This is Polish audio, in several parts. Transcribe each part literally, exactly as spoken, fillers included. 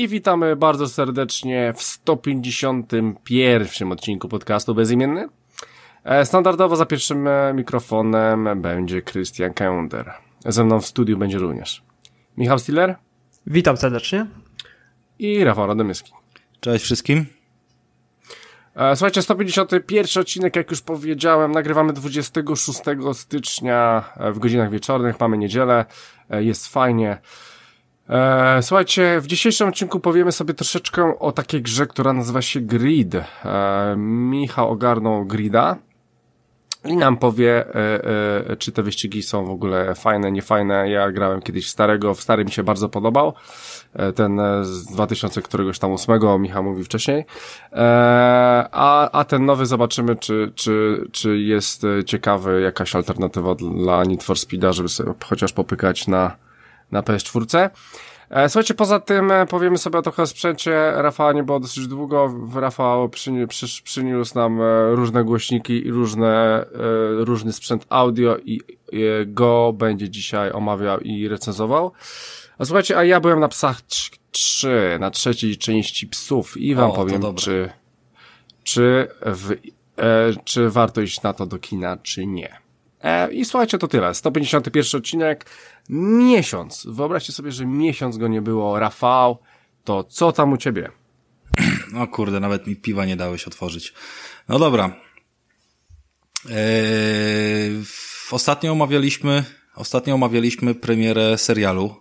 i witamy bardzo serdecznie w sto pięćdziesiątym pierwszym odcinku podcastu Bezimienny. Standardowo za pierwszym mikrofonem będzie Krystian Kender. Ze mną w studiu będzie również Michał Stiller. Witam serdecznie. I Rafał Radomyski. Cześć wszystkim. Słuchajcie, sto pięćdziesiąty pierwszy odcinek, jak już powiedziałem, nagrywamy dwudziestego szóstego stycznia w godzinach wieczornych, mamy niedzielę, jest fajnie. Słuchajcie, w dzisiejszym odcinku powiemy sobie troszeczkę o takiej grze, która nazywa się Grid. Michał ogarnął Grida i nam powie, czy te wyścigi są w ogóle fajne, niefajne. Ja grałem kiedyś w starego, w starym mi się bardzo podobał. Ten z dwa tysiące któregoś tam ósmego, Michał mówił wcześniej. A, a ten nowy zobaczymy, czy, czy, czy jest ciekawy, jakaś alternatywa dla Need for Speeda, żeby sobie chociaż popykać na, na P S cztery. Słuchajcie, poza tym powiemy sobie trochę o sprzęcie. Rafała nie było dosyć długo. Rafał przyni- przy- przyniósł nam różne głośniki i różne, różny sprzęt audio i go będzie dzisiaj omawiał i recenzował. A słuchajcie, a ja byłem na Psach trzy, na trzeciej części Psów i wam o, powiem, czy, czy, w, e, czy warto iść na to do kina, czy nie. E, I słuchajcie, to tyle. sto pięćdziesiąty pierwszy odcinek. Miesiąc. Wyobraźcie sobie, że miesiąc go nie było. Rafał, to co tam u ciebie? No kurde, nawet mi piwa nie dałeś otworzyć. No dobra. Eee, ostatnio omawialiśmy, ostatnio omawialiśmy premierę serialu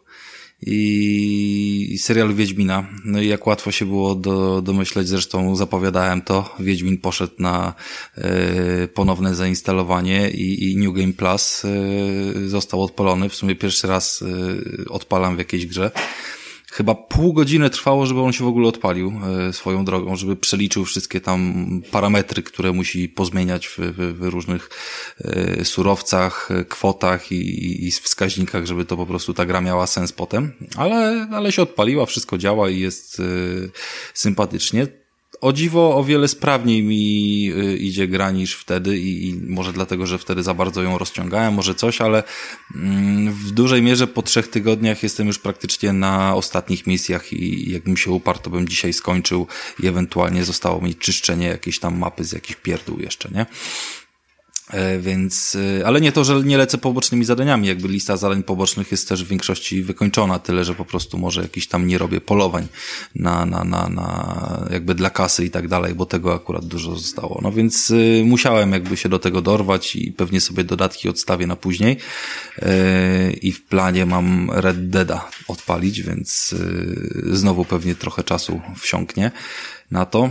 i serialu Wiedźmina. No i jak łatwo się było do, domyśleć, zresztą zapowiadałem to, Wiedźmin poszedł na e, ponowne zainstalowanie i, i New Game Plus e, został odpalony. W sumie pierwszy raz e, odpalam w jakiejś grze. Chyba pół godziny trwało, żeby on się w ogóle odpalił e, swoją drogą, żeby przeliczył wszystkie tam parametry, które musi pozmieniać w, w, w różnych e, surowcach, kwotach i, i wskaźnikach, żeby to po prostu ta gra miała sens potem. Ale, ale się odpaliła, wszystko działa i jest e, sympatycznie. O dziwo, o wiele sprawniej mi y, idzie gra niż wtedy i, i może dlatego, że wtedy za bardzo ją rozciągałem, może coś, ale mm, w dużej mierze po trzech tygodniach jestem już praktycznie na ostatnich misjach i jakbym się uparł, to bym dzisiaj skończył i ewentualnie zostało mi czyszczenie jakiejś tam mapy z jakichś pierdół jeszcze, nie? E, więc, e, ale nie to, że nie lecę pobocznymi zadaniami, jakby lista zadań pobocznych jest też w większości wykończona, tyle, że po prostu może jakiś tam nie robię polowań na, na, na, na jakby dla kasy i tak dalej, bo tego akurat dużo zostało. No więc e, musiałem jakby się do tego dorwać i pewnie sobie dodatki odstawię na później e, i w planie mam Red Deada odpalić, więc e, znowu pewnie trochę czasu wsiąknie na to.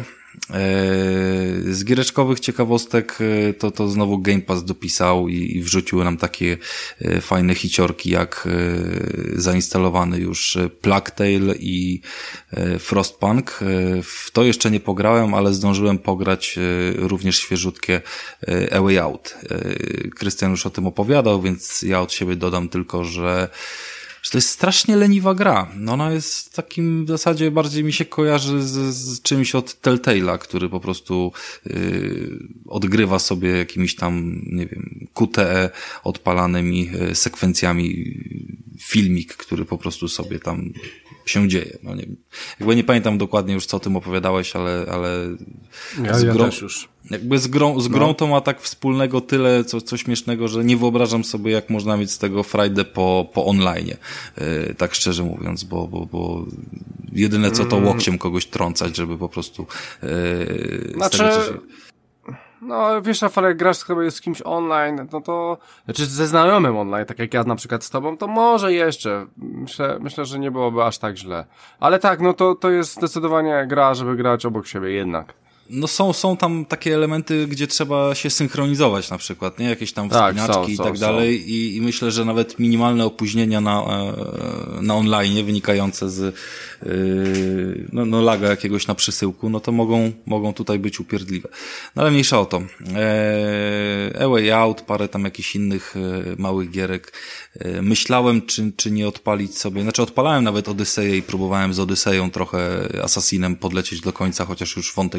Z giereczkowych ciekawostek to, to znowu Game Pass dopisał i, i wrzucił nam takie fajne hiciorki jak zainstalowany już Plague Tale i Frostpunk. W to jeszcze nie pograłem, ale zdążyłem pograć również świeżutkie A Way Out. Krystian już o tym opowiadał, więc ja od siebie dodam tylko, że że to jest strasznie leniwa gra. No ona jest takim w zasadzie bardziej mi się kojarzy z, z czymś od Telltale'a, który po prostu yy, odgrywa sobie jakimiś tam, nie wiem, Q T E odpalanymi yy, sekwencjami filmik, który po prostu sobie tam się dzieje. No nie, jakby nie pamiętam dokładnie już co o tym opowiadałeś, ale, ale ja, z ja grą, też już. Jakby z grą, z grą no. to ma tak wspólnego tyle, co, co śmiesznego, że nie wyobrażam sobie, jak można mieć z tego frajdę po, po online. Yy, tak szczerze mówiąc, bo, bo, bo jedyne co to łokciem kogoś trącać, żeby po prostu yy, znaczy... z tego, co się... No, wiesz, Rafał, jak grasz chyba z kimś online, no to, znaczy ze znajomym online, tak jak ja na przykład z tobą, to może jeszcze. Myślę, myślę, że nie byłoby aż tak źle. Ale tak, no to, to jest zdecydowanie gra, żeby grać obok siebie jednak. No są, są tam takie elementy, gdzie trzeba się synchronizować na przykład, nie? Jakieś tam tak, wspinaczki są, i tak są, dalej są. I, i myślę, że nawet minimalne opóźnienia na, na online wynikające z yy, no, no laga jakiegoś na przesyłku, no to mogą, mogą tutaj być upierdliwe. No ale mniejsza o to. Eee, A Way Out, parę tam jakichś innych e, małych gierek. E, myślałem, czy, czy nie odpalić sobie, znaczy odpalałem nawet Odyseję i próbowałem z Odyseją trochę Assassinem podlecieć do końca, chociaż już wątek główny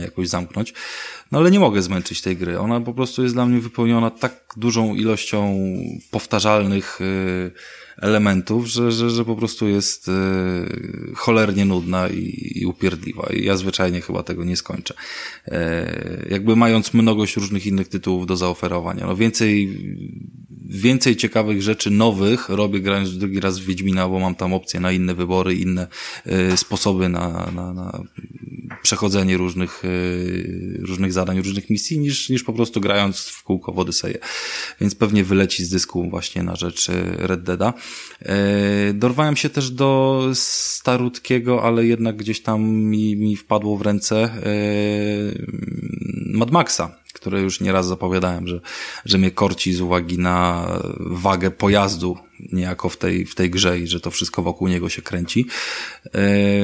jakoś zamknąć. No ale nie mogę zmęczyć tej gry. Ona po prostu jest dla mnie wypełniona tak dużą ilością powtarzalnych yy, elementów, że, że, że po prostu jest yy, cholernie nudna i, i upierdliwa. I ja zwyczajnie chyba tego nie skończę. Yy, jakby mając mnogość różnych innych tytułów do zaoferowania. No więcej, więcej ciekawych rzeczy nowych robię grając drugi raz w Wiedźmina, bo mam tam opcje na inne wybory, inne yy, sposoby na, na, na przechodzenie różnych, yy, różnych zadań, różnych misji, niż, niż po prostu grając w kółko w Odyseję. Więc pewnie wyleci z dysku właśnie na rzecz Red Deada. Yy, dorwałem się też do starutkiego, ale jednak gdzieś tam mi, mi wpadło w ręce yy, Mad Maxa, które już nieraz zapowiadałem, że, że mnie korci z uwagi na wagę pojazdu niejako w tej, w tej grze i że to wszystko wokół niego się kręci. Yy,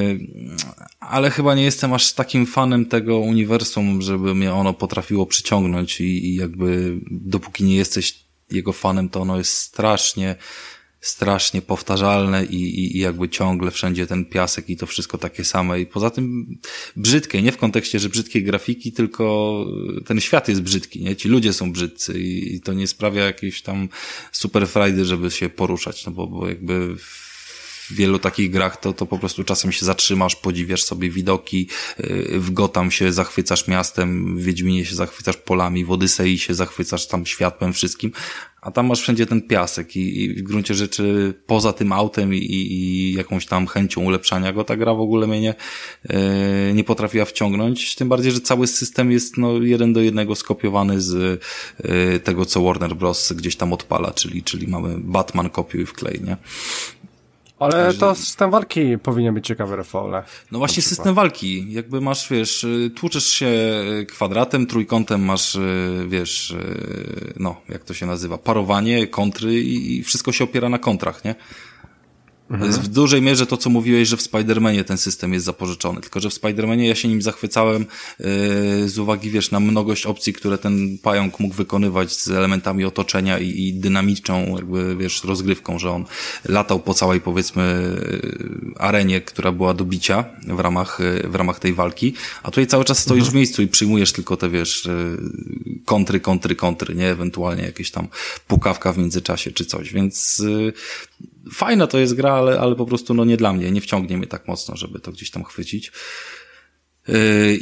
ale chyba nie jestem aż takim fanem tego uniwersum, żeby mnie ono potrafiło przyciągnąć i, i jakby dopóki nie jesteś jego fanem, to ono jest strasznie strasznie powtarzalne i, i, i jakby ciągle wszędzie ten piasek i to wszystko takie same i poza tym brzydkie, nie w kontekście, że brzydkie grafiki, tylko ten świat jest brzydki, nie? Ci ludzie są brzydcy i, i to nie sprawia jakiejś tam super frajdy, żeby się poruszać, no bo, bo jakby w wielu takich grach to, to po prostu czasem się zatrzymasz, podziwiasz sobie widoki, w Gotham się zachwycasz miastem, w Wiedźminie się zachwycasz polami, w Odysei się zachwycasz tam światłem, wszystkim, a tam masz wszędzie ten piasek i, i w gruncie rzeczy poza tym autem i, i jakąś tam chęcią ulepszania go ta gra w ogóle mnie nie, yy, nie potrafiła wciągnąć, tym bardziej, że cały system jest no jeden do jednego skopiowany z yy, tego, co Warner Bros. Gdzieś tam odpala, czyli, czyli mamy Batman kopiuj wklej, nie? Ale Także... to system walki powinien być ciekawy, Rafale. No właśnie system walki. Jakby masz, wiesz, tłuczesz się kwadratem, trójkątem masz, wiesz, no, jak to się nazywa, parowanie, kontry i wszystko się opiera na kontrach, nie? To jest w dużej mierze to, co mówiłeś, że w Spider-Manie ten system jest zapożyczony. Tylko, że w Spider-Manie ja się nim zachwycałem yy, z uwagi, wiesz, na mnogość opcji, które ten pająk mógł wykonywać z elementami otoczenia i, i dynamiczną, jakby, wiesz, rozgrywką, że on latał po całej, powiedzmy, yy, arenie, która była do bicia w ramach, yy, w ramach tej walki. A tutaj cały czas stoisz mhm. w miejscu i przyjmujesz tylko te, wiesz, yy, kontry, kontry, kontry, nie? Ewentualnie jakieś tam pukawka w międzyczasie czy coś. Więc yy, fajna to jest gra, ale, ale po prostu no nie dla mnie, nie wciągnie mnie tak mocno, żeby to gdzieś tam chwycić. Yy,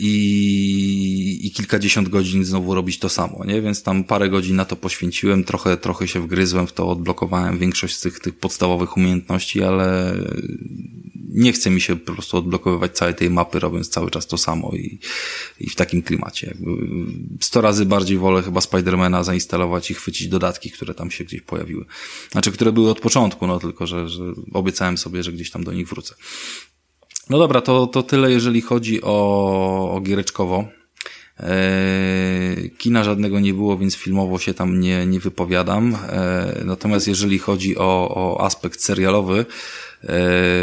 i, i kilkadziesiąt godzin znowu robić to samo, nie? Więc tam parę godzin na to poświęciłem, trochę, trochę się wgryzłem w to, odblokowałem większość z tych, tych podstawowych umiejętności, ale nie chce mi się po prostu odblokowywać całej tej mapy, robiąc cały czas to samo i, i w takim klimacie. Jakby sto razy bardziej wolę chyba Spidermana zainstalować i chwycić dodatki, które tam się gdzieś pojawiły. Znaczy, które były od początku, no tylko, że, że obiecałem sobie, że gdzieś tam do nich wrócę. No dobra, to, to tyle, jeżeli chodzi o, o giereczkowo. Eee, kina żadnego nie było, więc filmowo się tam nie, nie wypowiadam. Eee, natomiast jeżeli chodzi o, o aspekt serialowy, eee,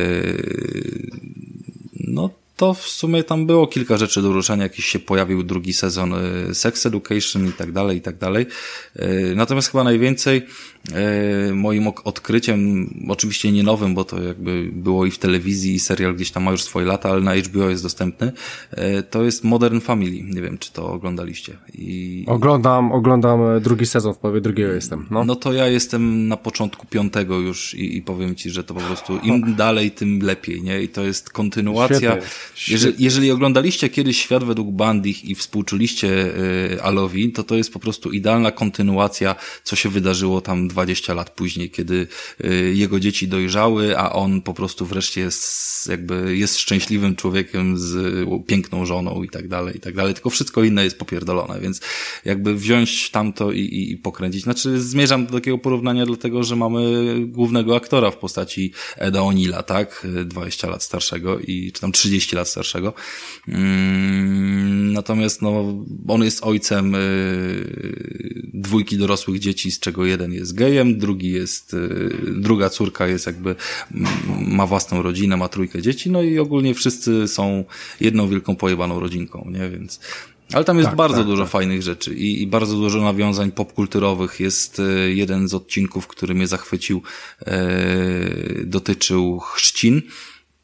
no to w sumie tam było kilka rzeczy do ruszenia, jakiś się pojawił drugi sezon y, Sex Education i tak dalej, i tak dalej. Y, natomiast chyba najwięcej y, moim odkryciem, oczywiście nie nowym, bo to jakby było i w telewizji, i serial gdzieś tam ma już swoje lata, ale na H B O jest dostępny, y, to jest Modern Family. Nie wiem, czy to oglądaliście. I... Oglądam, oglądam drugi sezon, w połowie drugiego jestem. No, no to ja jestem na początku piątego już i, i powiem ci, że to po prostu im dalej, tym lepiej, nie? I to jest kontynuacja. Jeżeli, jeżeli oglądaliście kiedyś Świat według Bandich i współczuliście y, Alowi, to to jest po prostu idealna kontynuacja, co się wydarzyło tam dwadzieścia lat później, kiedy y, jego dzieci dojrzały, a on po prostu wreszcie jest jakby jest szczęśliwym człowiekiem z y, piękną żoną i tak dalej, i tak dalej. Tylko wszystko inne jest popierdolone, więc jakby wziąć tamto i, i, i pokręcić. Znaczy zmierzam do takiego porównania dlatego, że mamy głównego aktora w postaci Eda O'Neilla, tak? dwadzieścia lat starszego i czy tam trzydzieści lat starszego. Natomiast no, on jest ojcem y, dwójki dorosłych dzieci, z czego jeden jest gejem, drugi jest, y, druga córka jest jakby, ma własną rodzinę, ma trójkę dzieci, no i ogólnie wszyscy są jedną wielką pojebaną rodzinką, nie? Więc ale tam jest tak, bardzo tak, dużo tak. fajnych rzeczy i, i bardzo dużo nawiązań popkulturowych. Jest y, jeden z odcinków, który mnie zachwycił, y, dotyczył chrzcin.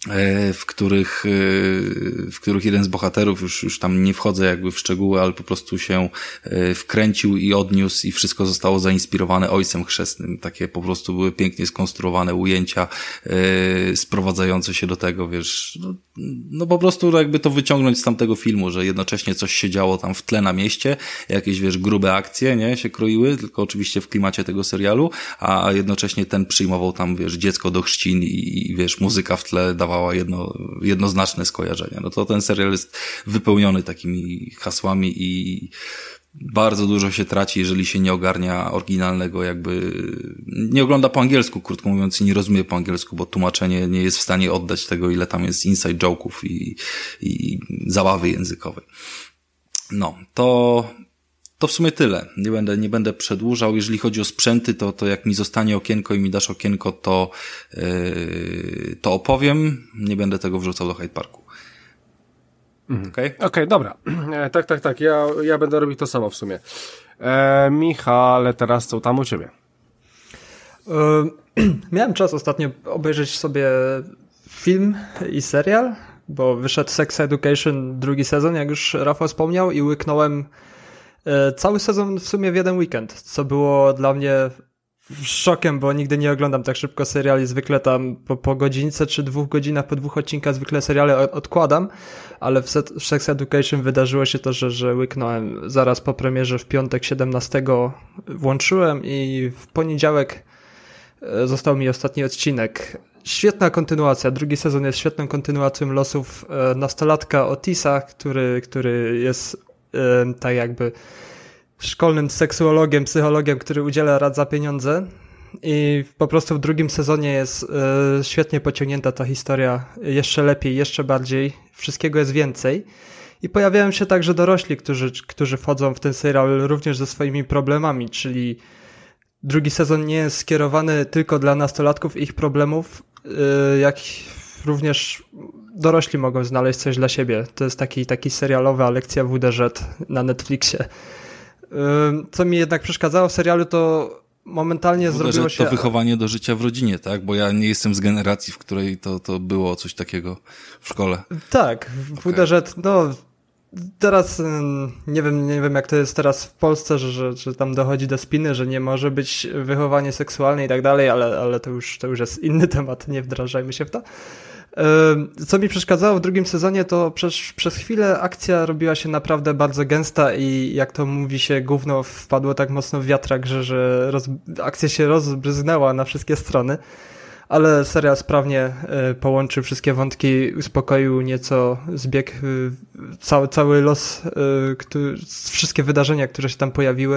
w których, w których jeden z bohaterów, już, już tam nie wchodzę jakby w szczegóły, ale po prostu się wkręcił i odniósł i wszystko zostało zainspirowane Ojcem Chrzestnym. Takie po prostu były pięknie skonstruowane ujęcia sprowadzające się do tego, wiesz, no, no po prostu jakby to wyciągnąć z tamtego filmu, że jednocześnie coś się działo tam w tle na mieście, jakieś, wiesz, grube akcje, nie, się kroiły, tylko oczywiście w klimacie tego serialu, a jednocześnie ten przyjmował tam, wiesz, dziecko do chrzcin i, i wiesz, muzyka w tle dawała jedno, jednoznaczne skojarzenia. No to ten serial jest wypełniony takimi hasłami i bardzo dużo się traci, jeżeli się nie ogarnia oryginalnego, jakby nie ogląda po angielsku, krótko mówiąc, i nie rozumie po angielsku, bo tłumaczenie nie jest w stanie oddać tego, ile tam jest inside joke'ów i, i zabawy językowej. No, to To w sumie tyle. Nie będę, nie będę przedłużał. Jeżeli chodzi o sprzęty, to, to jak mi zostanie okienko i mi dasz okienko, to, yy, to opowiem. Nie będę tego wrzucał do Hyde Parku. Mhm. Okej, okay? okay, dobra. E, tak, tak, tak. Ja, ja będę robił to samo w sumie. E, Michale, teraz co tam u ciebie? E, miałem czas ostatnio obejrzeć sobie film i serial, bo wyszedł Sex Education drugi sezon, jak już Rafał wspomniał, i łyknąłem cały sezon w sumie w jeden weekend, co było dla mnie szokiem, bo nigdy nie oglądam tak szybko seriali, zwykle tam po, po godzince czy dwóch godzinach, po dwóch odcinkach zwykle seriale odkładam, ale w Sex Education wydarzyło się to, że, że łyknąłem zaraz po premierze w piątek siedemnastego włączyłem i w poniedziałek został mi ostatni odcinek. Świetna kontynuacja, drugi sezon jest świetną kontynuacją losów nastolatka Otisa, który, który jest tak jakby szkolnym seksuologiem, psychologiem, który udziela rad za pieniądze, i po prostu w drugim sezonie jest y, świetnie pociągnięta ta historia, jeszcze lepiej, jeszcze bardziej, wszystkiego jest więcej i pojawiają się także dorośli, którzy, którzy wchodzą w ten serial również ze swoimi problemami, czyli drugi sezon nie jest skierowany tylko dla nastolatków i ich problemów, y, jak również dorośli mogą znaleźć coś dla siebie. To jest taki, taki serialowa lekcja W D Z na Netflixie. Co mi jednak przeszkadzało w serialu, to momentalnie W D Z zrobiło się... to wychowanie do życia w rodzinie, tak? Bo ja nie jestem z generacji, w której to, to było coś takiego w szkole. Tak, w W D Z, okay. No teraz nie wiem, nie wiem jak to jest teraz w Polsce, że, że, że tam dochodzi do spiny, że nie może być wychowanie seksualne i tak dalej, ale, ale to już, to już jest inny temat, nie wdrażajmy się w to. Co mi przeszkadzało w drugim sezonie, to przez, przez chwilę akcja robiła się naprawdę bardzo gęsta i jak to mówi się, gówno wpadło tak mocno w wiatrak, że, że roz, akcja się rozbryznęła na wszystkie strony, ale serial sprawnie y, połączył wszystkie wątki, uspokoił nieco zbieg, y, cały, cały los, y, który, wszystkie wydarzenia, które się tam pojawiły.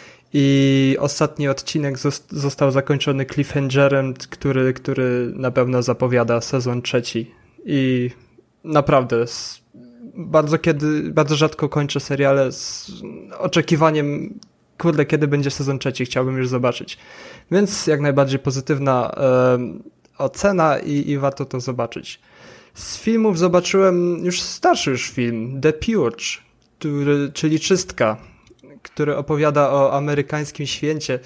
I ostatni odcinek został zakończony cliffhangerem, który, który na pewno zapowiada sezon trzeci. I naprawdę bardzo kiedy, bardzo rzadko kończę seriale z oczekiwaniem, kurde, kiedy będzie sezon trzeci, chciałbym już zobaczyć. Więc jak najbardziej pozytywna e, ocena i, i warto to zobaczyć. Z filmów zobaczyłem już starszy już film, The Purge, który, czyli Czystka, który opowiada o amerykańskim święcie.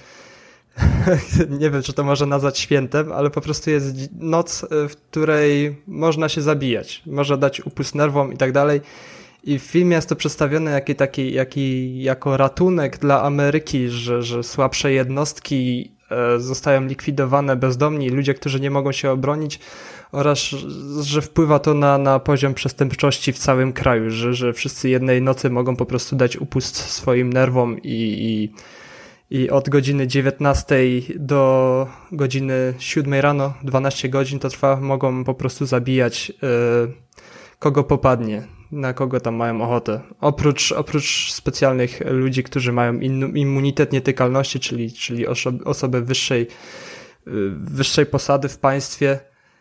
Nie wiem, czy to można nazwać świętem, ale po prostu jest noc, w której można się zabijać. Można dać upust nerwom i tak dalej. I w filmie jest to przedstawione jako, taki, taki, jako ratunek dla Ameryki, że, że słabsze jednostki e, zostają likwidowane, bezdomni, ludzie, którzy nie mogą się obronić, oraz że wpływa to na, na poziom przestępczości w całym kraju, że, że wszyscy jednej nocy mogą po prostu dać upust swoim nerwom i, i, i od godziny dziewiętnastej do godziny siódmej rano, dwanaście godzin to trwa, mogą po prostu zabijać y, kogo popadnie, na kogo tam mają ochotę. Oprócz, oprócz specjalnych ludzi, którzy mają in, immunitet nietykalności, czyli, czyli oso- osoby wyższej, y, wyższej posady w państwie.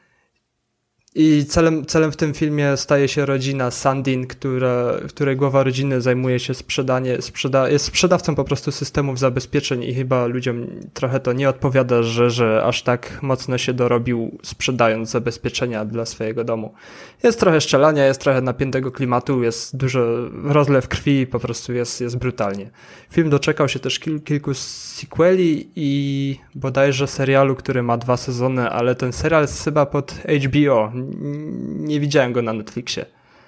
I celem, celem w tym filmie staje się rodzina Sandin, która, której głowa rodziny zajmuje się sprzedanie, sprzeda, jest sprzedawcą po prostu systemów zabezpieczeń i chyba ludziom trochę to nie odpowiada, że, że aż tak mocno się dorobił sprzedając zabezpieczenia dla swojego domu. Jest trochę strzelania, jest trochę napiętego klimatu, jest dużo rozlew krwi i po prostu jest, jest brutalnie. Film doczekał się też kil, kilku sequeli i bodajże serialu, który ma dwa sezony, ale ten serial jest chyba pod H B O, Nie widziałem go na Netflixie.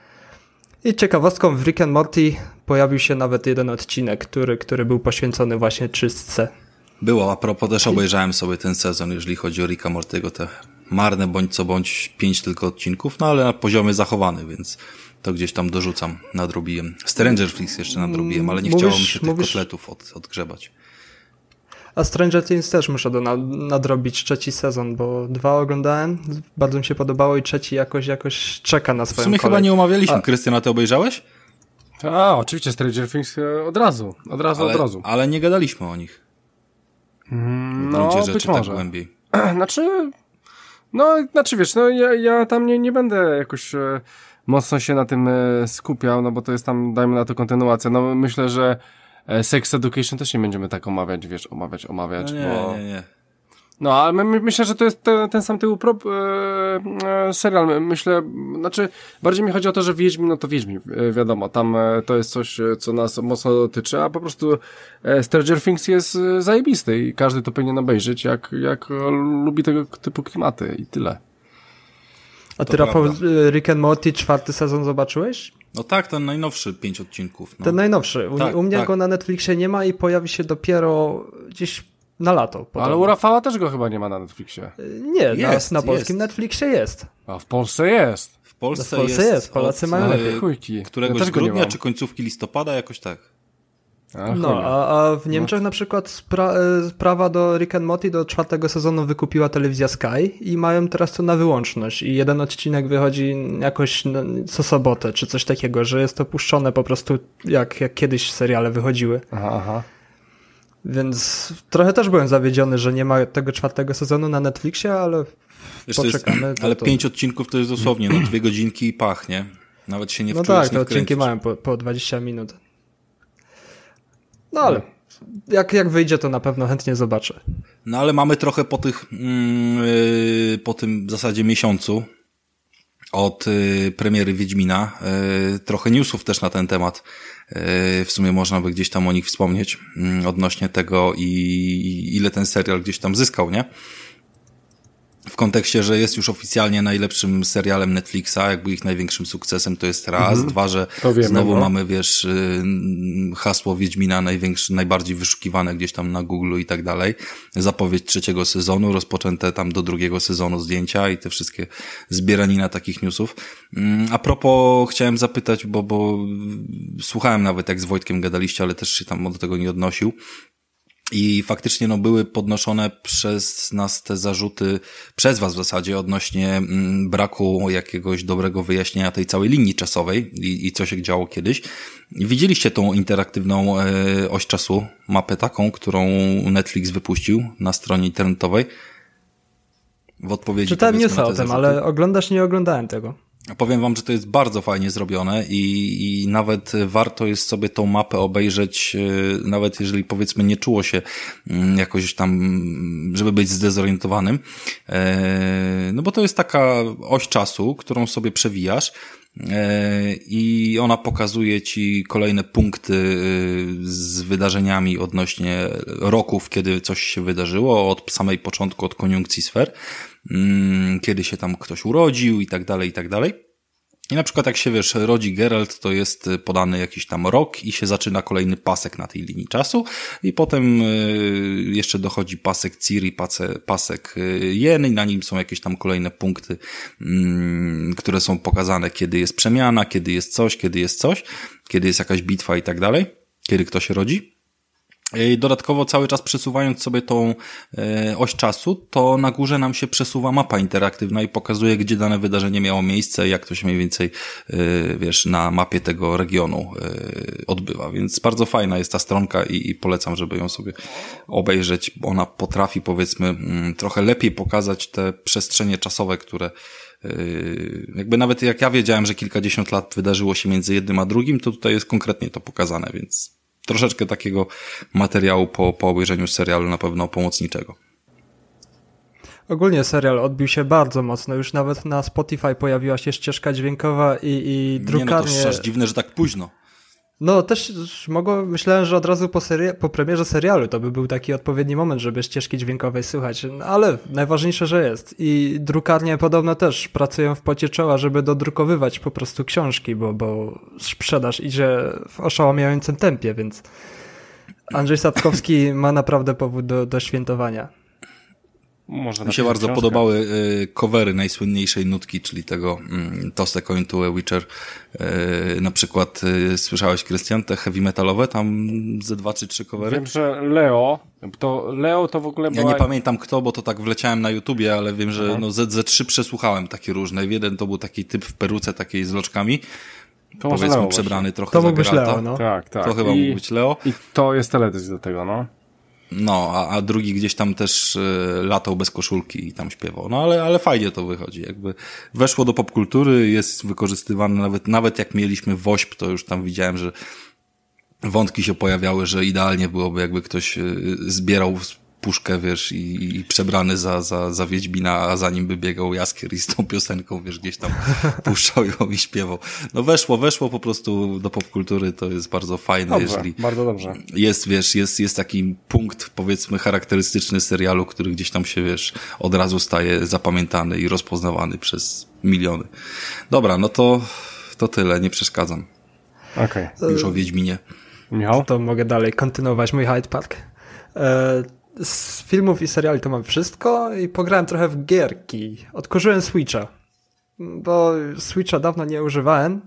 I ciekawostką, w Rick and Morty pojawił się nawet jeden odcinek, który, który był poświęcony właśnie czystce. Było, a propos też obejrzałem sobie ten sezon, jeżeli chodzi o Ricka Morty'ego, te marne bądź co bądź pięć tylko odcinków, no ale na poziomie zachowany, więc to gdzieś tam dorzucam, nadrobiłem. Stranger Things jeszcze nadrobiłem, ale nie mówisz, chciało mi się tych mówisz... kotletów od, odgrzebać. A Stranger Things też muszę do nadrobić trzeci sezon, bo dwa oglądałem, bardzo mi się podobało i trzeci jakoś jakoś czeka na swoją kolej. W sumie kolej. Chyba nie omawialiśmy. Krystian, a ty obejrzałeś? A, oczywiście Stranger Things od razu, od razu, ale, od razu. Ale nie gadaliśmy o nich. Mm, no, rzeczy, być może. Tak głębiej. Znaczy, no, znaczy wiesz, no ja, ja tam nie, nie będę jakoś e, mocno się na tym e, skupiał, no bo to jest tam, dajmy na to kontynuację. No myślę, że Sex Education też nie będziemy tak omawiać, wiesz, omawiać, omawiać, no nie, bo... nie, nie. No, ale my, my, myślę, że to jest te, ten sam tył pro, e, e, serial. Myślę, znaczy, bardziej mi chodzi o to, że Wiedźmin, no to Wiedźmin, e, wiadomo, tam e, to jest coś, co nas mocno dotyczy, a po prostu e, Stranger Things jest e, zajebisty i każdy to powinien obejrzeć, jak, jak e, lubi tego typu klimaty i tyle. A ty, Rafał, Rick and Morty czwarty sezon zobaczyłeś? No tak, ten najnowszy pięć odcinków. No. Ten najnowszy. U, tak, u mnie tak. go na Netflixie nie ma i pojawi się dopiero gdzieś na lato. Potem. Ale u Rafała też go chyba nie ma na Netflixie. Nie, jest, na, na polskim jest. Netflixie jest. A w Polsce jest. W Polsce, w Polsce jest, jest. Polacy mają lepiej. Chujki. Któregoś ja grudnia czy końcówki listopada, jakoś tak. A, no, a, a w Niemczech no. na przykład spra- prawa do Rick and Morty do czwartego sezonu wykupiła telewizja Sky i mają teraz to na wyłączność i jeden odcinek wychodzi jakoś co sobotę, czy coś takiego, że jest to puszczone po prostu jak, jak kiedyś seriale wychodziły. Aha, aha. Więc trochę też byłem zawiedziony, że nie ma tego czwartego sezonu na Netflixie, ale Wiesz, poczekamy. Jest, to, ale to... pięć odcinków to jest dosłownie no, dwie godzinki i pachnie. Nawet się nie wczujesz, no tak, nie te odcinki mają po, po dwadzieścia minut. No ale jak, jak wyjdzie, to na pewno chętnie zobaczę. No ale mamy trochę po tych yy, po tym w zasadzie miesiącu od yy, premiery Wiedźmina yy, trochę newsów też na ten temat. Yy, w sumie można by gdzieś tam o nich wspomnieć yy, odnośnie tego i, i ile ten serial gdzieś tam zyskał, nie? W kontekście, że jest już oficjalnie najlepszym serialem Netflixa, jakby ich największym sukcesem to jest raz, mhm. dwa, że wiemy, znowu no. mamy, wiesz, hasło Wiedźmina największe, najbardziej wyszukiwane gdzieś tam na Google i tak dalej. Zapowiedź trzeciego sezonu, rozpoczęte tam do drugiego sezonu zdjęcia i te wszystkie zbieranina takich newsów. A propos, chciałem zapytać, bo, bo słuchałem nawet jak z Wojtkiem gadaliście, ale też się tam do tego nie odnosił. I faktycznie no, były podnoszone przez nas te zarzuty, przez was w zasadzie, odnośnie m, braku jakiegoś dobrego wyjaśnienia tej całej linii czasowej i, i co się działo kiedyś. Widzieliście tą interaktywną e, oś czasu, mapę taką, którą Netflix wypuścił na stronie internetowej? W odpowiedzi Czytałem newsa o tym, ale oglądasz, nie oglądałem tego. Powiem wam, że to jest bardzo fajnie zrobione i, i nawet warto jest sobie tą mapę obejrzeć, nawet jeżeli powiedzmy nie czuło się jakoś tam, żeby być zdezorientowanym. No bo to jest taka oś czasu, którą sobie przewijasz i ona pokazuje ci kolejne punkty z wydarzeniami odnośnie roków, kiedy coś się wydarzyło, od samej początku, od koniunkcji sfer, kiedy się tam ktoś urodził i tak dalej, i tak dalej. I na przykład jak się, wiesz, rodzi Geralt, to jest podany jakiś tam rok i się zaczyna kolejny pasek na tej linii czasu i potem jeszcze dochodzi pasek Ciri, pasek Yen i na nim są jakieś tam kolejne punkty, które są pokazane, kiedy jest przemiana, kiedy jest coś, kiedy jest coś, kiedy jest jakaś bitwa i tak dalej, kiedy ktoś się rodzi. I dodatkowo cały czas przesuwając sobie tą e, oś czasu, to na górze nam się przesuwa mapa interaktywna i pokazuje, gdzie dane wydarzenie miało miejsce, jak to się mniej więcej, e, wiesz, na mapie tego regionu e, odbywa. Więc bardzo fajna jest ta stronka i, i polecam, żeby ją sobie obejrzeć. Ona potrafi, powiedzmy, m, trochę lepiej pokazać te przestrzenie czasowe, które jakby nawet jak ja wiedziałem, że kilkadziesiąt lat wydarzyło się między jednym a drugim, to tutaj jest konkretnie to pokazane, więc troszeczkę takiego materiału po, po obejrzeniu serialu na pewno pomocniczego. Ogólnie serial odbił się bardzo mocno. Już nawet na Spotify pojawiła się ścieżka dźwiękowa i, i drukarnie... Nie no, to aż dziwne, że tak późno. No też mogło, myślałem, że od razu po, seria- po premierze serialu to by był taki odpowiedni moment, żeby ścieżki dźwiękowej słychać, no, ale najważniejsze, że jest. I drukarnie podobno też pracują w pocie czoła, żeby dodrukowywać po prostu książki, bo, bo sprzedaż idzie w oszałamiającym tempie, więc Andrzej Sapkowski ma naprawdę powód do, do świętowania. Może mi się bardzo książkę. podobały y, covery najsłynniejszej nutki, czyli tego y, Toss a Coin to a Witcher. Y, na przykład y, słyszałeś, Krystian, te heavy metalowe, tam ze dwa czy trzy covery? Wiem, że Leo, to Leo to w ogóle była... Ja nie pamiętam kto, bo to tak wleciałem na YouTubie, ale wiem, że no, ze, ze trzy przesłuchałem takie różne. Jeden to był taki typ w peruce takiej z loczkami. To powiedzmy Leo przebrany właśnie. trochę to za Geralta. Leo, no. Tak, tak. To chyba I, mógł być Leo. I to jest teledysk do tego, no. No, a, a drugi gdzieś tam też y, latał bez koszulki i tam śpiewał. No ale, ale fajnie to wychodzi. Jakby weszło do popkultury, jest wykorzystywane nawet, nawet jak mieliśmy Wośp, to już tam widziałem, że wątki się pojawiały, że idealnie byłoby, jakby ktoś y, zbierał puszkę, wiesz, i, i przebrany za, za, za Wiedźmina, a za nim by biegał Jaskier i z tą piosenką, wiesz, gdzieś tam puszczał ją i śpiewał. No weszło, weszło po prostu do popkultury, to jest bardzo fajne, dobrze, jeżeli bardzo dobrze. Jest, wiesz, jest, jest taki punkt, powiedzmy, charakterystyczny serialu, który gdzieś tam się, wiesz, od razu staje zapamiętany i rozpoznawany przez miliony. Dobra, no to, to tyle, nie przeszkadzam. Okej. Okay. Już o Wiedźminie. Michał? To mogę dalej kontynuować mój Hyde Park. E- Z filmów i seriali to mam wszystko i pograłem trochę w gierki. Odkurzyłem Switcha, bo Switcha dawno nie używałem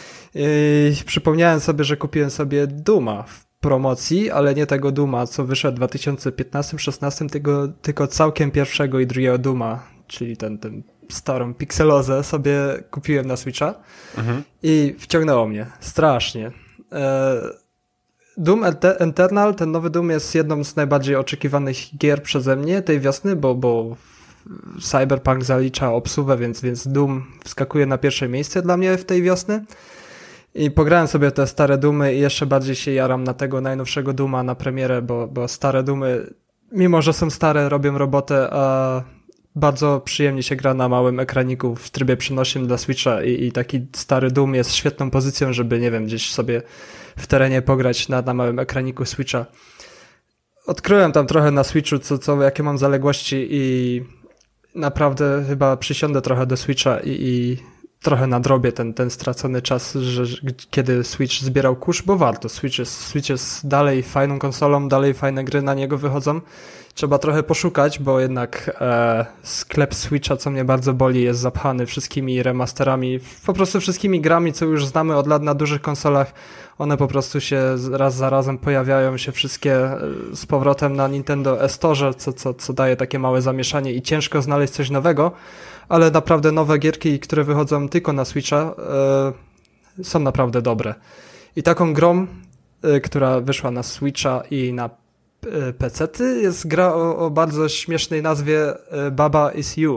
i przypomniałem sobie, że kupiłem sobie Dooma w promocji, ale nie tego Dooma, co wyszedł w dwa tysiące piętnastym szesnastym, tylko, tylko całkiem pierwszego i drugiego Dooma, czyli ten, ten starą pikselozę sobie kupiłem na Switcha mhm. i wciągnęło mnie strasznie. E- Doom Eternal, ten nowy Doom jest jedną z najbardziej oczekiwanych gier przeze mnie tej wiosny, bo, bo Cyberpunk zalicza obsuwę, więc, więc Doom wskakuje na pierwsze miejsce dla mnie w tej wiosny. I pograłem sobie te stare Doomy i jeszcze bardziej się jaram na tego najnowszego Dooma na premierę, bo, bo stare Doomy, mimo że są stare, robią robotę, a bardzo przyjemnie się gra na małym ekraniku w trybie przenośnym dla Switcha i, i taki stary Doom jest świetną pozycją, żeby, nie wiem, gdzieś sobie w terenie pograć na, na małym ekraniku Switcha. Odkryłem tam trochę na Switchu, co, co, jakie mam zaległości i naprawdę chyba przysiądę trochę do Switcha i, i trochę nadrobię ten, ten stracony czas, że, że, kiedy Switch zbierał kurz, bo warto. Switch jest, Switch jest dalej fajną konsolą, dalej fajne gry na niego wychodzą. Trzeba trochę poszukać, bo jednak e, sklep Switcha, co mnie bardzo boli, jest zapchany wszystkimi remasterami, po prostu wszystkimi grami, co już znamy od lat na dużych konsolach. One po prostu się raz za razem pojawiają się wszystkie z powrotem na Nintendo e-Store, co, co, co daje takie małe zamieszanie i ciężko znaleźć coś nowego, ale naprawdę nowe gierki, które wychodzą tylko na Switcha, e, są naprawdę dobre. I taką grą, e, która wyszła na Switcha i na pecety, jest gra o, o bardzo śmiesznej nazwie Baba Is You.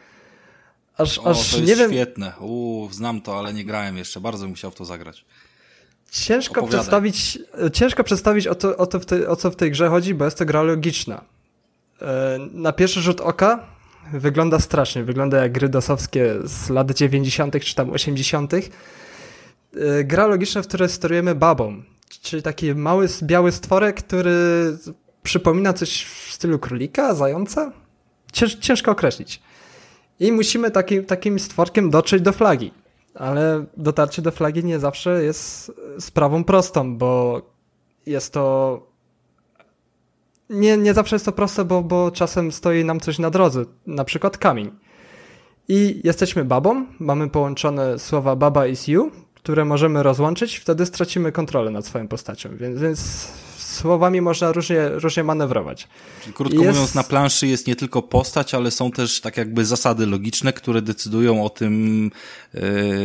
Aż, o, aż to jest nie wiem... świetne. Uuu, znam to, ale nie grałem jeszcze. Bardzo bym chciał w to zagrać. Ciężko Opowiadaj. przedstawić, ciężko przedstawić o, to, o, to w tej, o co w tej grze chodzi, bo jest to gra logiczna. Na pierwszy rzut oka wygląda strasznie. Wygląda jak gry dosowskie z lat dziewięćdziesiątych czy tam osiemdziesiątych. Gra logiczna, w której sterujemy babą. Czyli taki mały, biały stworek, który przypomina coś w stylu królika, zająca? Cięż, ciężko określić. I musimy taki, takim stworkiem dotrzeć do flagi. Ale dotarcie do flagi nie zawsze jest sprawą prostą, bo jest to... Nie, nie zawsze jest to proste, bo, bo czasem stoi nam coś na drodze, na przykład kamień. I jesteśmy babą, mamy połączone słowa Baba is you, które możemy rozłączyć, wtedy stracimy kontrolę nad swoją postacią, więc, więc słowami można różnie, różnie manewrować. Czyli krótko jest... mówiąc, na planszy jest nie tylko postać, ale są też tak jakby zasady logiczne, które decydują o tym, yy,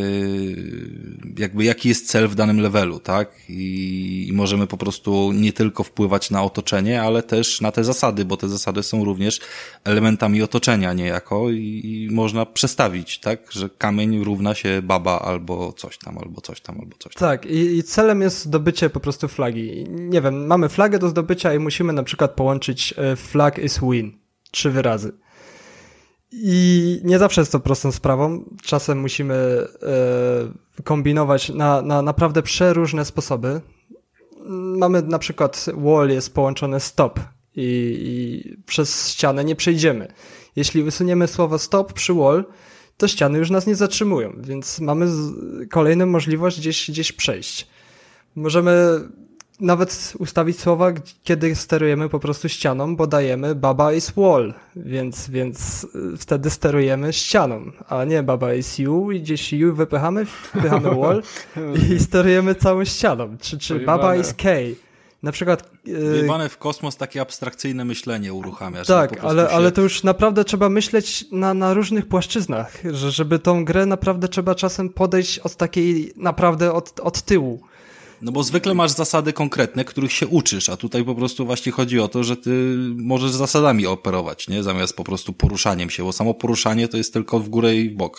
jakby jaki jest cel w danym levelu, tak? I, I możemy po prostu nie tylko wpływać na otoczenie, ale też na te zasady, bo te zasady są również elementami otoczenia niejako i, i można przestawić, tak? Że kamień równa się baba albo coś tam, albo coś tam, albo coś tam. Tak, i, i celem jest zdobycie po prostu flagi. Nie wiem, mamy flagę do zdobycia i musimy na przykład połączyć flag is win trzy wyrazy. I nie zawsze jest to prostą sprawą. Czasem musimy e, kombinować na, na naprawdę przeróżne sposoby. Mamy na przykład wall jest połączone stop i, i przez ścianę nie przejdziemy. Jeśli usuniemy słowo stop przy wall, to ściany już nas nie zatrzymują, więc mamy kolejną możliwość gdzieś, gdzieś przejść. Możemy nawet ustawić słowa, kiedy sterujemy po prostu ścianą, bo dajemy baba is wall, więc, więc wtedy sterujemy ścianą, a nie baba is you i gdzieś you wypychamy, wypychamy wall i sterujemy całą ścianą. Czy, czy baba is K. Na przykład... Wyjebane w kosmos takie abstrakcyjne myślenie uruchamia. Tak, ale, się... ale to już naprawdę trzeba myśleć na, na różnych płaszczyznach, że żeby tą grę naprawdę trzeba czasem podejść od takiej naprawdę od, od tyłu. No bo zwykle masz zasady konkretne, których się uczysz, a tutaj po prostu właśnie chodzi o to, że ty możesz zasadami operować, nie? Zamiast po prostu poruszaniem się, bo samo poruszanie to jest tylko w górę i w bok.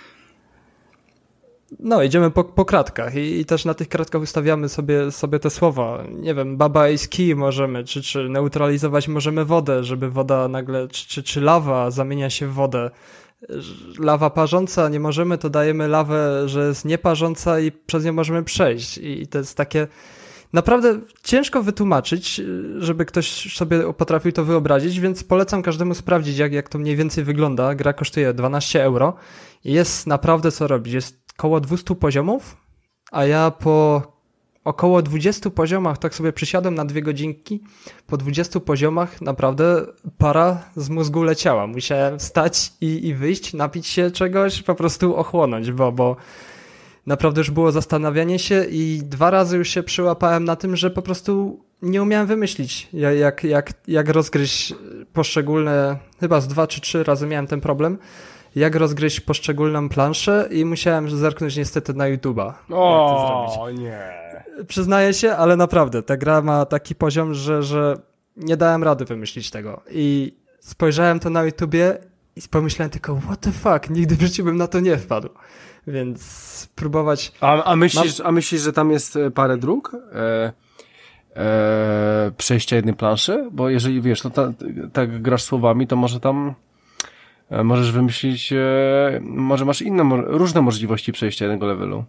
No, idziemy po, po kratkach i, i też na tych kratkach ustawiamy sobie, sobie te słowa. Nie wiem, baba is key możemy, czy, czy neutralizować możemy wodę, żeby woda nagle, czy, czy, czy lawa zamienia się w wodę. Lawa parząca, nie możemy, to dajemy lawę, że jest nieparząca i przez nią możemy przejść. I, i to jest takie naprawdę ciężko wytłumaczyć, żeby ktoś sobie potrafił to wyobrazić, więc polecam każdemu sprawdzić, jak, jak to mniej więcej wygląda. Gra kosztuje dwanaście euro i jest naprawdę co robić. Jest około dwieście poziomów, a ja po około dwudziestu poziomach tak sobie przysiadłem na dwie godzinki. Po dwudziestu poziomach naprawdę para z mózgu leciała. Musiałem wstać i, i wyjść, napić się czegoś, po prostu ochłonąć, bo, bo naprawdę już było zastanawianie się i dwa razy już się przyłapałem na tym, że po prostu nie umiałem wymyślić, jak, jak, jak rozgryźć poszczególne, chyba z dwa czy trzy razy miałem ten problem, jak rozgryźć poszczególną planszę i musiałem zerknąć niestety na YouTube'a. O nie. Przyznaję się, ale naprawdę, ta gra ma taki poziom, że, że nie dałem rady wymyślić tego. I spojrzałem to na YouTubie i pomyślałem tylko, what the fuck, nigdy w życiu bym na to nie wpadł. Więc spróbować... A, a, myślisz, a myślisz, że tam jest parę dróg? E, e, przejścia jednej planszy? Bo jeżeli wiesz, to ta, tak grasz słowami, to może tam e, możesz wymyślić, e, może masz inne, różne możliwości przejścia jednego levelu.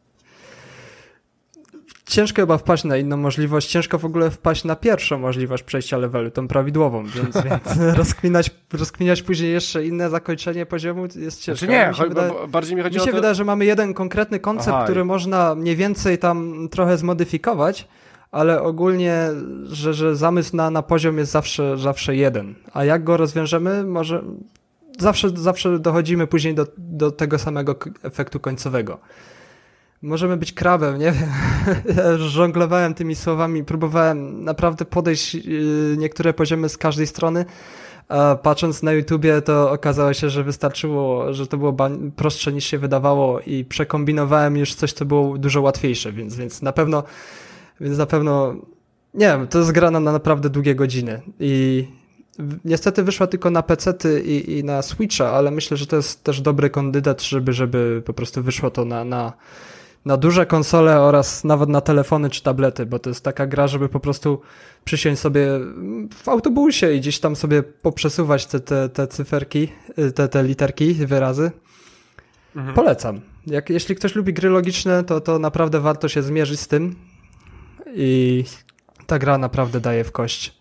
Ciężko chyba wpaść na inną możliwość, ciężko w ogóle wpaść na pierwszą możliwość przejścia levelu, tą prawidłową, więc, więc rozkminiać, rozkminiać później jeszcze inne zakończenie poziomu jest ciężko. Znaczy nie, mi się, cho- wydaje, bardziej mi chodzi mi o się to... wydaje, że mamy jeden konkretny koncept, Aha. który można mniej więcej tam trochę zmodyfikować, ale ogólnie, że, że zamysł na, na poziom jest zawsze, zawsze jeden, a jak go rozwiążemy, może zawsze, zawsze dochodzimy później do, do tego samego efektu końcowego. Możemy być krabem, nie wiem. Ja żonglowałem tymi słowami, próbowałem naprawdę podejść niektóre poziomy z każdej strony, a patrząc na YouTubie to okazało się, że wystarczyło, że to było ba- prostsze niż się wydawało i przekombinowałem już coś, co było dużo łatwiejsze, więc, więc na pewno więc na pewno nie wiem, to jest gra na, na naprawdę długie godziny i niestety wyszła tylko na pecety i, i na Switcha, ale myślę, że to jest też dobry kandydat, żeby, żeby po prostu wyszło to na, na na duże konsole oraz nawet na telefony czy tablety, bo to jest taka gra, żeby po prostu przysiąść sobie w autobusie i gdzieś tam sobie poprzesuwać te, te, te cyferki, te, te literki, wyrazy. Mhm. Polecam. Jak, jeśli ktoś lubi gry logiczne, to, to naprawdę warto się zmierzyć z tym i ta gra naprawdę daje w kość.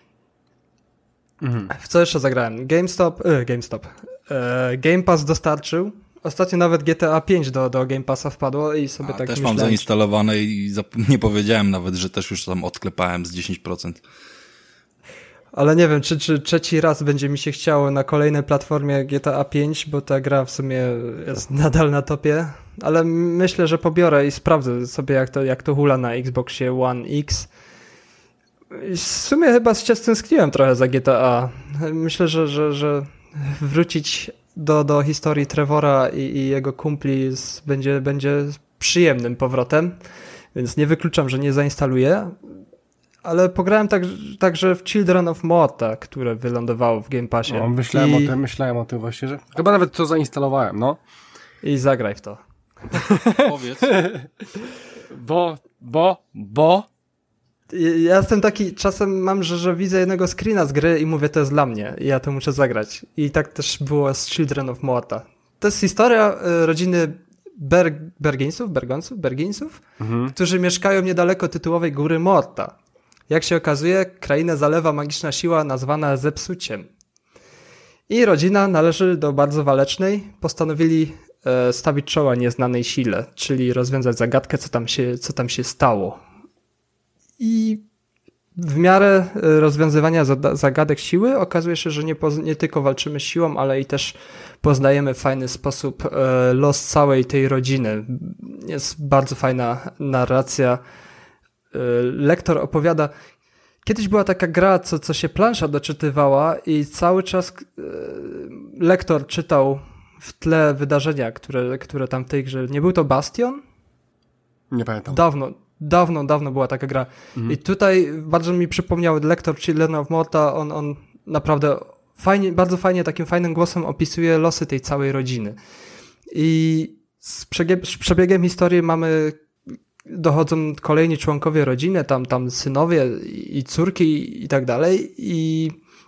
Mhm. W co jeszcze zagrałem? GameStop, yy, GameStop. Yy, Game Pass dostarczył. Ostatnio nawet G T A pięć do, do Game Passa wpadło i sobie A, tak też myślałem. mam zainstalowane i zap- nie powiedziałem nawet, że też już tam odklepałem z dziesięć procent. Ale nie wiem, czy, czy trzeci raz będzie mi się chciało na kolejnej platformie G T A pięć, bo ta gra w sumie jest nadal na topie, ale myślę, że pobiorę i sprawdzę sobie jak to, jak to hula na Xboxie One X. I w sumie chyba się stęskniłem trochę za G T A. Myślę, że, że, że wrócić do, do historii Trevora i, i jego kumpli jest, będzie, będzie przyjemnym powrotem, więc nie wykluczam, że nie zainstaluję, ale pograłem tak, także w Children of Morta, które wylądowało w Game Passie. No, myślałem I... o tym, myślałem o tym właśnie, że chyba nawet to zainstalowałem, no. I zagraj w to. Powiedz. bo, bo, bo Ja jestem taki, czasem mam, że, że widzę jednego screena z gry i mówię, to jest dla mnie i ja to muszę zagrać. I tak też było z Children of Morta. To jest historia rodziny Ber- Berginsów, Bergonców, Berginsów, mhm. którzy mieszkają niedaleko tytułowej góry Morta. Jak się okazuje, krainę zalewa magiczna siła nazwana Zepsuciem. I rodzina należy do bardzo walecznej. Postanowili e, stawić czoła nieznanej sile, czyli rozwiązać zagadkę, co tam się, co tam się stało. I w miarę rozwiązywania zagadek siły okazuje się, że nie, poz- nie tylko walczymy siłą, ale i też poznajemy w fajny sposób e, los całej tej rodziny. Jest bardzo fajna narracja. E, lektor opowiada... Kiedyś była taka gra, co, co się plansza doczytywała i cały czas e, lektor czytał w tle wydarzenia, które, które tam w tej grze... Nie był to Bastion? Nie pamiętam. Dawno. Dawno, dawno była taka gra. Mhm. I tutaj bardzo mi przypomniał lektor Children of Morta, on, on naprawdę fajnie, bardzo fajnie, takim fajnym głosem opisuje losy tej całej rodziny. I z, przebieg- z przebiegiem historii mamy, dochodzą kolejni członkowie rodziny, tam, tam synowie i córki i tak dalej i,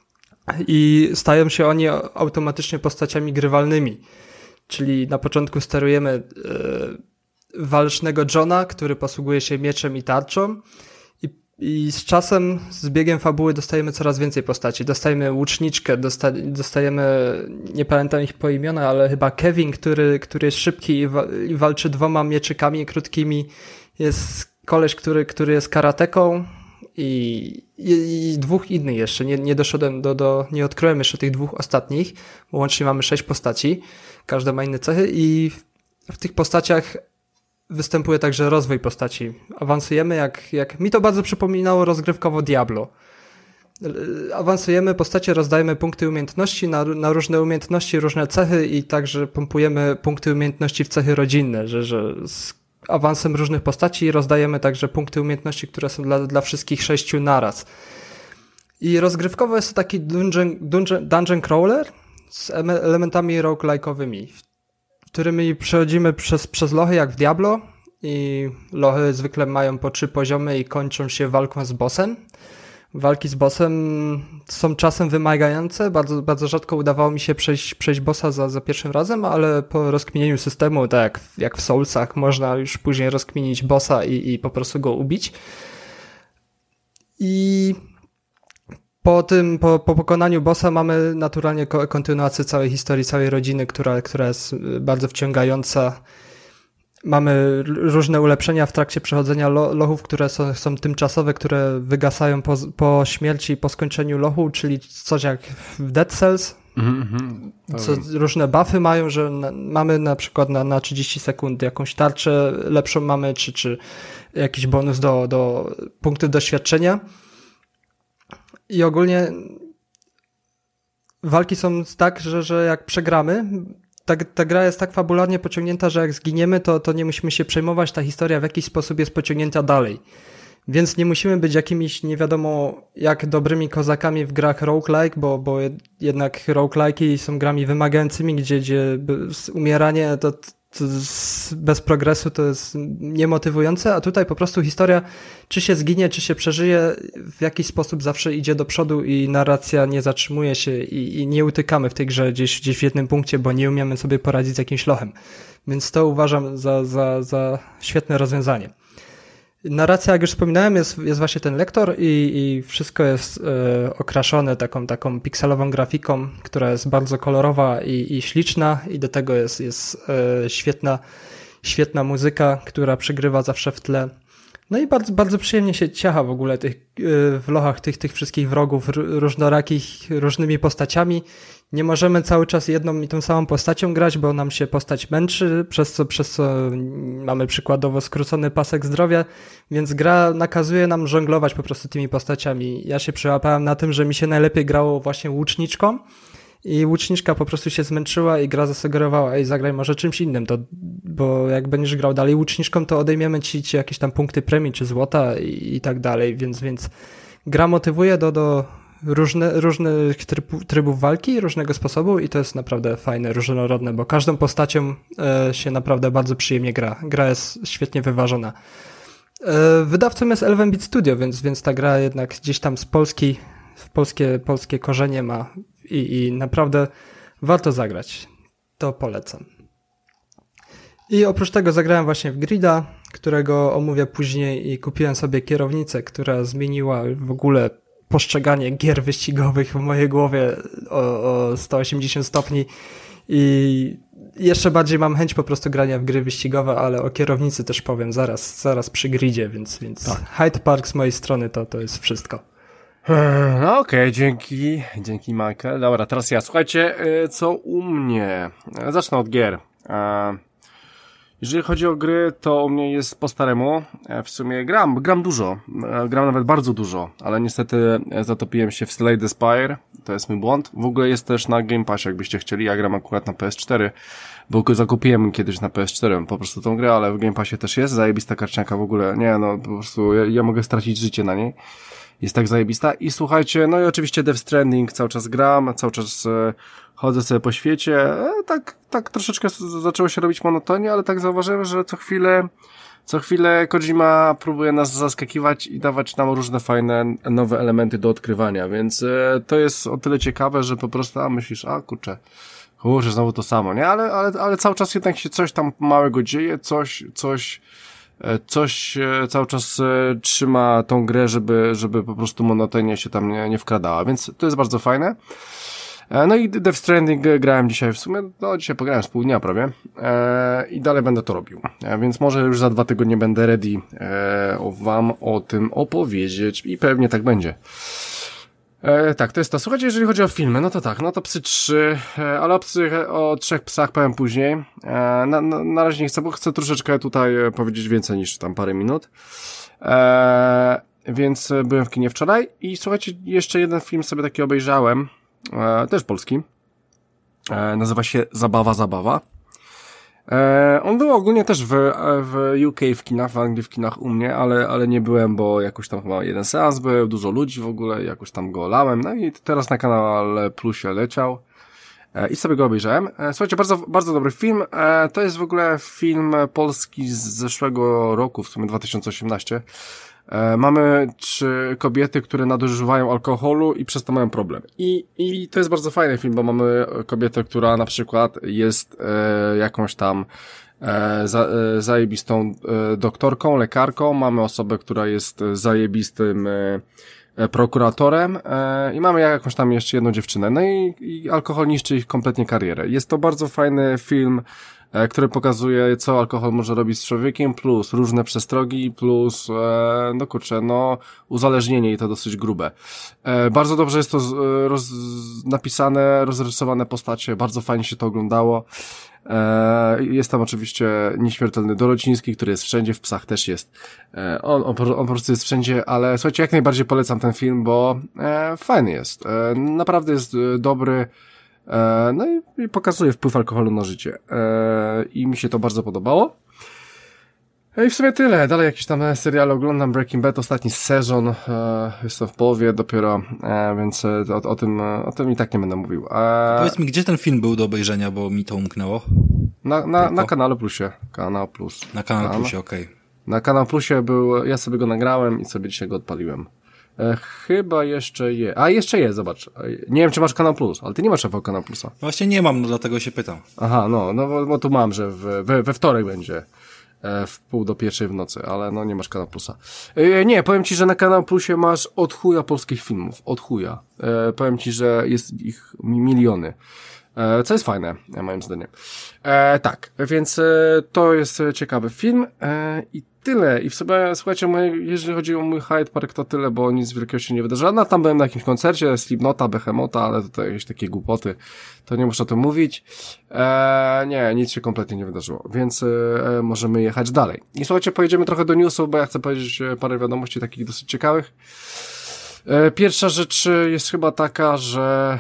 i stają się oni automatycznie postaciami grywalnymi. Czyli na początku sterujemy yy, walecznego Johna, który posługuje się mieczem i tarczą i, i z czasem, z biegiem fabuły dostajemy coraz więcej postaci. Dostajemy łuczniczkę, dosta, dostajemy, nie pamiętam ich po imiona, ale chyba Kevin, który, który jest szybki i, wa, i walczy dwoma mieczykami krótkimi. Jest koleś, który, który jest karateką i, i, i dwóch innych jeszcze. Nie, nie doszedłem do, do, nie odkryłem jeszcze tych dwóch ostatnich, bo łącznie mamy sześć postaci. Każda ma inne cechy i w, w tych postaciach występuje także rozwój postaci. Awansujemy jak, jak... Mi to bardzo przypominało rozgrywkowo Diablo. Awansujemy, postacie rozdajemy punkty umiejętności na, na różne umiejętności, różne cechy i także pompujemy punkty umiejętności w cechy rodzinne, że, że z awansem różnych postaci rozdajemy także punkty umiejętności, które są dla, dla wszystkich sześciu naraz. I rozgrywkowo jest to taki dungeon, dungeon, dungeon crawler z elementami roguelike'owymi, którymi przechodzimy przez, przez lochy jak w Diablo i lochy zwykle mają po trzy poziomy i kończą się walką z bossem. Walki z bossem są czasem wymagające, bardzo, bardzo rzadko udawało mi się przejść, przejść bossa za, za pierwszym razem, ale po rozkminieniu systemu, tak jak, jak w Soulsach, można już później rozkminić bossa i, i po prostu go ubić. I po tym, po, po pokonaniu bossa mamy naturalnie kontynuację całej historii, całej rodziny, która, która jest bardzo wciągająca. Mamy różne ulepszenia w trakcie przechodzenia lo, lochów, które są, są tymczasowe, które wygasają po, po śmierci i po skończeniu lochu, czyli coś jak w Dead Cells. Mm-hmm. Co, różne buffy mają, że na, mamy na przykład na, na trzydzieści sekund jakąś tarczę lepszą mamy, czy, czy jakiś bonus do, do punktów doświadczenia. I ogólnie walki są tak, że, że jak przegramy, ta, ta gra jest tak fabularnie pociągnięta, że jak zginiemy, to, to nie musimy się przejmować, ta historia w jakiś sposób jest pociągnięta dalej. Więc nie musimy być jakimiś nie wiadomo jak dobrymi kozakami w grach roguelike, bo, bo jednak roguelike'i są grami wymagającymi, gdzie, gdzie umieranie to, to bez progresu to jest niemotywujące, a tutaj po prostu historia czy się zginie, czy się przeżyje, w jakiś sposób zawsze idzie do przodu i narracja nie zatrzymuje się i, i nie utykamy w tej grze gdzieś, gdzieś w jednym punkcie, bo nie umiemy sobie poradzić z jakimś lochem. Więc to uważam za, za, za świetne rozwiązanie. Narracja, jak już wspominałem, jest, jest właśnie ten lektor i, i wszystko jest e, okraszone taką, taką pikselową grafiką, która jest bardzo kolorowa i, i śliczna i do tego jest, jest e, świetna, świetna muzyka, która przygrywa zawsze w tle. No i bardzo, bardzo przyjemnie się ciacha w ogóle tych, e, w lochach tych, tych wszystkich wrogów r- różnorakich, różnymi postaciami. Nie możemy cały czas jedną i tą samą postacią grać, bo nam się postać męczy, przez co, przez co mamy przykładowo skrócony pasek zdrowia, więc gra nakazuje nam żonglować po prostu tymi postaciami. Ja się przyłapałem na tym, że mi się najlepiej grało właśnie łuczniczką i łuczniczka po prostu się zmęczyła i gra zasugerowała, ej, zagraj może czymś innym, to, bo jak będziesz grał dalej łuczniczką, to odejmiemy ci, ci jakieś tam punkty premii czy złota i, i tak dalej, więc, więc gra motywuje do, do Różne, różnych tryb, trybów walki, różnego sposobu i to jest naprawdę fajne, różnorodne, bo każdą postacią e, się naprawdę bardzo przyjemnie gra. Gra jest świetnie wyważona. Wydawcą jest Elven Beat Studio, więc, więc ta gra jednak gdzieś tam z Polski, w polskie, polskie korzenie ma i, i naprawdę warto zagrać. To polecam. I oprócz tego zagrałem właśnie w Grida, którego omówię później i kupiłem sobie kierownicę, która zmieniła w ogóle postrzeganie gier wyścigowych w mojej głowie o, o sto osiemdziesiąt stopni i jeszcze bardziej mam chęć po prostu grania w gry wyścigowe, ale o kierownicy też powiem zaraz, zaraz przy Gridzie, więc, więc tak. Hyde Park z mojej strony to, to jest wszystko. No okej, okay, dzięki, dzięki Michael. Dobra, teraz ja. Słuchajcie, co u mnie? Zacznę od gier. Jeżeli chodzi o gry, to u mnie jest po staremu. W sumie gram, gram dużo. Gram nawet bardzo dużo, ale niestety zatopiłem się w Slay the Spire. To jest mój błąd. W ogóle jest też na Game Passie, jakbyście chcieli. Ja gram akurat na P S cztery, bo zakupiłem kiedyś na P S cztery po prostu tą grę, ale w Game Passie też jest. Zajebista karcianka w ogóle. Nie, no po prostu ja, ja mogę stracić życie na niej. Jest tak zajebista. I słuchajcie, no i oczywiście Death Stranding cały czas gram, cały czas e, chodzę sobie po świecie. E, tak, tak troszeczkę zaczęło się robić monotonie, ale tak zauważyłem, że co chwilę, co chwilę Kojima próbuje nas zaskakiwać i dawać nam różne fajne, nowe elementy do odkrywania, więc e, to jest o tyle ciekawe, że po prostu, a myślisz, a kurczę, kurczę, znowu to samo, nie? Ale, ale, ale cały czas jednak się coś tam małego dzieje, coś, coś, coś cały czas trzyma tą grę, żeby, żeby po prostu monotonie się tam nie, nie wkradała, więc to jest bardzo fajne. No i Death Stranding grałem dzisiaj w sumie, no dzisiaj pograłem z pół dnia prawie i dalej będę to robił, więc może już za dwa tygodnie będę ready wam o tym opowiedzieć i pewnie tak będzie. E, tak, to jest to. Słuchajcie, jeżeli chodzi o filmy, no to tak, no to Psy trzy, e, ale o, psy, o trzech psach powiem później. E, na, na, na razie nie chcę, bo chcę troszeczkę tutaj powiedzieć więcej niż tam parę minut. E, więc byłem w kinie wczoraj i słuchajcie, jeszcze jeden film sobie taki obejrzałem, e, też polski. E, nazywa się Zabawa, Zabawa. E, on był ogólnie też w, w U K w kinach, w Anglii w kinach u mnie, ale, ale nie byłem, bo jakoś tam chyba jeden seans był, dużo ludzi w ogóle, jakoś tam go olałem, no i teraz na kanale Plusie leciał e, i sobie go obejrzałem. E, słuchajcie, bardzo, bardzo dobry film, e, to jest w ogóle film polski z zeszłego roku, w sumie dwa tysiące osiemnasty. E, mamy trzy kobiety, które nadużywają alkoholu i przez to mają problem. I, i to jest bardzo fajny film, bo mamy kobietę, która na przykład jest e, jakąś tam e, za, e, zajebistą e, doktorką, lekarką. Mamy osobę, która jest zajebistym e, prokuratorem e, i mamy jakąś tam jeszcze jedną dziewczynę. No i, i alkohol niszczy ich kompletnie karierę. Jest to bardzo fajny film, który pokazuje, co alkohol może robić z człowiekiem, plus różne przestrogi, plus, e, no kurczę, no, uzależnienie i to dosyć grube. E, bardzo dobrze jest to roz, napisane, rozrysowane postacie, bardzo fajnie się to oglądało. E, jest tam oczywiście nieśmiertelny Dorociński, który jest wszędzie, w Psach też jest. E, on, on, on po prostu jest wszędzie, ale słuchajcie, jak najbardziej polecam ten film, bo e, fajny jest. E, naprawdę jest dobry. E, no i, i pokazuje wpływ alkoholu na życie. E, I mi się to bardzo podobało. I w sumie tyle. Dalej jakieś tam seriale oglądam. Breaking Bad, ostatni sezon. E, jestem w połowie dopiero, e, więc o, o tym o tym i tak nie będę mówił. E, Powiedz mi, gdzie ten film był do obejrzenia, bo mi to umknęło. Na, na, na kanale Plusie. Kanał Plus. Na kanale Plusie, okej. Okay. Na kanał Plusie był, ja sobie go nagrałem i sobie dzisiaj go odpaliłem. E, chyba jeszcze je. A, jeszcze jest, zobacz. Nie wiem, czy masz Kanał Plus, ale ty nie masz F V Kanał Plusa. Właśnie nie mam, no dlatego się pytam. Aha, no, no bo, bo tu mam, że w, we, we wtorek będzie e, w pół do pierwszej w nocy, ale no nie masz Kanał Plusa. E, nie, powiem ci, że na Kanał Plusie masz od chuja polskich filmów. Od chuja. E, powiem ci, że jest ich miliony. E, co jest fajne, moim zdaniem. E, tak, więc e, to jest ciekawy film e, i tyle. I w sobie, słuchajcie, moje, jeżeli chodzi o mój Hyde Park, to tyle, bo nic wielkiego się nie wydarzyło. No, tam byłem na jakimś koncercie, Slipknota, Behemota, ale to, to jakieś takie głupoty. To nie muszę o tym mówić. Eee, nie, nic się kompletnie nie wydarzyło. Więc e, możemy jechać dalej. I słuchajcie, pojedziemy trochę do newsów, bo ja chcę powiedzieć parę wiadomości takich dosyć ciekawych. E, pierwsza rzecz jest chyba taka, że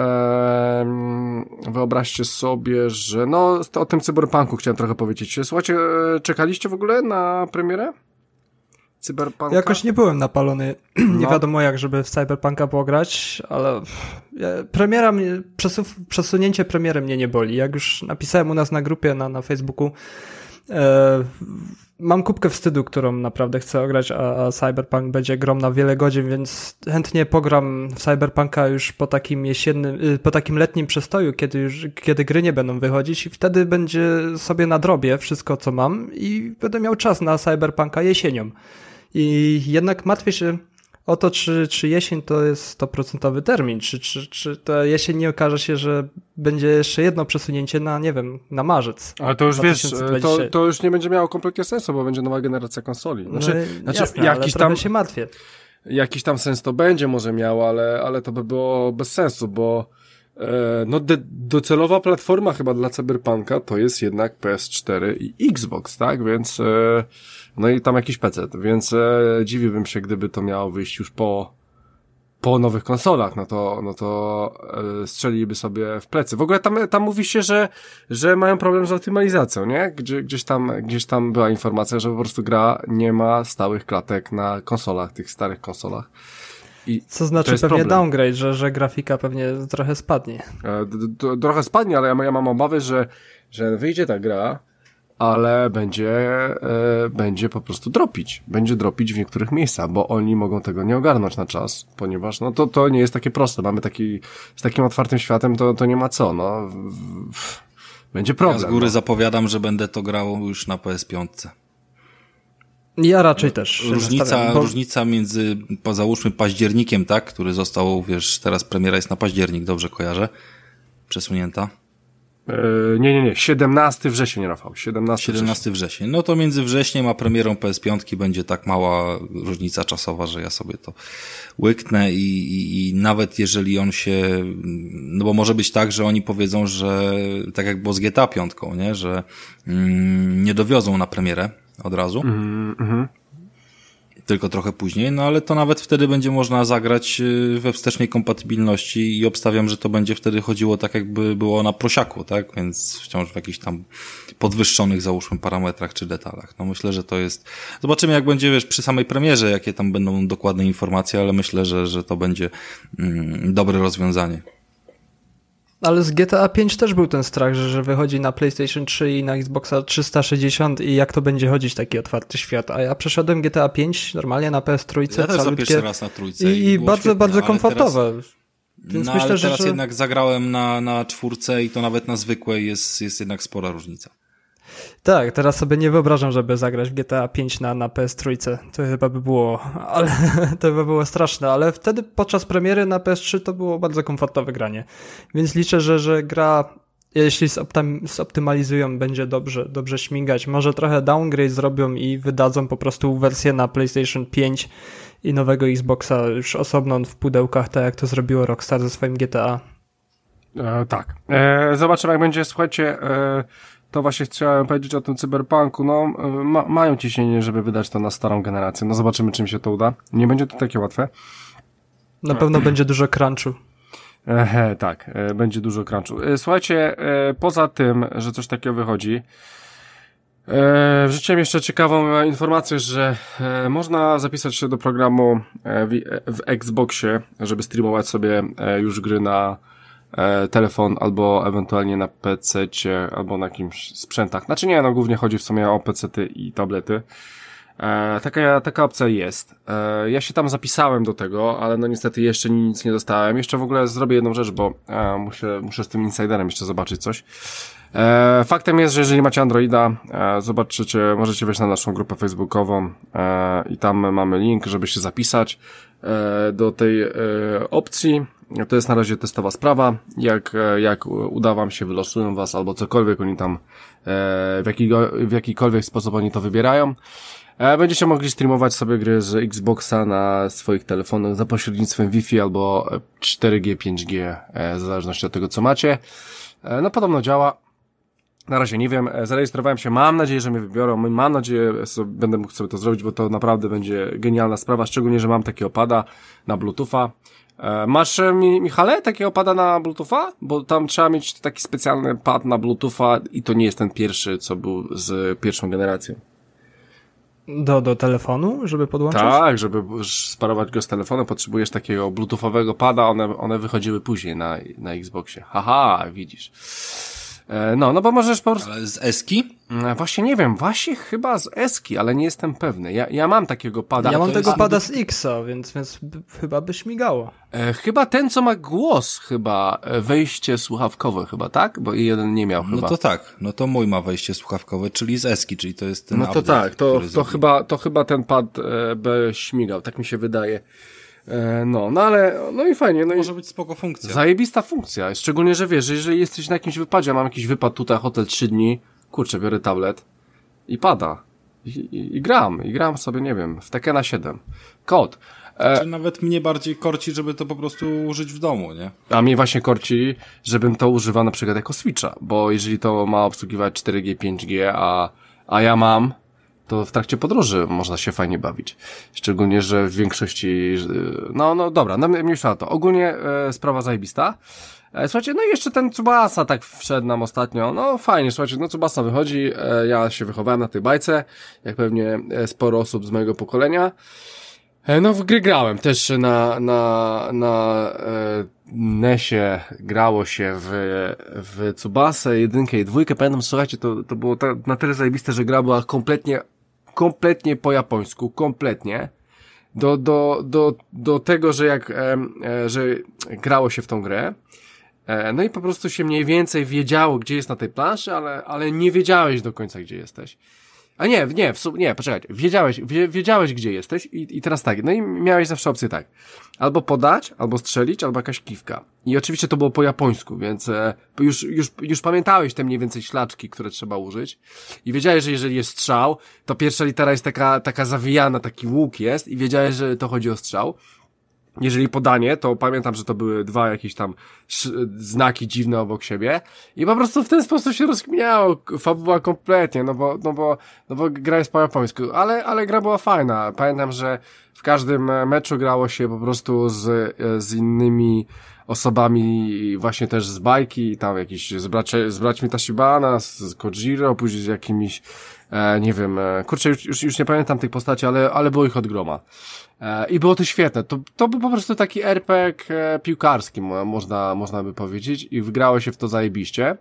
e, wyobraźcie sobie, że no o tym cyberpunku chciałem trochę powiedzieć. Słuchajcie, czekaliście w ogóle na premierę cyberpunka? Jakoś nie byłem napalony, nie no. wiadomo jak, żeby w cyberpunka pograć, ale premiera, mnie, przesu- przesunięcie premiery mnie nie boli. Jak już napisałem u nas na grupie na, na Facebooku, E, mam kubkę wstydu, którą naprawdę chcę ograć, a, a Cyberpunk będzie grą na wiele godzin, więc chętnie pogram w Cyberpunka już po takim jesiennym, po takim letnim przestoju, kiedy już, kiedy gry nie będą wychodzić i wtedy będzie sobie nadrobię wszystko, co mam i będę miał czas na Cyberpunka jesienią. I jednak martwię się o to, czy, czy jesień to jest sto procent termin, czy, czy, czy to jesień nie okaże się, że będzie jeszcze jedno przesunięcie na, nie wiem, na marzec. Ale to już wiesz, to, to już nie będzie miało kompletnie sensu, bo będzie nowa generacja konsoli. Znaczy, no, znaczy jasne, jakiś ale tam się martwię. Jakiś tam sens to będzie może miało, ale, ale to by było bez sensu, bo e, no de, docelowa platforma chyba dla Cyberpunka to jest jednak P S cztery i Xbox, tak? Więc e, no i tam jakiś P C, więc e, dziwiłbym się, gdyby to miało wyjść już po po nowych konsolach, no to no to e, strzeliliby sobie w plecy. W ogóle tam tam mówi się, że że mają problem z optymalizacją, nie? Gdzie, gdzieś tam gdzieś tam była informacja, że po prostu gra nie ma stałych klatek na konsolach, tych starych konsolach. I co znaczy pewnie problem. Downgrade, że, że grafika pewnie trochę spadnie. E, d, d, trochę spadnie, ale ja, ja mam obawy, że że wyjdzie ta gra, ale będzie e, będzie po prostu dropić. Będzie dropić w niektórych miejscach, bo oni mogą tego nie ogarnąć na czas, ponieważ no to to nie jest takie proste. Mamy taki z takim otwartym światem, to to nie ma co, no. W, w, będzie problem. Ja z góry no. zapowiadam, że będę to grał już na P S pięć. Ja raczej też. Różnica, bo... różnica między, po załóżmy, październikiem, tak, który został, wiesz, teraz premiera jest na październik, dobrze kojarzę? Przesunięta. Yy, nie, nie, nie. siedemnasty wrzesień, Rafał. siedemnasty siedemnasty wrzesień. No to między wrześniem a premierą P S pięć będzie tak mała różnica czasowa, że ja sobie to łyknę i, i, i nawet jeżeli on się, no bo może być tak, że oni powiedzą, że tak jak było z G T A pięć, nie, że mm, nie dowiozą na premierę od razu. Mm, mm. Tylko trochę później, no ale to nawet wtedy będzie można zagrać we wstecznej kompatybilności i obstawiam, że to będzie wtedy chodziło tak jakby było na prosiaku, tak? Więc wciąż w jakichś tam podwyższonych, załóżmy, parametrach czy detalach. No myślę, że to jest... Zobaczymy, jak będzie, wiesz, przy samej premierze, jakie tam będą dokładne informacje, ale myślę, że, że to będzie mm, dobre rozwiązanie. Ale z G T A pięć też był ten strach, że, że wychodzi na PlayStation trzy i na Xboxa trzysta sześćdziesiąt i jak to będzie chodzić taki otwarty świat. A ja przeszedłem G T A pięć normalnie na P S trzy. Ja też za pierwszy raz na trójce. I, i bardzo, świetnie, bardzo komfortowe. Teraz, Więc no myślę, ale że, teraz że... jednak zagrałem na, na czwórce i to nawet na zwykłej jest, jest jednak spora różnica. Tak, teraz sobie nie wyobrażam, żeby zagrać w G T A pięć na, na P S trzy. To chyba by było, ale to by było straszne, ale wtedy podczas premiery na P S trzy to było bardzo komfortowe granie. Więc liczę, że, że gra, jeśli zoptym, zoptymalizują, będzie dobrze, dobrze śmigać. Może trochę downgrade zrobią i wydadzą po prostu wersję na PlayStation pięć i nowego Xboxa już osobną w pudełkach, tak jak to zrobiło Rockstar ze swoim G T A. E, tak. E, zobaczymy, jak będzie, słuchajcie... E... To właśnie chciałem powiedzieć o tym Cyberpunku. No, ma, mają ciśnienie, żeby wydać to na starą generację. No zobaczymy, czym się to uda. Nie będzie to takie łatwe. Na pewno będzie dużo crunchu. E, tak, e, będzie dużo crunchu. E, słuchajcie, e, poza tym, że coś takiego wychodzi, e, wrzuciłem jeszcze ciekawą informację, że e, można zapisać się do programu e, w, w Xboxie, żeby streamować sobie e, już gry na telefon albo ewentualnie na pececie albo na jakimś sprzętach. Znaczy nie, no głównie chodzi w sumie o pecety i tablety. E, taka, taka opcja jest. E, ja się tam zapisałem do tego, ale no niestety jeszcze nic nie dostałem. Jeszcze w ogóle zrobię jedną rzecz, bo e, muszę, muszę z tym insiderem jeszcze zobaczyć coś. E, faktem jest, że jeżeli macie Androida, e, zobaczycie, możecie wejść na naszą grupę facebookową e, i tam mamy link, żeby się zapisać e, do tej e, opcji. To jest na razie testowa sprawa. Jak, jak uda wam się, wylosują was albo cokolwiek oni tam, e, w, jakiego, w jakikolwiek sposób oni to wybierają. E, będziecie mogli streamować sobie gry z Xboxa na swoich telefonach za pośrednictwem Wi-Fi albo cztery G, pięć G, e, w zależności od tego, co macie. E, no podobno działa. Na razie nie wiem, zarejestrowałem się, mam nadzieję, że mnie wybiorą, mam nadzieję, że będę mógł sobie to zrobić, bo to naprawdę będzie genialna sprawa, szczególnie, że mam takiego pada na Bluetootha. E, masz, mi, Michale, takiego pada na Bluetootha? Bo tam trzeba mieć taki specjalny pad na Bluetootha i to nie jest ten pierwszy, co był z pierwszą generacją. Do, do telefonu, żeby podłączyć? Tak, żeby sparować go z telefonem, potrzebujesz takiego bluetoothowego pada, one, one wychodziły później na, na Xboxie. Haha, widzisz. E, no, no bo możesz po prostu... Ale z Eski? E, właśnie nie wiem, właśnie chyba z Eski, ale nie jestem pewny. Ja, ja mam takiego pada. Ja mam tego jest... pada z Xa, więc, więc b- chyba by śmigało. E, chyba ten, co ma głos, chyba e, wejście słuchawkowe chyba, tak? Bo jeden nie miał chyba. No to tak, no to mój ma wejście słuchawkowe, czyli z Eski, czyli to jest ten No to update, tak, to, który to, zrobili. chyba, to chyba ten pad e, B śmigał, tak mi się wydaje. E, no, no ale, no i fajnie. No Może i być spoko funkcja. zajebista funkcja, szczególnie, że wiesz, że jeżeli jesteś na jakimś wypadzie, ja mam jakiś wypad tutaj, hotel trzy dni, kurczę, biorę tablet i pada. I, i, i gram, i gram sobie, nie wiem, w Tekena siedem. Kod. E, Czy nawet mnie bardziej korci, żeby to po prostu użyć w domu, nie? a mnie właśnie korci, żebym to używał na przykład jako Switcha, bo jeżeli to ma obsługiwać cztery G, pięć G, a, a ja mam, to w trakcie podróży można się fajnie bawić. Szczególnie, że w większości, no, no dobra, no mniejsza na to. Ogólnie e, sprawa zajebista. E, słuchajcie, no i jeszcze ten Tsubasa tak wszedł nam ostatnio. No fajnie, słuchajcie, no Tsubasa wychodzi, e, ja się wychowałem na tej bajce, jak pewnie e, sporo osób z mojego pokolenia. E, no w gry grałem też na, na, na e, Nesie grało się w, w Tsubasę, jedynkę i dwójkę. Pamiętam, słuchajcie, to, to było ta, na tyle zajebiste, że gra była kompletnie, kompletnie po japońsku, kompletnie. Do, do, do, do tego, że jak, e, e, że grało się w tą grę. E, no i po prostu się mniej więcej wiedziało, gdzie jest na tej planszy, ale, ale nie wiedziałeś do końca, gdzie jesteś. A nie, nie, w sumie, nie, poczekajcie, wiedziałeś, wie, wiedziałeś gdzie jesteś i, i teraz tak, no i miałeś zawsze opcję tak, albo podać, albo strzelić, albo jakaś kiwka. I oczywiście to było po japońsku, więc e, już, już, już pamiętałeś te mniej więcej ślaczki, które trzeba użyć i wiedziałeś, że jeżeli jest strzał, to pierwsza litera jest taka, taka zawijana, taki łuk jest i wiedziałeś, że to chodzi o strzał. Jeżeli podanie, to pamiętam, że to były dwa jakieś tam znaki dziwne obok siebie i po prostu w ten sposób się rozkminiało fabuła kompletnie, no bo, no bo, no bo gra jest po japońsku, ale, ale gra była fajna. Pamiętam, że w każdym meczu grało się po prostu z, z innymi osobami właśnie też z bajki, tam jakiś z, bracie, z braćmi Tashibana, z Kojiro, później z jakimiś, e, nie wiem, e, kurczę, już, już, już nie pamiętam tych postaci, ale, ale było ich od groma. E, I było to świetne. To, to był po prostu taki er pe gie e, piłkarski, mo, można, można by powiedzieć, i wygrało się w to zajebiście.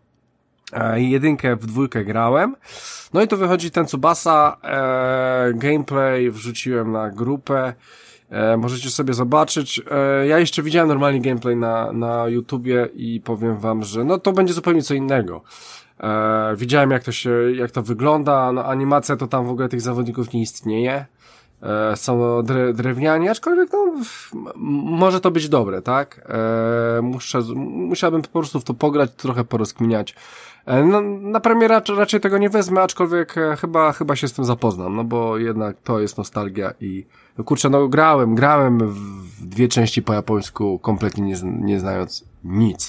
E, jedynkę w dwójkę grałem. No i tu wychodzi ten Tsubasa, e, gameplay wrzuciłem na grupę. E, możecie sobie zobaczyć. E, ja jeszcze widziałem normalnie gameplay na, na YouTubie i powiem wam, że no to będzie zupełnie co innego. E, widziałem jak to się, jak to wygląda, no animacja to tam w ogóle tych zawodników nie istnieje. E, są dre, drewniani, aczkolwiek no, m- może to być dobre, tak? E, muszę, musiałbym po prostu w to pograć, trochę porozkminiać. E, no, na premierę raczej, raczej tego nie wezmę, aczkolwiek e, chyba, chyba się z tym zapoznam, no bo jednak to jest nostalgia i no kurczę, no grałem, grałem w dwie części po japońsku, kompletnie nie, nie znając nic.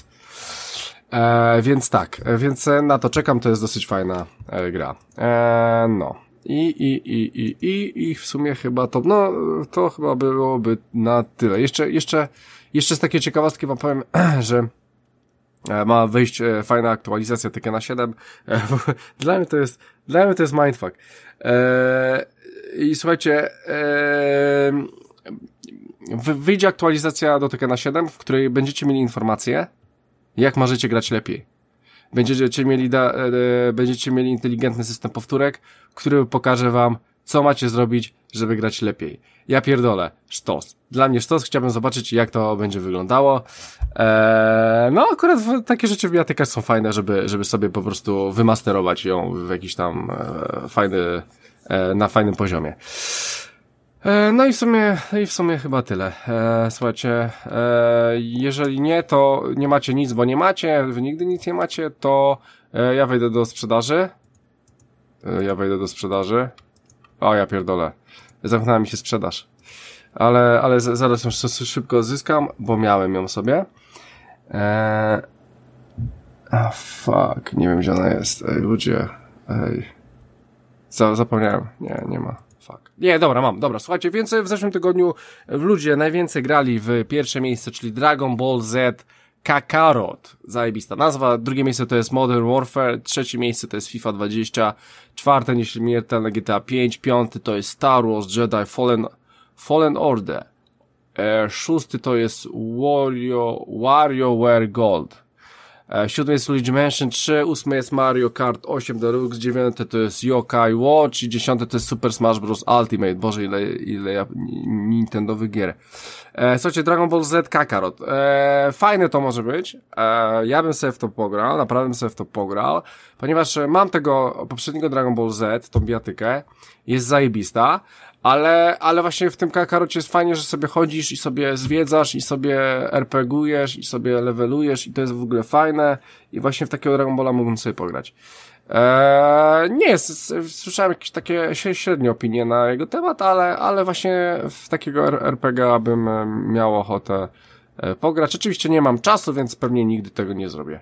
E, więc tak, e, więc na to czekam, to jest dosyć fajna e, gra. E, no. I, i, i, i, i, i w sumie chyba to, no, to chyba byłoby na tyle. Jeszcze, jeszcze, jeszcze z takiej ciekawostki wam powiem, że ma wyjść fajna aktualizacja Tekena siedem. Dla mnie to jest, dla mnie to jest mindfuck. Eee, I słuchajcie, eee, wyjdzie aktualizacja do Tekena siedem, w której będziecie mieli informacje, jak możecie grać lepiej. Będziecie mieli, da, e, będziecie mieli inteligentny system powtórek, który pokaże wam, co macie zrobić, żeby grać lepiej. Ja pierdolę, sztos. Dla mnie sztos, chciałbym zobaczyć, jak to będzie wyglądało. Eee, no akurat takie rzeczy w bibliotekach są fajne, żeby, żeby sobie po prostu wymasterować ją w jakiś tam e, fajny, e, na fajnym poziomie. E, no i w sumie, no i w sumie chyba tyle. E, słuchajcie, e, jeżeli nie, to nie macie nic, bo nie macie, wy nigdy nic nie macie, to e, ja wejdę do sprzedaży. E, ja wejdę do sprzedaży. O, ja pierdolę. Zamknęła mi się sprzedaż. Ale, ale z, zaraz ją szybko zyskam, bo miałem ją sobie. Eee... A fuck, nie wiem gdzie ona jest. Ej, ludzie. Ej. Za, zapomniałem. Nie, nie ma. Fuck. Nie, dobra, mam. Dobra, słuchajcie, więc w zeszłym tygodniu ludzie najwięcej grali w pierwsze miejsce, czyli Dragon Ball Z Kakarot. Zajebista nazwa. Drugie miejsce to jest Modern Warfare. Trzecie miejsce to jest FIFA dwadzieścia. Czwarte nieśmiertelne G T A pięć. Piąty to jest Star Wars Jedi Fallen, Fallen Order. E, szósty to jest Wario, WarioWare Gold. E, siódmy jest Luigi Mansion trzy, ósmy jest Mario Kart osiem Deluxe, dziewiąty to jest Yokai Watch i dziesiąty to jest Super Smash Bros. Ultimate. Boże, ile, ile ja, Nintendowych gier. E, słuchajcie, Dragon Ball Z Kakarot. E, fajne to może być. E, ja bym sobie w to pograł, naprawdę bym sobie w to pograł, ponieważ mam tego poprzedniego Dragon Ball Z, tą bijatykę, jest zajebista, ale, ale właśnie w tym Kakarocie jest fajnie, że sobie chodzisz i sobie zwiedzasz i sobie RPGujesz i sobie levelujesz i to jest w ogóle fajne i właśnie w takiego Dragon Balla mógłbym sobie pograć. Eee, nie jest, słyszałem jakieś takie średnie opinie na jego temat, ale, ale właśnie w takiego er pe gie bym miał ochotę pograć. Oczywiście nie mam czasu, więc pewnie nigdy tego nie zrobię.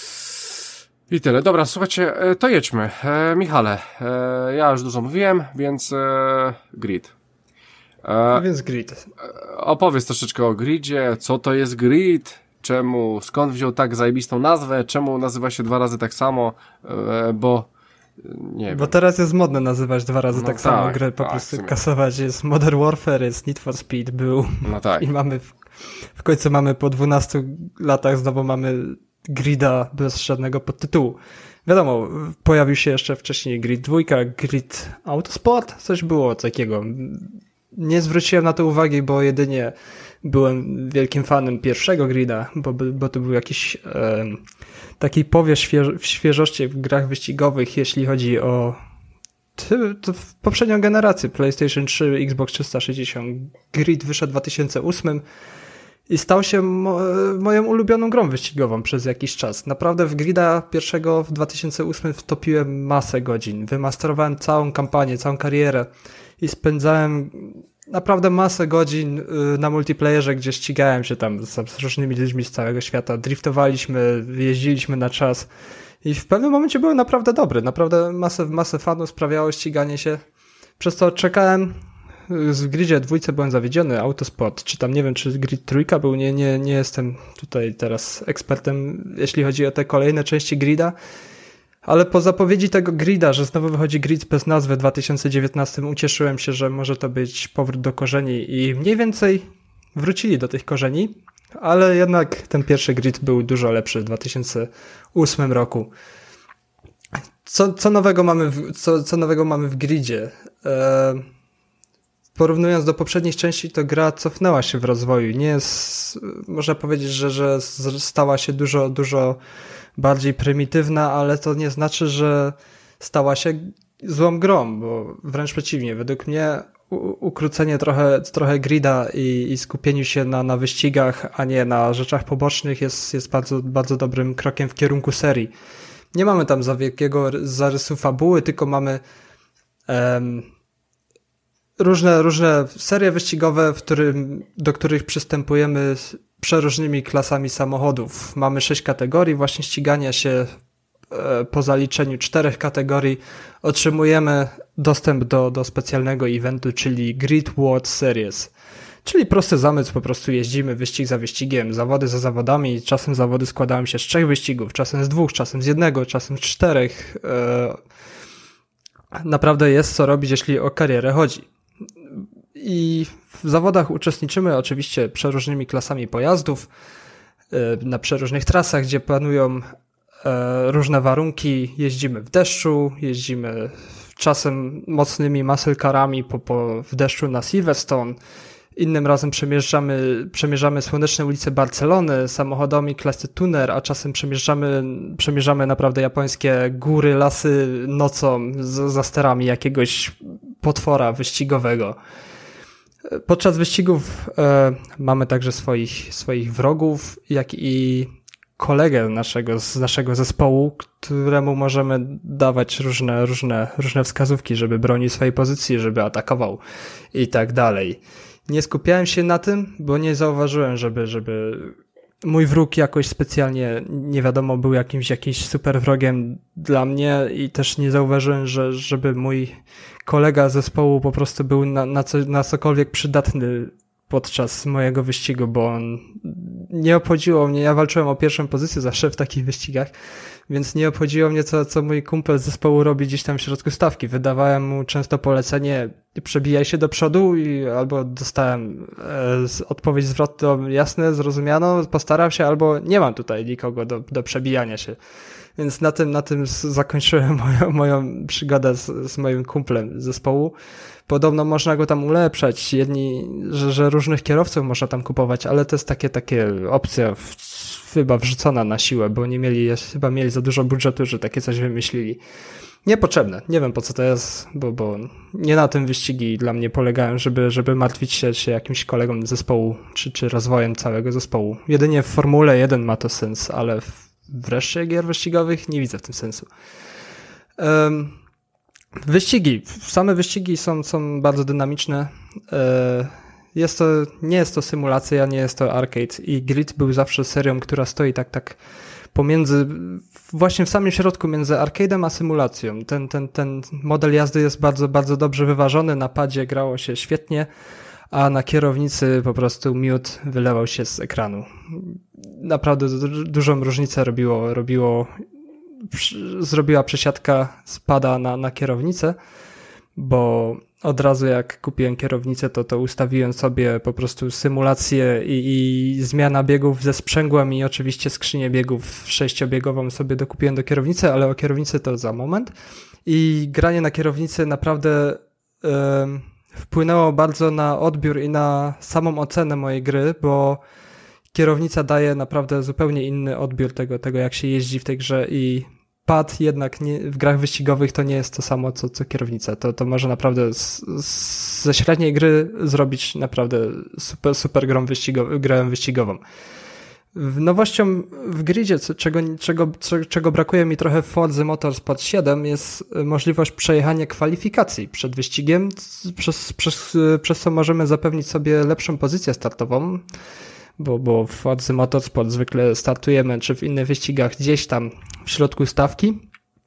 I tyle. Dobra, słuchajcie, to jedźmy. E, Michale, e, ja już dużo mówiłem, więc e, grid. E, A więc grid. Opowiedz troszeczkę o gridzie, co to jest grid, czemu, skąd wziął tak zajebistą nazwę, czemu nazywa się dwa razy tak samo, e, bo nie wiem. Bo teraz jest modne nazywać dwa razy no tak tak, samo grę, po tak, prostu kasować. Jest Modern Warfare, jest Need for Speed, był no tak. I mamy, w, w końcu mamy po dwunastu latach znowu mamy grida bez żadnego podtytułu. Wiadomo, pojawił się jeszcze wcześniej Grid dwa, Grid Autosport, coś było takiego. Nie zwróciłem na to uwagi, bo jedynie byłem wielkim fanem pierwszego grida, bo, bo to był jakiś e, taki powiew śwież, świeżości w grach wyścigowych, jeśli chodzi o to, to poprzednią generację, PlayStation trzy, Xbox trzysta sześćdziesiąt. Grid wyszedł w dwa tysiące ósmym i stał się mo- moją ulubioną grą wyścigową przez jakiś czas. Naprawdę w Grida pierwszego w dwa tysiące ósmym wtopiłem masę godzin. Wymasterowałem całą kampanię, całą karierę i spędzałem naprawdę masę godzin na multiplayerze, gdzie ścigałem się tam z różnymi ludźmi z całego świata. Driftowaliśmy, jeździliśmy na czas i w pewnym momencie byłem naprawdę dobry. Naprawdę masę, masę fanów sprawiało ściganie się. Przez to czekałem. W Gridzie dwójce byłem zawiedziony, Autosport, czy tam nie wiem, czy Grid trójka był, nie, nie, nie jestem tutaj teraz ekspertem, jeśli chodzi o te kolejne części Grida, ale po zapowiedzi tego Grida, że znowu wychodzi Grid bez nazwy w dwa tysiące dziewiętnastym, ucieszyłem się, że może to być powrót do korzeni i mniej więcej wrócili do tych korzeni, ale jednak ten pierwszy Grid był dużo lepszy w dwa tysiące ósmym roku. Co, co nowego mamy w, co, co nowego mamy w Gridzie? Eee, Porównując do poprzednich części, to gra cofnęła się w rozwoju. Nie jest, można powiedzieć, że, że stała się dużo, dużo bardziej prymitywna, ale to nie znaczy, że stała się złą grą, bo wręcz przeciwnie. Według mnie u- ukrócenie trochę, trochę grida i, i skupieniu się na, na wyścigach, a nie na rzeczach pobocznych jest, jest bardzo, bardzo dobrym krokiem w kierunku serii. Nie mamy tam za wielkiego zarysu fabuły, tylko mamy um, Różne, różne serie wyścigowe, w którym, do których przystępujemy z przeróżnymi klasami samochodów. Mamy sześć kategorii właśnie ścigania się. E, po zaliczeniu czterech kategorii otrzymujemy dostęp do, do specjalnego eventu, czyli Grid World Series. Czyli prosty zamysł, po prostu jeździmy wyścig za wyścigiem, zawody za zawodami. Czasem zawody składają się z trzech wyścigów, czasem z dwóch, czasem z jednego, czasem z czterech. E, naprawdę jest co robić, jeśli o karierę chodzi. I w zawodach uczestniczymy oczywiście przeróżnymi klasami pojazdów, na przeróżnych trasach, gdzie panują różne warunki. Jeździmy w deszczu, jeździmy czasem mocnymi muscle carami po, po, w deszczu na Silverstone. Innym razem przemierzamy, przemierzamy słoneczne ulice Barcelony samochodami klasy tuner, a czasem przemierzamy, przemierzamy naprawdę japońskie góry, lasy nocą z, za sterami jakiegoś potwora wyścigowego. Podczas wyścigów e, mamy także swoich, swoich wrogów, jak i kolegę naszego, z naszego zespołu, któremu możemy dawać różne, różne, różne wskazówki, żeby bronił swojej pozycji, żeby atakował i tak dalej. Nie skupiałem się na tym, bo nie zauważyłem, żeby, żeby mój wróg jakoś specjalnie, nie wiadomo, był jakimś, jakimś super wrogiem dla mnie i też nie zauważyłem, że, żeby mój kolega zespołu po prostu był na, na, co, na cokolwiek przydatny podczas mojego wyścigu, bo on nie obchodziło mnie, ja walczyłem o pierwszą pozycję zawsze w takich wyścigach, więc nie obchodziło mnie, co, co mój kumpel z zespołu robi gdzieś tam w środku stawki. Wydawałem mu często polecenie, przebijaj się do przodu i albo dostałem e, odpowiedź zwrotną, jasne, zrozumiano, postaram się, albo nie mam tutaj nikogo do, do przebijania się. Więc na tym, na tym zakończyłem moją, moją przygodę z, z moim kumplem z zespołu. Podobno można go tam ulepszać, jedni, że, że różnych kierowców można tam kupować, ale to jest takie, takie opcja w, chyba wrzucona na siłę, bo nie mieli, chyba mieli za dużo budżetu, że takie coś wymyślili. Niepotrzebne. Nie wiem po co to jest, bo, bo nie na tym wyścigi dla mnie polegają, żeby, żeby martwić się, się jakimś kolegą zespołu, czy, czy rozwojem całego zespołu. Jedynie w Formule jeden ma to sens, ale w, w reszcie gier wyścigowych nie widzę w tym sensu. Um, wyścigi. Same wyścigi są, są bardzo dynamiczne. Um, jest to, nie jest to symulacja, nie jest to arcade i Grid był zawsze serią, która stoi tak, tak pomiędzy, właśnie w samym środku między arcade'em a symulacją. Ten, ten, ten model jazdy jest bardzo, bardzo dobrze wyważony, na padzie grało się świetnie, a na kierownicy po prostu miód wylewał się z ekranu. Naprawdę dużą różnicę robiło, robiło zrobiła przesiadka z pada na, na kierownicę, bo od razu jak kupiłem kierownicę, to to ustawiłem sobie po prostu symulację i, i zmiana biegów ze sprzęgłem i oczywiście skrzynię biegów sześciobiegową sobie dokupiłem do kierownicy, ale o kierownicy to za moment. I granie na kierownicy naprawdę yy, wpłynęło bardzo na odbiór i na samą ocenę mojej gry, bo kierownica daje naprawdę zupełnie inny odbiór tego, tego jak się jeździ w tej grze i pad jednak nie, w grach wyścigowych to nie jest to samo, co, co kierownica. To, to może naprawdę z, z, ze średniej gry zrobić naprawdę super, super grą, wyścigo, grę wyścigową. Nowością w gridzie, czego, czego, czego brakuje mi trochę w Forza Motorsport siedem, jest możliwość przejechania kwalifikacji przed wyścigiem, przez, przez, przez co możemy zapewnić sobie lepszą pozycję startową, bo, bo w Forza Motorsport zwykle startujemy, czy w innych wyścigach gdzieś tam w środku stawki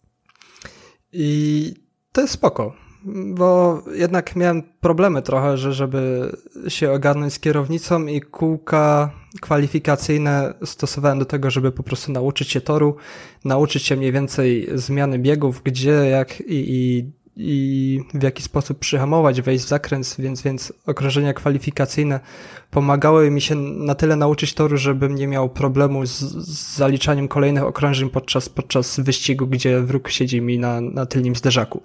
i to jest spoko, bo jednak miałem problemy trochę, że żeby się ogarnąć z kierownicą i kółka kwalifikacyjne stosowałem do tego, żeby po prostu nauczyć się toru, nauczyć się mniej więcej zmiany biegów, gdzie, jak i, i i w jaki sposób przyhamować, wejść w zakręt, więc, więc okrążenia kwalifikacyjne pomagały mi się na tyle nauczyć toru, żebym nie miał problemu z, z zaliczaniem kolejnych okrążeń podczas, podczas wyścigu, gdzie wróg siedzi mi na, na tylnym zderzaku.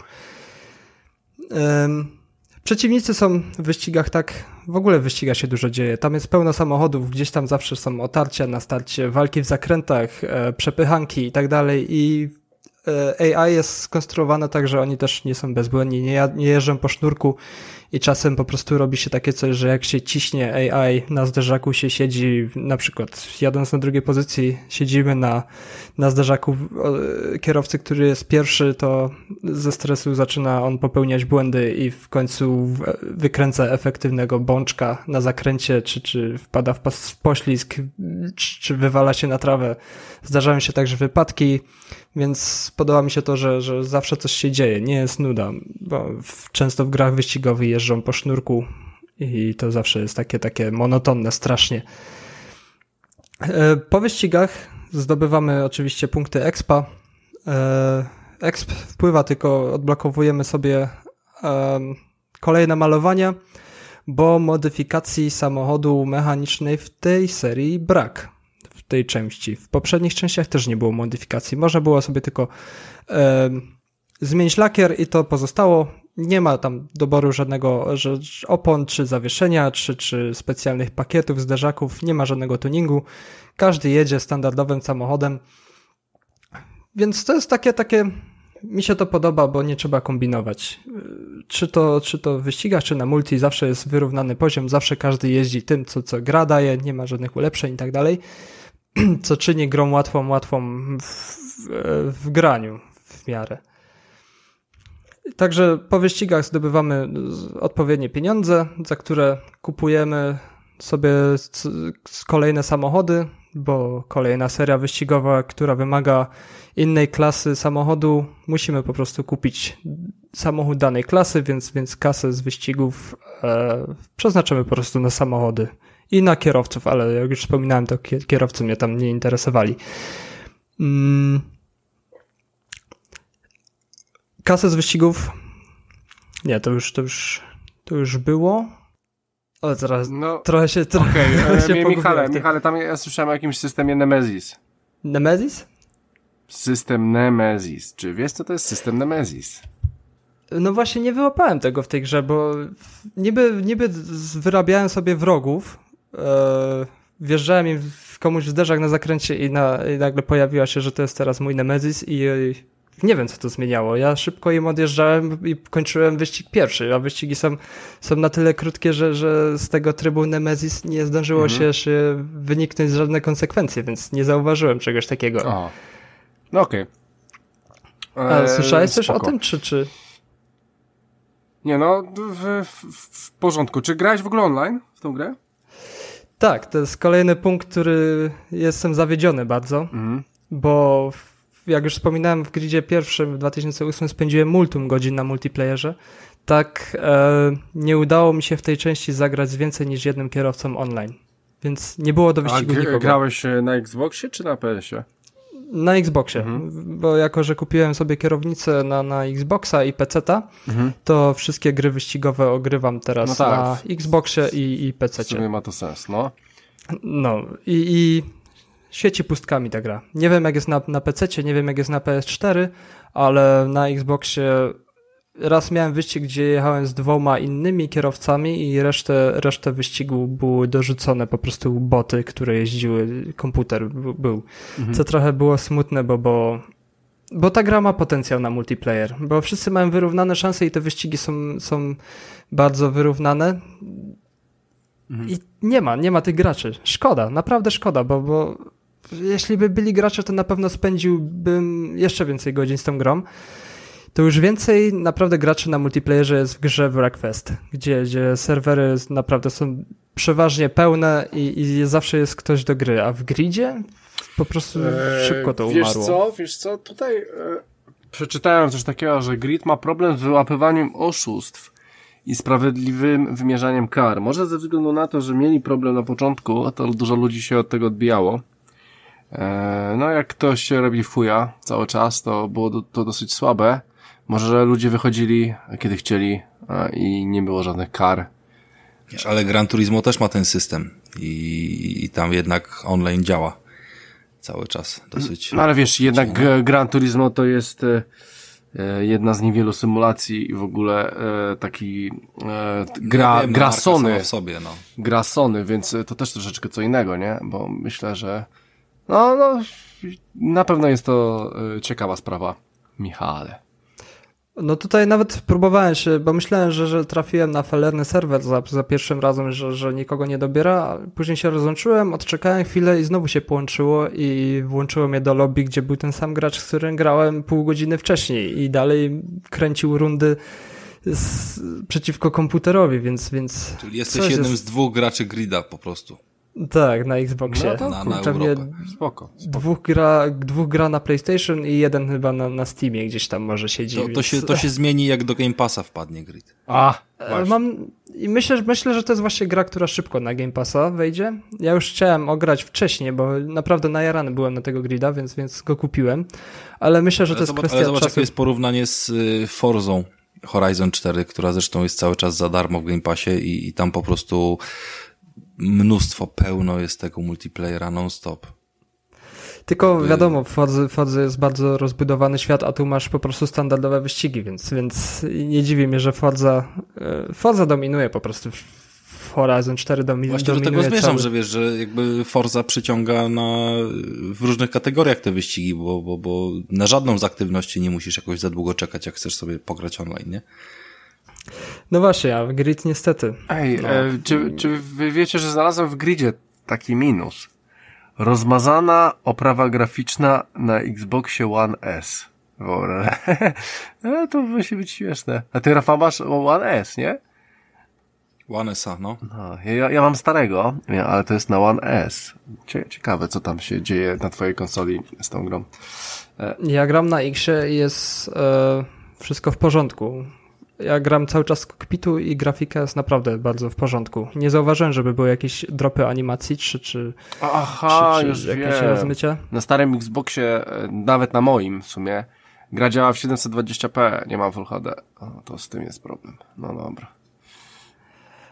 Um, przeciwnicy są w wyścigach tak, w ogóle w wyścigach się dużo dzieje. Tam jest pełno samochodów, gdzieś tam zawsze są otarcia na starcie, walki w zakrętach, e, przepychanki i tak dalej i A I jest skonstruowane tak, że oni też nie są bezbłędni, nie, nie jeżdżą po sznurku i czasem po prostu robi się takie coś, że jak się ciśnie A I na zderzaku się siedzi, na przykład jadąc na drugiej pozycji, siedzimy na, na zderzaku kierowcy, który jest pierwszy, to ze stresu zaczyna on popełniać błędy i w końcu wykręca efektywnego bączka na zakręcie, czy, czy wpada w, pas, w poślizg, czy, czy wywala się na trawę. Zdarzają się także wypadki, więc podoba mi się to, że, że zawsze coś się dzieje, nie jest nuda, bo w, często w grach wyścigowych jeżdżą po sznurku i to zawsze jest takie, takie monotonne strasznie. Po wyścigach zdobywamy oczywiście punkty expa. Exp wpływa, tylko odblokowujemy sobie kolejne malowania, bo modyfikacji samochodu mechanicznej w tej serii brak. W tej części. W poprzednich częściach też nie było modyfikacji. Można było sobie tylko e, zmienić lakier i to pozostało. Nie ma tam doboru żadnego że opon, czy zawieszenia, czy, czy specjalnych pakietów, zderzaków. Nie ma żadnego tuningu. Każdy jedzie standardowym samochodem. Więc to jest takie, takie mi się to podoba, bo nie trzeba kombinować. Czy to, czy to w wyścigach, czy na multi zawsze jest wyrównany poziom, zawsze każdy jeździ tym, co, co gra daje, nie ma żadnych ulepszeń i tak dalej. Co czyni grą łatwą, łatwą w, w, w graniu w miarę. Także po wyścigach zdobywamy odpowiednie pieniądze, za które kupujemy sobie kolejne samochody, bo kolejna seria wyścigowa, która wymaga innej klasy samochodu, musimy po prostu kupić samochód danej klasy, więc, więc kasę z wyścigów e, przeznaczamy po prostu na samochody. I na kierowców, ale jak już wspominałem, to kierowcy mnie tam nie interesowali. Hmm. Kasę z wyścigów? Nie, to już, to już to już było. O, teraz no, trochę się... Trochę okay. się Michale, Michale, tam ja słyszałem o jakimś systemie Nemesis. Nemesis? System Nemesis. Czy wiesz, co to jest system Nemesis? No właśnie nie wyłapałem tego w tej grze, bo niby, niby wyrabiałem sobie wrogów, e, wjeżdżałem im w komuś w zderzak na zakręcie i, na, i nagle pojawiła się, że to jest teraz mój Nemesis i, i nie wiem, co to zmieniało. Ja szybko im odjeżdżałem i kończyłem wyścig pierwszy, a wyścigi są, są na tyle krótkie, że, że z tego trybu Nemesis nie zdążyło mhm. się, się wyniknąć żadne konsekwencje, więc nie zauważyłem czegoś takiego. O. No okej. Okay. Eee, słyszałeś coś spoko. o tym, czy... czy... Nie no, w, w, w porządku. Czy grałeś w ogóle online w tą grę? Tak, to jest kolejny punkt, który jestem zawiedziony bardzo, mhm. bo jak już wspominałem w gridzie pierwszym w dwa tysiące ósmym spędziłem multum godzin na multiplayerze, tak e, nie udało mi się w tej części zagrać z więcej niż jednym kierowcą online, więc nie było do wyścigu A g- nikogo. grałeś na Xboxie czy na P S ie? Na Xboxie, mhm. bo jako, że kupiłem sobie kierownicę na, na Xboxa i peceta, mhm. to wszystkie gry wyścigowe ogrywam teraz no tak. na Xboxie i, i pececie. W sumie ma to sens, no. No i, i świeci pustkami ta gra. Nie wiem jak jest na, na pececie, nie wiem jak jest na P S cztery, ale na Xboxie raz miałem wyścig, gdzie jechałem z dwoma innymi kierowcami i resztę, resztę wyścigu były dorzucone po prostu boty, które jeździły, komputer był. Mhm. Co trochę było smutne, bo, bo, bo ta gra ma potencjał na multiplayer, bo wszyscy mają wyrównane szanse i te wyścigi są, są bardzo wyrównane mhm. i nie ma, nie ma tych graczy. Szkoda, naprawdę szkoda, bo, bo jeśli by byli gracze, to na pewno spędziłbym jeszcze więcej godzin z tą grą. To już więcej naprawdę graczy na multiplayerze jest w grze Wreckfest, gdzie, gdzie serwery naprawdę są przeważnie pełne i, i zawsze jest ktoś do gry, a w gridzie po prostu eee, szybko to umarło. Wiesz co, wiesz co, tutaj e, przeczytałem coś takiego, że grid ma problem z wyłapywaniem oszustw i sprawiedliwym wymierzaniem kar. Może ze względu na to, że mieli problem na początku, a to dużo ludzi się od tego odbijało. E, no jak ktoś się robi fuja cały czas, to było do, to dosyć słabe. Może ludzie wychodzili, kiedy chcieli i nie było żadnych kar. Ale Gran Turismo też ma ten system i, i tam jednak online działa cały czas dosyć. No ale wiesz, jednak g- Gran Turismo to jest e, jedna z niewielu symulacji i w ogóle e, taki e, gra, ja wiem, gra Sony. W sobie, no. Gra Sony, więc to też troszeczkę co innego, nie? Bo myślę, że no, no na pewno jest to e, ciekawa sprawa, Michale. No tutaj nawet próbowałem się, bo myślałem, że, że trafiłem na falerny serwer za, za pierwszym razem, że, że nikogo nie dobiera, a później się rozłączyłem, odczekałem chwilę i znowu się połączyło i włączyło mnie do lobby, gdzie był ten sam gracz, z którym grałem pół godziny wcześniej i dalej kręcił rundy z, przeciwko komputerowi, więc... więc Czyli jesteś jednym jest... z dwóch graczy grida po prostu. Tak, na Xboxie. No to na, na pewnie Europę. Spoko, spoko. Dwóch gra, dwóch gra na PlayStation i jeden chyba na, na Steamie gdzieś tam może siedzi. To, więc... to, się, to się zmieni jak do Game Passa wpadnie grid. A, Mam i myślę, myślę, że to jest właśnie gra, która szybko na Game Passa wejdzie. Ja już chciałem ograć wcześniej, bo naprawdę najarany byłem na tego grida, więc, więc go kupiłem. Ale myślę, że ale to jest zobacz, kwestia ale zobacz, czasu. jakie jest porównanie z Forzą Horizon cztery, która zresztą jest cały czas za darmo w Game Passie i, i tam po prostu mnóstwo, pełno jest tego multiplayera non-stop. Tylko wiadomo, w Fordze, w Fordze jest bardzo rozbudowany świat, a tu masz po prostu standardowe wyścigi, więc, więc nie dziwi mnie, że Forza, Forza dominuje po prostu. W Horizon cztery domi- Właśnie dominuje. Właśnie do tego zmierzam, cały... że wiesz, że jakby Forza przyciąga na, w różnych kategoriach te wyścigi, bo, bo, bo na żadną z aktywności nie musisz jakoś za długo czekać, jak chcesz sobie pograć online, nie? No właśnie, a w Grid niestety. Ej, no. e, czy, czy wy wiecie, że znalazłem w Gridzie taki minus? Rozmazana oprawa graficzna na Xboxie One S. Dobra. No, to musi być śmieszne. A ty, Rafał, masz One S, nie? One S, no. no ja, ja mam starego, ale to jest na One S. Ciekawe, co tam się dzieje na twojej konsoli z tą grą. E... Ja gram na Xie i jest e, wszystko w porządku. Ja gram cały czas z kokpitu i grafika jest naprawdę bardzo w porządku. Nie zauważyłem, żeby były jakieś dropy animacji, czy, czy, Aha, czy, czy już jakieś wiem. rozmycia. Na starym Xboxie, nawet na moim w sumie, gra działa w siedemset dwadzieścia p, nie ma Full H D. O, to z tym jest problem. No dobra.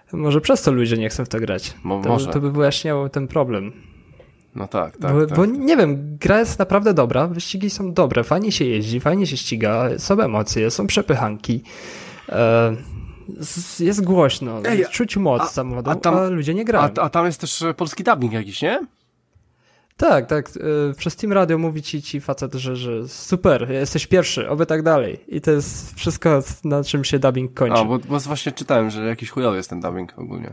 Może przez to ludzie nie chcą w to grać. Mo- to, może. to by wyjaśniało ten problem. No tak, tak. Bo, tak, bo tak. nie wiem, gra jest naprawdę dobra, wyścigi są dobre, fajnie się jeździ, fajnie się ściga, są emocje, są przepychanki. E, jest głośno, Ej, czuć moc a, samochodu, a, a, tam, a ludzie nie grają. A, a tam jest też polski dubbing jakiś, nie? Tak, tak. E, przez Team Radio mówi ci, ci facet, że, że super, jesteś pierwszy, oby tak dalej. I to jest wszystko, na czym się dubbing kończy. A, bo, bo właśnie czytałem, że jakiś chujowy jest ten dubbing ogólnie.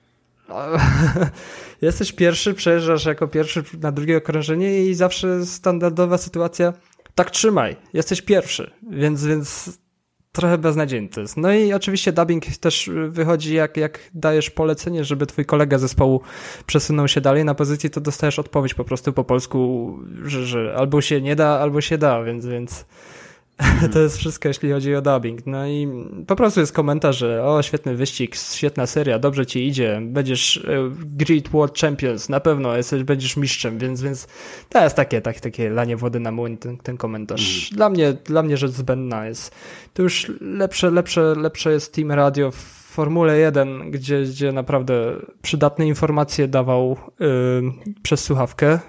Jesteś pierwszy, przejeżdżasz jako pierwszy na drugie okrążenie i zawsze standardowa sytuacja, tak trzymaj, jesteś pierwszy, więc, więc trochę beznadziejny to jest. No i oczywiście dubbing też wychodzi, jak, jak dajesz polecenie, żeby twój kolega zespołu przesunął się dalej na pozycji, to dostajesz odpowiedź po prostu po polsku, że, że albo się nie da, albo się da, więc, więc hmm. to jest wszystko, jeśli chodzi o dubbing. No i po prostu jest komentarz, że o, świetny wyścig, świetna seria, dobrze ci idzie, będziesz Grid World Champions, na pewno jesteś, będziesz mistrzem, więc, więc to jest takie, tak, takie lanie wody na młyn, ten, ten komentarz. Hmm. Dla mnie, dla mnie rzecz zbędna jest. To już lepsze, lepsze, lepsze jest Team Radio w Formule jeden, gdzie, gdzie naprawdę przydatne informacje dawał yy, przez słuchawkę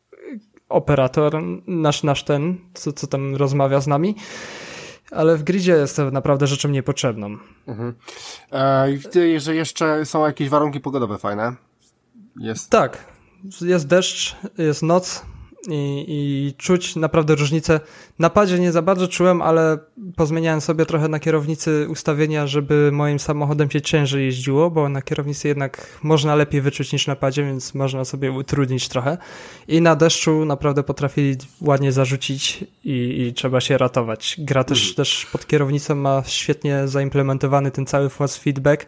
operator, nasz, nasz ten, co, co tam rozmawia z nami, ale w gridzie jest to naprawdę rzeczą niepotrzebną. Mhm. E, I widzę, że jeszcze są jakieś warunki pogodowe fajne. Jest. Tak, jest deszcz, jest noc i, i czuć naprawdę różnicę. Na padzie nie za bardzo czułem, ale pozmieniałem sobie trochę na kierownicy ustawienia, żeby moim samochodem się ciężej jeździło, bo na kierownicy jednak można lepiej wyczuć niż na padzie, więc można sobie utrudnić trochę. I na deszczu naprawdę potrafili ładnie zarzucić i, i trzeba się ratować. Gra też, mhm. też pod kierownicą ma świetnie zaimplementowany ten cały force feedback.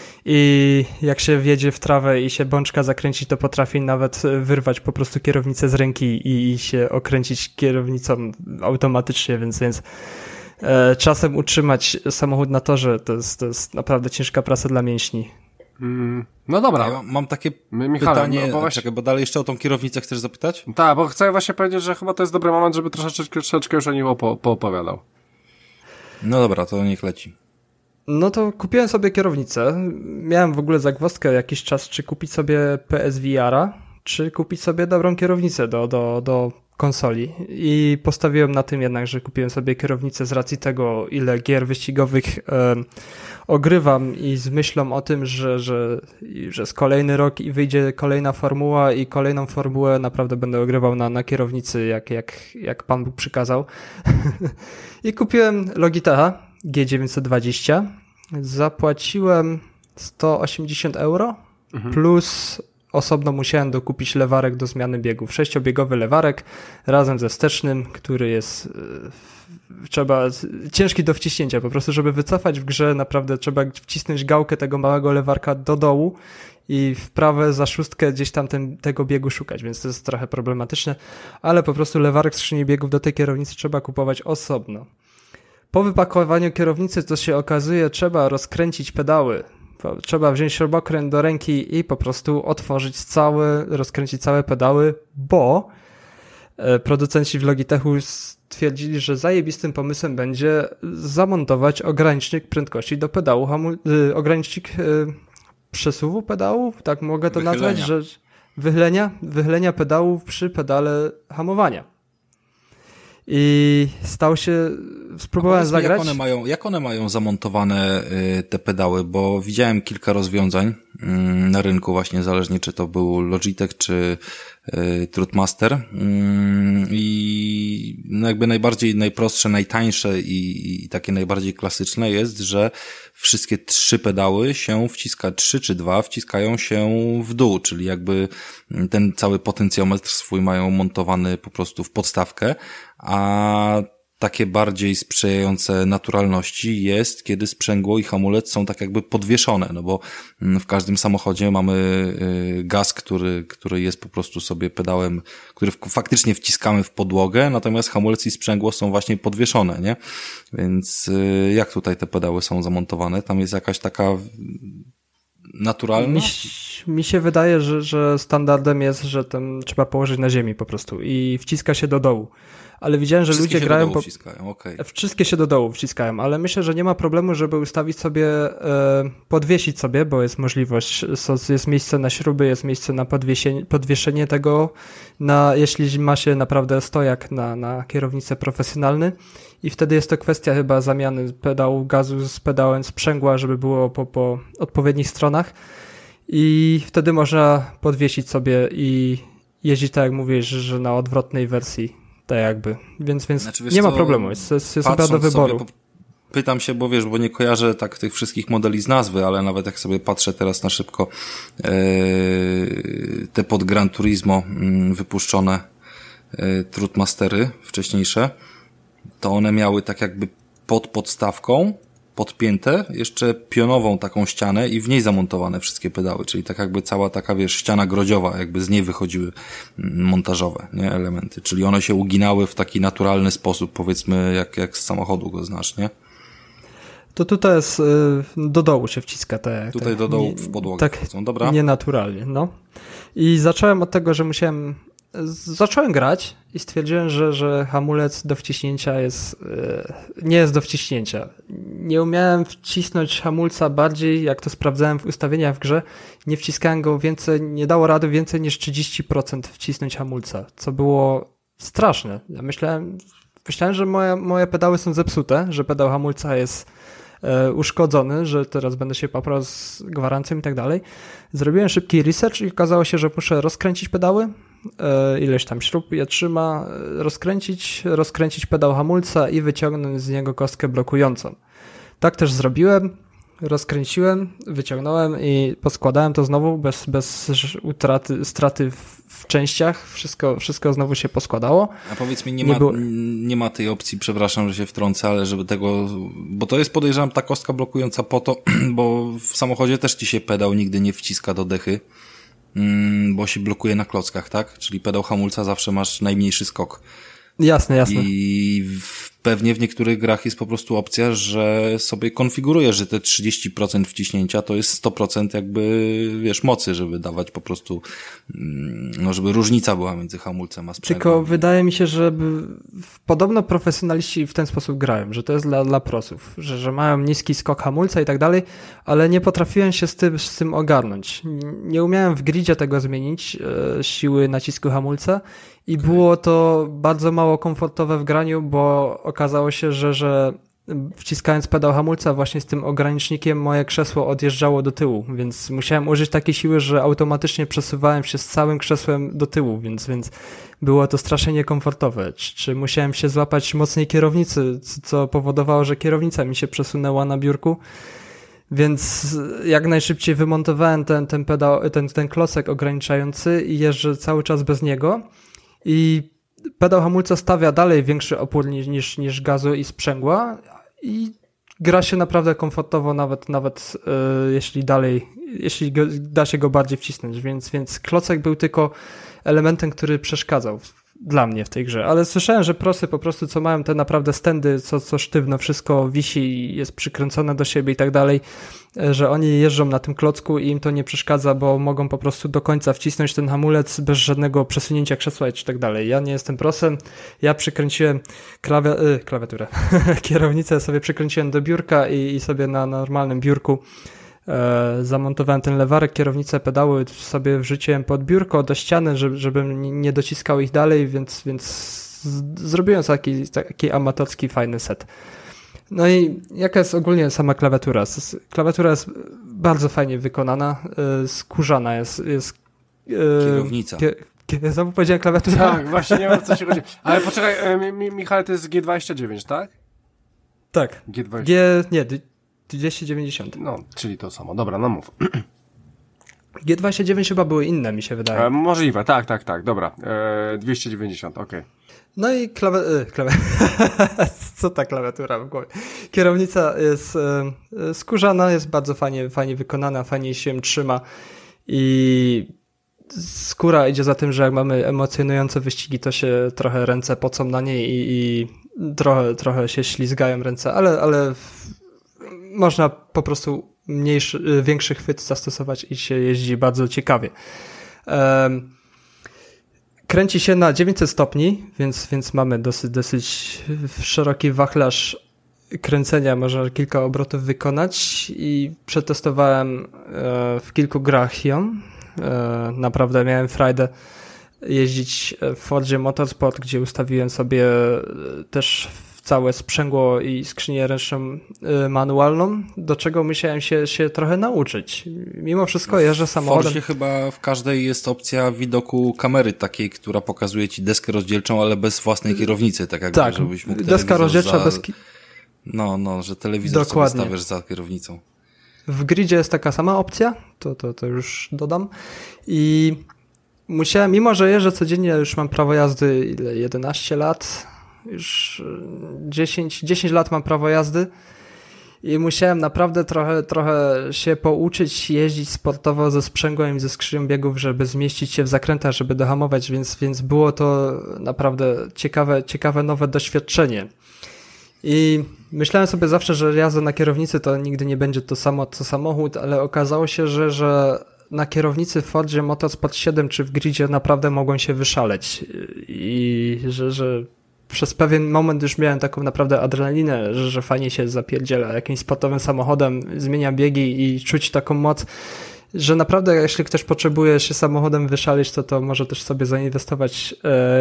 I jak się wjedzie w trawę i się bączka zakręci, to potrafi nawet wyrwać po prostu kierownicę z ręki i się okręcić kierownicą automatycznie, więc, więc e, czasem utrzymać samochód na torze to jest, to jest naprawdę ciężka praca dla mięśni. Mm, no dobra. Ja mam takie My, Michale, pytanie, no, bo właśnie... czekaj, bo dalej jeszcze o tą kierownicę chcesz zapytać? Tak, bo chcę właśnie powiedzieć, że chyba to jest dobry moment, żeby troszeczkę, troszeczkę już o nim po, poopowiadał. No dobra, to niech leci. No to kupiłem sobie kierownicę. Miałem w ogóle zagwozdkę jakiś czas, czy kupić sobie P S V R-a, czy kupić sobie dobrą kierownicę do, do, do konsoli. I postawiłem na tym jednak, że kupiłem sobie kierownicę z racji tego, ile gier wyścigowych e, ogrywam i z myślą o tym, że, że, że z kolejny rok i wyjdzie kolejna formuła i kolejną formułę naprawdę będę ogrywał na, na kierownicy, jak, jak, jak Pan Bóg przykazał. I kupiłem Logitecha G dziewięćset dwadzieścia. Zapłaciłem sto osiemdziesiąt euro, mhm. plus osobno musiałem dokupić lewarek do zmiany biegów. Sześciobiegowy lewarek razem ze wstecznym, który jest yy, trzeba, ciężki do wciśnięcia. Po prostu, żeby wycofać w grze, naprawdę trzeba wcisnąć gałkę tego małego lewarka do dołu i w prawe za szóstkę gdzieś tam ten, tego biegu szukać, więc to jest trochę problematyczne, ale po prostu lewarek skrzyni biegów do tej kierownicy trzeba kupować osobno. Po wypakowaniu kierownicy, to się okazuje, trzeba rozkręcić pedały. Trzeba wziąć śrubokręt do ręki i po prostu otworzyć całe, rozkręcić całe pedały, bo producenci w Logitechu stwierdzili, że zajebistym pomysłem będzie zamontować ogranicznik prędkości do pedału, hamu- yy, ogranicznik yy, przesuwu pedału, tak mogę to wychylenia. nazwać, że wychylenia, wychylenia pedału przy pedale hamowania. I stał się, spróbowałem zagrać. Jak one mają, jak one mają zamontowane y, te pedały, bo widziałem kilka rozwiązań y, na rynku właśnie, zależnie czy to był Logitech, czy y, Trudmaster y, i no jakby najbardziej, najprostsze, najtańsze i, i takie najbardziej klasyczne jest, że wszystkie trzy pedały się wciska, trzy czy dwa wciskają się w dół, czyli jakby ten cały potencjometr swój mają montowany po prostu w podstawkę, a takie bardziej sprzyjające naturalności jest, kiedy sprzęgło i hamulec są tak jakby podwieszone, no bo w każdym samochodzie mamy gaz, który, który jest po prostu sobie pedałem, który faktycznie wciskamy w podłogę, natomiast hamulec i sprzęgło są właśnie podwieszone, nie? Więc jak tutaj te pedały są zamontowane? Tam jest jakaś taka naturalna? Mi, mi się wydaje, że, że standardem jest, że ten trzeba położyć na ziemi po prostu i wciska się do dołu. ale widziałem, że wszystkie ludzie się grają... Do dołu wciskają, okay. Wszystkie się do dołu wciskają, ale myślę, że nie ma problemu, żeby ustawić sobie, e, podwiesić sobie, bo jest możliwość, jest miejsce na śruby, jest miejsce na podwiesienie, podwieszenie tego, na, jeśli ma się naprawdę stojak na, na kierownicę profesjonalny i wtedy jest to kwestia chyba zamiany pedału gazu z pedałem sprzęgła, żeby było po, po odpowiednich stronach i wtedy można podwiesić sobie i jeździć tak jak mówisz, że na odwrotnej wersji, tak jakby, więc, więc znaczy, nie ma co, problemu, jest, jest, jest do wyboru. Sobie, pytam się, bo wiesz, bo nie kojarzę tak tych wszystkich modeli z nazwy, ale nawet jak sobie patrzę teraz na szybko e, te pod Gran Turismo m, wypuszczone e, Trutmastery wcześniejsze, to one miały tak jakby pod podstawką podpięte jeszcze pionową taką ścianę i w niej zamontowane wszystkie pedały, czyli tak jakby cała taka, wiesz, ściana grodziowa, jakby z niej wychodziły montażowe, nie, elementy, czyli one się uginały w taki naturalny sposób, powiedzmy, jak, jak z samochodu go znasz, nie? To tutaj jest, y, do dołu się wciska te... Tutaj te, do dołu nie, w podłogę tak wchodzą, dobra? Nienaturalnie, no. I zacząłem od tego, że musiałem... Zacząłem grać i stwierdziłem, że, że hamulec do wciśnięcia jest, yy, nie jest do wciśnięcia. Nie umiałem wcisnąć hamulca bardziej, jak to sprawdzałem w ustawieniach w grze. Nie wciskałem go więcej, nie dało rady więcej niż trzydzieści procent wcisnąć hamulca, co było straszne. Ja myślałem, myślałem, że moje, moje pedały są zepsute, że pedał hamulca jest yy, uszkodzony, że teraz będę się paprał z gwarancją i tak dalej. Zrobiłem szybki research i okazało się, że muszę rozkręcić pedały, ileś tam śrub je trzyma, rozkręcić, rozkręcić pedał hamulca i wyciągnąć z niego kostkę blokującą. Tak też zrobiłem, rozkręciłem, wyciągnąłem i poskładałem to znowu bez, bez utraty, straty w, w częściach, wszystko, wszystko znowu się poskładało. A powiedz mi, nie, nie ma, było... nie ma tej opcji, przepraszam, że się wtrącę, ale żeby tego, bo to jest, podejrzewam, ta kostka blokująca po to, bo w samochodzie też ci się pedał nigdy nie wciska do dechy, bo się blokuje na klockach, tak? Czyli pedał hamulca zawsze masz najmniejszy skok. Jasne, jasne. I w, pewnie w niektórych grach jest po prostu opcja, że sobie konfigurujesz, że te trzydzieści procent wciśnięcia to jest sto procent jakby, wiesz, mocy, żeby dawać po prostu, no żeby różnica była między hamulcem a sprzęgłem. Tylko wydaje mi się, że podobno profesjonaliści w ten sposób grają, że to jest dla, dla prosów, że, że mają niski skok hamulca i tak dalej, ale nie potrafiłem się z tym, z tym ogarnąć. Nie umiałem w gridzie tego zmienić, e, siły nacisku hamulca i okay. Było to bardzo mało komfortowe w graniu, bo okazało się, że, że wciskając pedał hamulca właśnie z tym ogranicznikiem moje krzesło odjeżdżało do tyłu, więc musiałem użyć takiej siły, że automatycznie przesuwałem się z całym krzesłem do tyłu, więc, więc było to strasznie niekomfortowe. Czy, czy musiałem się złapać mocniej kierownicy, co powodowało, że kierownica mi się przesunęła na biurku, więc jak najszybciej wymontowałem ten, ten pedał, ten, ten klocek ograniczający i jeżdżę cały czas bez niego i pedał hamulca stawia dalej większy opór niż, niż, niż gazu i sprzęgła i gra się naprawdę komfortowo, nawet nawet yy, jeśli dalej, jeśli go, da się go bardziej wcisnąć, więc, więc klocek był tylko elementem, który przeszkadzał dla mnie w tej grze, ale słyszałem, że prosy po prostu co mają te naprawdę stędy, co, co sztywno wszystko wisi i jest przykręcone do siebie i tak dalej, że oni jeżdżą na tym klocku i im to nie przeszkadza, bo mogą po prostu do końca wcisnąć ten hamulec bez żadnego przesunięcia krzesła i tak dalej. Ja nie jestem prosem, ja przykręciłem klawi- y, klawiaturę, kierownicę sobie przykręciłem do biurka i, i sobie na normalnym biurku e, zamontowałem ten lewarek, kierownicę, pedały sobie wrzuciłem pod biurko do ściany, żeby, żebym nie dociskał ich dalej, więc, więc z, zrobiłem taki, taki amatorski fajny set. No i jaka jest ogólnie sama klawiatura? Klawiatura jest bardzo fajnie wykonana, skórzana jest. jest Kierownica. Kie, kie, znowu powiedziałem klawiatura. Tak, właśnie nie wiem o co się chodzi. Ale poczekaj, mi, Michał, to jest G dwadzieścia dziewięć, tak? Tak. G dwadzieścia G, nie, dwieście dziewięćdziesiąt. No, czyli to samo. Dobra, no mów. G dwadzieścia dziewięć chyba były inne, mi się wydaje. E, możliwe, tak, tak, tak, dobra. E, dwieście dziewięćdziesiąt, okej. Okay. No i klawi... klawi... Co ta klawiatura w głowie? Kierownica jest e, skórzana, jest bardzo fajnie, fajnie wykonana, fajnie się trzyma i skóra idzie za tym, że jak mamy emocjonujące wyścigi, to się trochę ręce pocą na niej i, i trochę, trochę się ślizgają ręce, ale, ale można po prostu mniejszy, większy chwyt zastosować i się jeździ bardzo ciekawie. Um, kręci się na dziewięćset stopni, więc, więc mamy dosyć, dosyć szeroki wachlarz kręcenia, można kilka obrotów wykonać i przetestowałem w kilku grach ją. Naprawdę miałem frajdę jeździć w Fordzie Motorsport, gdzie ustawiłem sobie też całe sprzęgło i skrzynię ręczną manualną, do czego musiałem się, się trochę nauczyć. Mimo wszystko jeżdżę samochodem. W Fordzie chyba w każdej jest opcja widoku kamery takiej, która pokazuje ci deskę rozdzielczą, ale bez własnej kierownicy, tak jakby, tak, żebyś mógł deska rozdzielcza za... bez... Ki... No, no, że telewizor Dokładnie. sobie stawiasz za kierownicą. W gridzie jest taka sama opcja, to, to, to już dodam. I musiałem, mimo że jeżdżę codziennie, już mam prawo jazdy ile, jedenaście lat, już dziesięć, dziesięć lat mam prawo jazdy i musiałem naprawdę trochę, trochę się pouczyć jeździć sportowo ze sprzęgłem i ze skrzynią biegów, żeby zmieścić się w zakrętach, żeby dohamować, więc, więc było to naprawdę ciekawe, ciekawe nowe doświadczenie. I myślałem sobie zawsze, że jazda na kierownicy to nigdy nie będzie to samo co samochód, ale okazało się, że, że na kierownicy w Fordzie Motorsport siedem czy w gridzie naprawdę mogłem się wyszaleć i że, że przez pewien moment już miałem taką naprawdę adrenalinę, że, że fajnie się zapierdziela jakimś sportowym samochodem, zmienia biegi i czuć taką moc, że naprawdę jeśli ktoś potrzebuje się samochodem wyszaleć, to to może też sobie zainwestować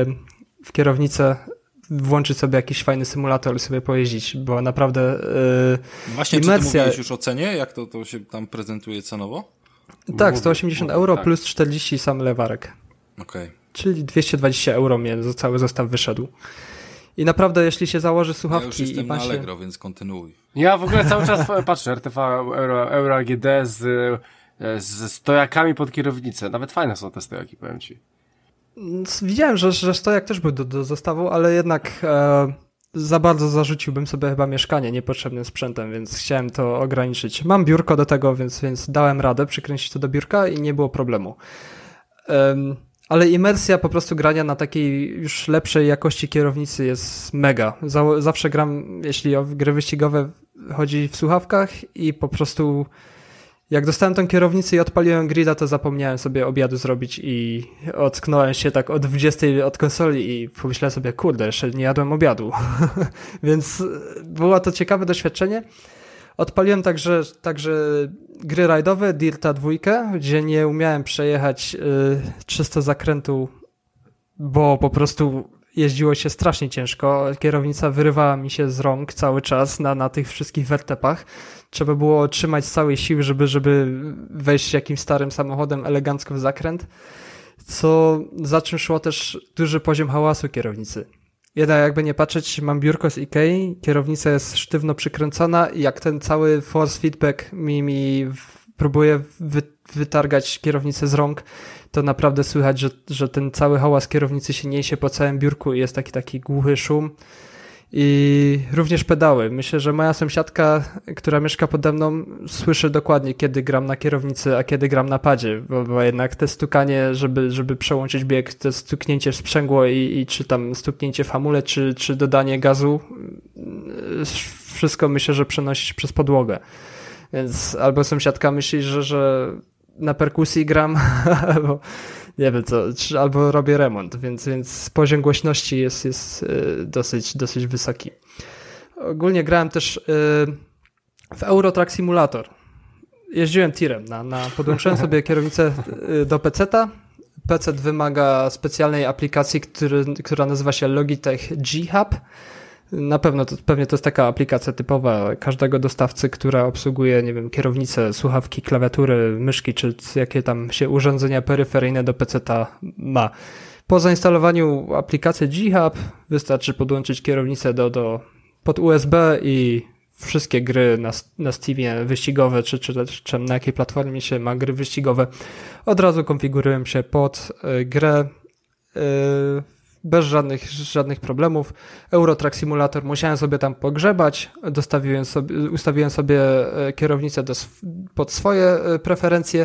w kierownicę, włączyć sobie jakiś fajny symulator i sobie pojeździć, bo naprawdę yy, Właśnie, imersja... czy ty mówiłeś już o cenie? Jak to, to się tam prezentuje cenowo? Tak, sto osiemdziesiąt euro tak. Plus czterdzieści sam lewarek. Okej. Okay. Czyli dwieście dwadzieścia euro mnie cały zestaw wyszedł. I naprawdę, jeśli się założy słuchawki... Ja już jestem i pan na się... Allegro, więc kontynuuj. Ja w ogóle cały czas patrzę, R T V Euro, Euro A G D z, z stojakami pod kierownicę. Nawet fajne są te stojaki, powiem ci. Widziałem, że, że stojak też był do, do zestawu, ale jednak e, za bardzo zarzuciłbym sobie chyba mieszkanie niepotrzebnym sprzętem, więc chciałem to ograniczyć. Mam biurko do tego, więc, więc dałem radę przykręcić to do biurka i nie było problemu. E, ale imersja po prostu grania na takiej już lepszej jakości kierownicy jest mega. Za, zawsze gram, jeśli o gry wyścigowe chodzi w słuchawkach i po prostu... Jak dostałem tą kierownicę i odpaliłem grida, to zapomniałem sobie obiadu zrobić i ocknąłem się tak o dwudziestej od konsoli i pomyślałem sobie, kurde, jeszcze nie jadłem obiadu. Więc było to ciekawe doświadczenie. Odpaliłem także, także gry rajdowe, Dirta dwa, gdzie nie umiałem przejechać y, trzysta zakrętu, bo po prostu jeździło się strasznie ciężko. Kierownica wyrywała mi się z rąk cały czas na, na tych wszystkich wertepach. Trzeba było trzymać z całej siły, żeby, żeby wejść jakimś starym samochodem elegancko w zakręt, co za czym szło też duży poziom hałasu kierownicy. Jednak jakby nie patrzeć, mam biurko z Ikei, kierownica jest sztywno przykręcona i jak ten cały force feedback mi, mi próbuje wy, wytargać kierownicę z rąk, to naprawdę słychać, że, że ten cały hałas kierownicy się niesie po całym biurku i jest taki taki głuchy szum. I również pedały. Myślę, że moja sąsiadka, która mieszka pode mną, słyszy dokładnie, kiedy gram na kierownicy, a kiedy gram na padzie, bo, bo jednak te stukanie, żeby, żeby przełączyć bieg, to stuknięcie w sprzęgło i, i czy tam stuknięcie w hamulec, czy, czy dodanie gazu, wszystko myślę, że przenosi przez podłogę. Więc albo sąsiadka myśli, że, że na perkusji gram, albo nie wiem co, albo robię remont, więc, więc poziom głośności jest, jest dosyć, dosyć wysoki. Ogólnie grałem też w Euro Truck Simulator. Jeździłem tirem, na, na, podłączyłem sobie kierownicę do peceta. Pecet wymaga specjalnej aplikacji, który, która nazywa się Logitech G-Hub. Na pewno to, pewnie to jest taka aplikacja typowa każdego dostawcy, która obsługuje, nie wiem, kierownicę, słuchawki, klawiatury, myszki, czy jakie tam się urządzenia peryferyjne do peceta ma. Po zainstalowaniu aplikacji G-Hub wystarczy podłączyć kierownicę do, do, pod U S B i wszystkie gry na, na Steamie wyścigowe, czy, czy, czy na jakiej platformie się ma gry wyścigowe, od razu konfigurują się pod y, grę y, bez żadnych, żadnych problemów. Euro Truck Simulator musiałem sobie tam pogrzebać, dostawiłem sobie, ustawiłem sobie kierownicę do, pod swoje preferencje.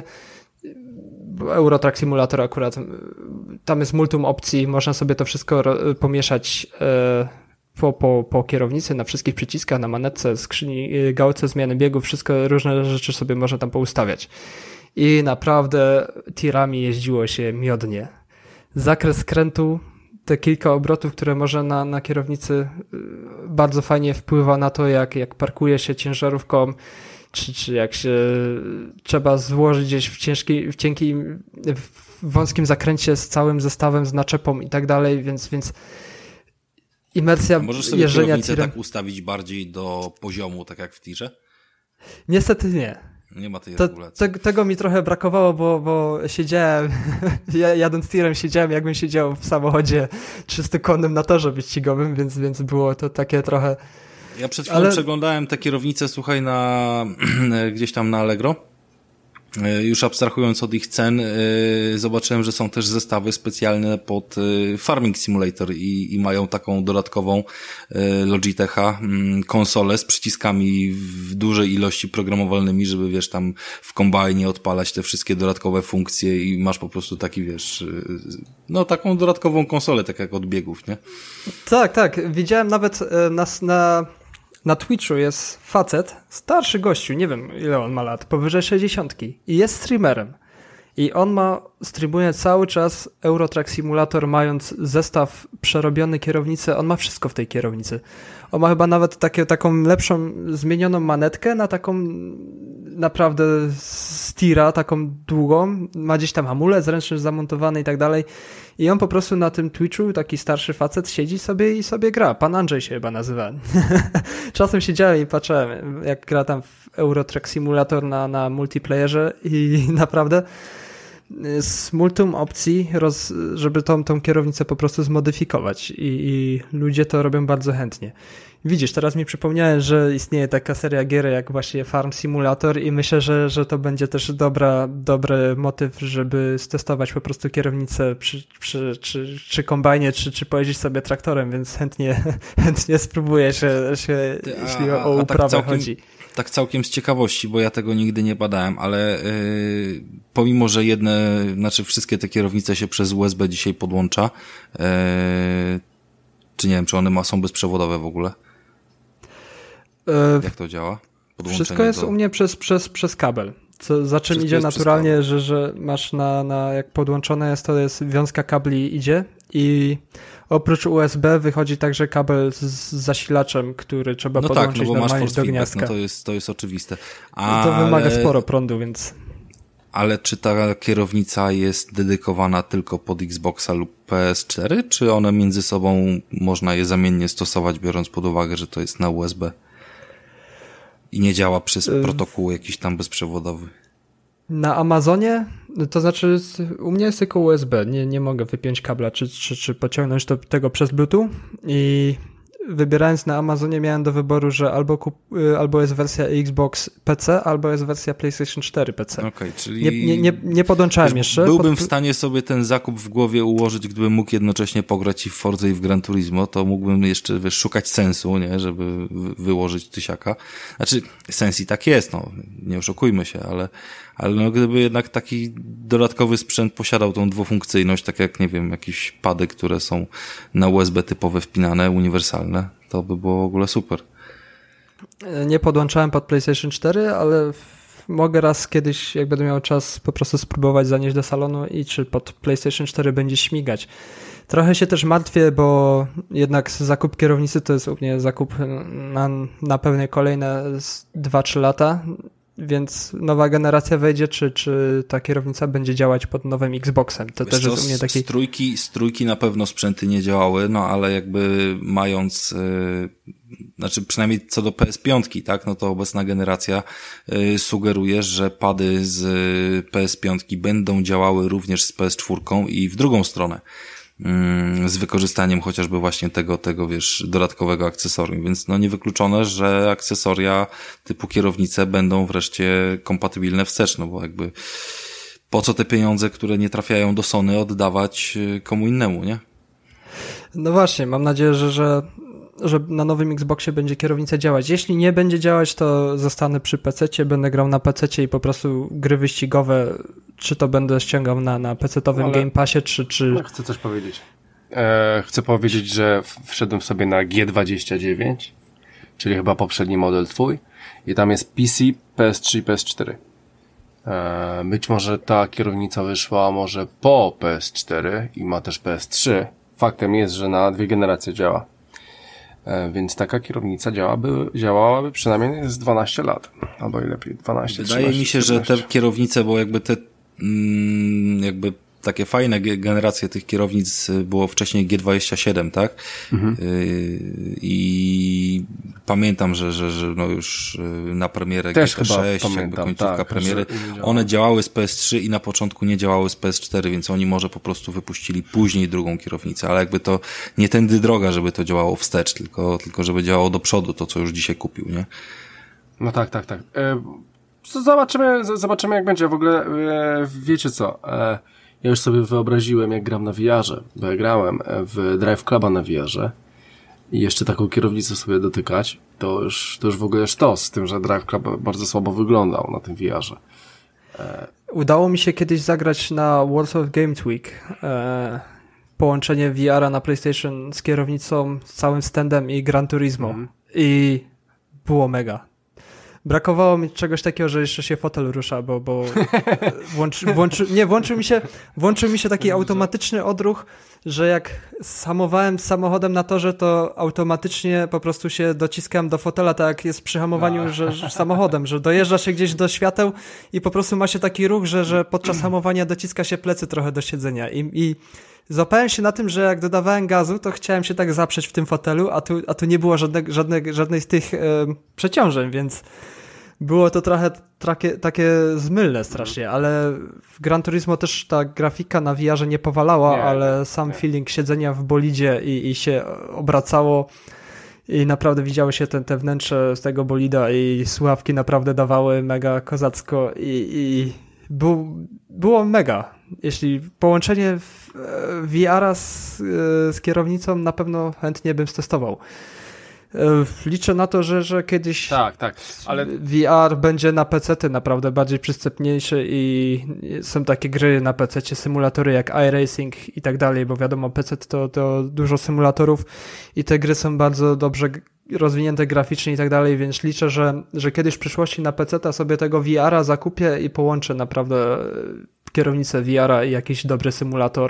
Euro Truck Simulator akurat, tam jest multum opcji, można sobie to wszystko pomieszać po, po, po kierownicy, na wszystkich przyciskach, na manetce, skrzyni, gałce zmiany biegów, wszystko, różne rzeczy sobie można tam poustawiać. I naprawdę tirami jeździło się miodnie. zakres skrętu, te kilka obrotów, które może na, na kierownicy bardzo fajnie wpływa na to, jak, jak parkuje się ciężarówką, czy, czy jak się trzeba złożyć gdzieś w ciężkiej, w cienkim, w wąskim zakręcie z całym zestawem, z naczepą i tak dalej, więc, więc imersja możesz sobie jeżdżenia kierownicę tirem... tak ustawić bardziej do poziomu, tak jak w tirze? Niestety nie. Nie ma tej To, regulacji. te, tego mi trochę brakowało, bo, bo siedziałem, ja jadąc tirem siedziałem, jakbym siedział w samochodzie trzystokonnym na torze wyścigowym, więc, więc było to takie trochę... Ja przed chwilą Ale... przeglądałem te kierownice, słuchaj, na gdzieś tam na Allegro. Już abstrahując od ich cen, zobaczyłem, że są też zestawy specjalne pod Farming Simulator i, i mają taką dodatkową Logitecha konsolę z przyciskami w dużej ilości programowalnymi, żeby wiesz, tam w kombajnie odpalać te wszystkie dodatkowe funkcje i masz po prostu taki, wiesz, no taką dodatkową konsolę, tak jak od biegów, nie? Tak, tak. Widziałem nawet na, na Na Twitchu jest facet, starszy gościu, nie wiem ile on ma lat, powyżej sześćdziesiątki i jest streamerem. I on ma, streamuje cały czas Eurotrack Simulator, mając zestaw przerobiony kierownicy, on ma wszystko w tej kierownicy. On ma chyba nawet takie, taką lepszą, zmienioną manetkę na taką naprawdę z tira, taką długą, ma gdzieś tam hamulec ręczny zamontowany i tak dalej. I on po prostu na tym Twitchu, taki starszy facet, siedzi sobie i sobie gra. Pan Andrzej się chyba nazywa. Czasem siedziałem i patrzyłem, jak gra tam w Eurotrack Simulator na, na multiplayerze i naprawdę z multum opcji, roz, żeby tą, tą kierownicę po prostu zmodyfikować. I, I ludzie to robią bardzo chętnie. Widzisz, teraz mi przypomniałem, że istnieje taka seria gier jak właśnie Farm Simulator i myślę, że, że to będzie też dobra, dobry motyw, żeby stestować po prostu kierownicę przy, przy, czy, czy kombajnie, czy, czy pojeździć sobie traktorem, więc chętnie, chętnie spróbuję się, się Ty, a, jeśli o uprawę tak całkiem, chodzi. Tak całkiem z ciekawości, bo ja tego nigdy nie badałem, ale yy, pomimo, że jedne, znaczy wszystkie te kierownice się przez U S B dzisiaj podłącza, yy, czy nie wiem, czy one ma, są bezprzewodowe w ogóle? Jak to działa? Wszystko jest do... u mnie przez, przez, przez kabel. Co, za czym Wszystko idzie naturalnie, że, że masz na, na, jak podłączone jest, to jest wiązka kabli idzie i oprócz U S B wychodzi także kabel z, z zasilaczem, który trzeba no podłączyć tak, no bo normalnie masz do feedback, gniazdka. No to jest, to jest oczywiste. Ale... To wymaga sporo prądu, więc... Ale czy ta kierownica jest dedykowana tylko pod Xboxa lub P S cztery, czy one między sobą można je zamiennie stosować, biorąc pod uwagę, że to jest na U S B? I nie działa przez protokół jakiś tam bezprzewodowy. Na Amazonie, to znaczy u mnie jest tylko U S B, nie, nie mogę wypiąć kabla czy, czy, czy pociągnąć do tego przez Bluetooth i wybierając na Amazonie miałem do wyboru, że albo, kup, albo jest wersja Xbox P C, albo jest wersja PlayStation cztery P C. Okay, czyli nie, nie, nie, nie podłączałem jeszcze. Byłbym pod... w stanie sobie ten zakup w głowie ułożyć, gdybym mógł jednocześnie pograć i w Forza i w Gran Turismo, to mógłbym jeszcze wiesz, szukać sensu, nie, żeby wyłożyć tysiaka. Znaczy, sens i tak jest, no, nie oszukujmy się, ale, ale no, gdyby jednak taki dodatkowy sprzęt posiadał tą dwufunkcyjność, tak jak, nie wiem, jakieś pady, które są na U S B typowe wpinane, uniwersalne, to by było w ogóle super. Nie podłączałem pod PlayStation cztery, ale mogę raz kiedyś, jak będę miał czas, po prostu spróbować zanieść do salonu i czy pod PlayStation cztery będzie śmigać. Trochę się też martwię, bo jednak zakup kierownicy to jest u mnie zakup na, na pewnie kolejne dwa trzy lata, więc nowa generacja wejdzie, czy, czy ta kierownica będzie działać pod nowym Xboxem. To Wiesz też co, jest u mnie taki... Z trójki, z trójki na pewno sprzęty nie działały, no ale jakby mając, yy, znaczy przynajmniej co do P S pięć, tak, no to obecna generacja yy, sugeruje, że pady z P S pięć będą działały również z P S cztery i w drugą stronę. Z wykorzystaniem chociażby właśnie tego, tego, wiesz, dodatkowego akcesorium, więc no niewykluczone, że akcesoria typu kierownice będą wreszcie kompatybilne wstecz, no bo jakby po co te pieniądze, które nie trafiają do Sony, oddawać komu innemu, nie? No właśnie, mam nadzieję, że, że, że na nowym Xboxie będzie kierownica działać. Jeśli nie będzie działać, to zostanę przy pececie, będę grał na pececie i po prostu gry wyścigowe, czy to będę ściągał na, na pecetowym Ale... Game Passie, czy... czy... No, chcę coś powiedzieć. E, chcę powiedzieć, że wszedłem sobie na G dwadzieścia dziewięć, czyli chyba poprzedni model twój, i tam jest P C, P S trzy i P S cztery. E, być może ta kierownica wyszła może po P S cztery i ma też P S trzy. Faktem jest, że na dwie generacje działa. E, więc taka kierownica działałaby, działałaby przynajmniej z dwanaście lat. Albo i lepiej, dwanaście, Wydaje trzynaście, mi się, czternaście. że te kierownice, bo jakby te mm, jakby takie fajne generacje tych kierownic było wcześniej G dwadzieścia siedem, tak? Mhm. Yy, I pamiętam, że, że, że no już na premierę Też G T sześć, chyba jakby pamiętam, końcówka tak, premiery, że one działały z P S trzy i na początku nie działały z P S cztery, więc oni może po prostu wypuścili później drugą kierownicę, ale jakby to nie tędy droga, żeby to działało wstecz, tylko, tylko żeby działało do przodu, to co już dzisiaj kupił, nie? No tak, tak, tak. E, zobaczymy, zobaczymy jak będzie. W ogóle, e, wiecie co, e, ja już sobie wyobraziłem, jak gram na V R-ze, bo ja grałem w Drive Cluba na V R-ze i jeszcze taką kierownicę sobie dotykać, to już, to już w ogóle sztos, z tym, że Drive Club bardzo słabo wyglądał na tym V R-ze. E... Udało mi się kiedyś zagrać na Warsaw Games Week. E, połączenie V R-a na PlayStation z kierownicą, z całym standem i Gran Turismo. Mm. I było mega. Brakowało mi czegoś takiego, że jeszcze się fotel rusza, bo, bo włączy, włączy, nie, włączył mi się, włączył mi się taki automatyczny odruch, że jak hamowałem samochodem na torze, to automatycznie po prostu się dociskałem do fotela, tak jak jest przy hamowaniu że, że samochodem, że dojeżdża się gdzieś do świateł i po prostu ma się taki ruch, że, że podczas hamowania dociska się plecy trochę do siedzenia i, i złapałem się na tym, że jak dodawałem gazu, to chciałem się tak zaprzeć w tym fotelu, a tu, a tu nie było żadne, żadne, żadnej z tych e, przeciążeń, więc było to trochę takie, takie zmylne strasznie, ale w Gran Turismo też ta grafika na V R-ze nie powalała, nie, ale sam nie. feeling siedzenia w bolidzie i, i się obracało i naprawdę widziały się te, te wnętrze z tego bolida i słuchawki naprawdę dawały mega kozacko i, i był, było mega. Jeśli połączenie V R-a z, z kierownicą na pewno chętnie bym stestował. Liczę na to, że, że kiedyś tak, tak, ale V R będzie na pecety naprawdę bardziej przystępniejszy i są takie gry na pececie, symulatory jak iRacing i tak dalej, bo wiadomo, P C to, to dużo symulatorów i te gry są bardzo dobrze rozwinięte graficznie i tak dalej, więc liczę, że, że kiedyś w przyszłości na peceta sobie tego V R-a zakupię i połączę naprawdę kierownicę V R-a i jakiś dobry symulator.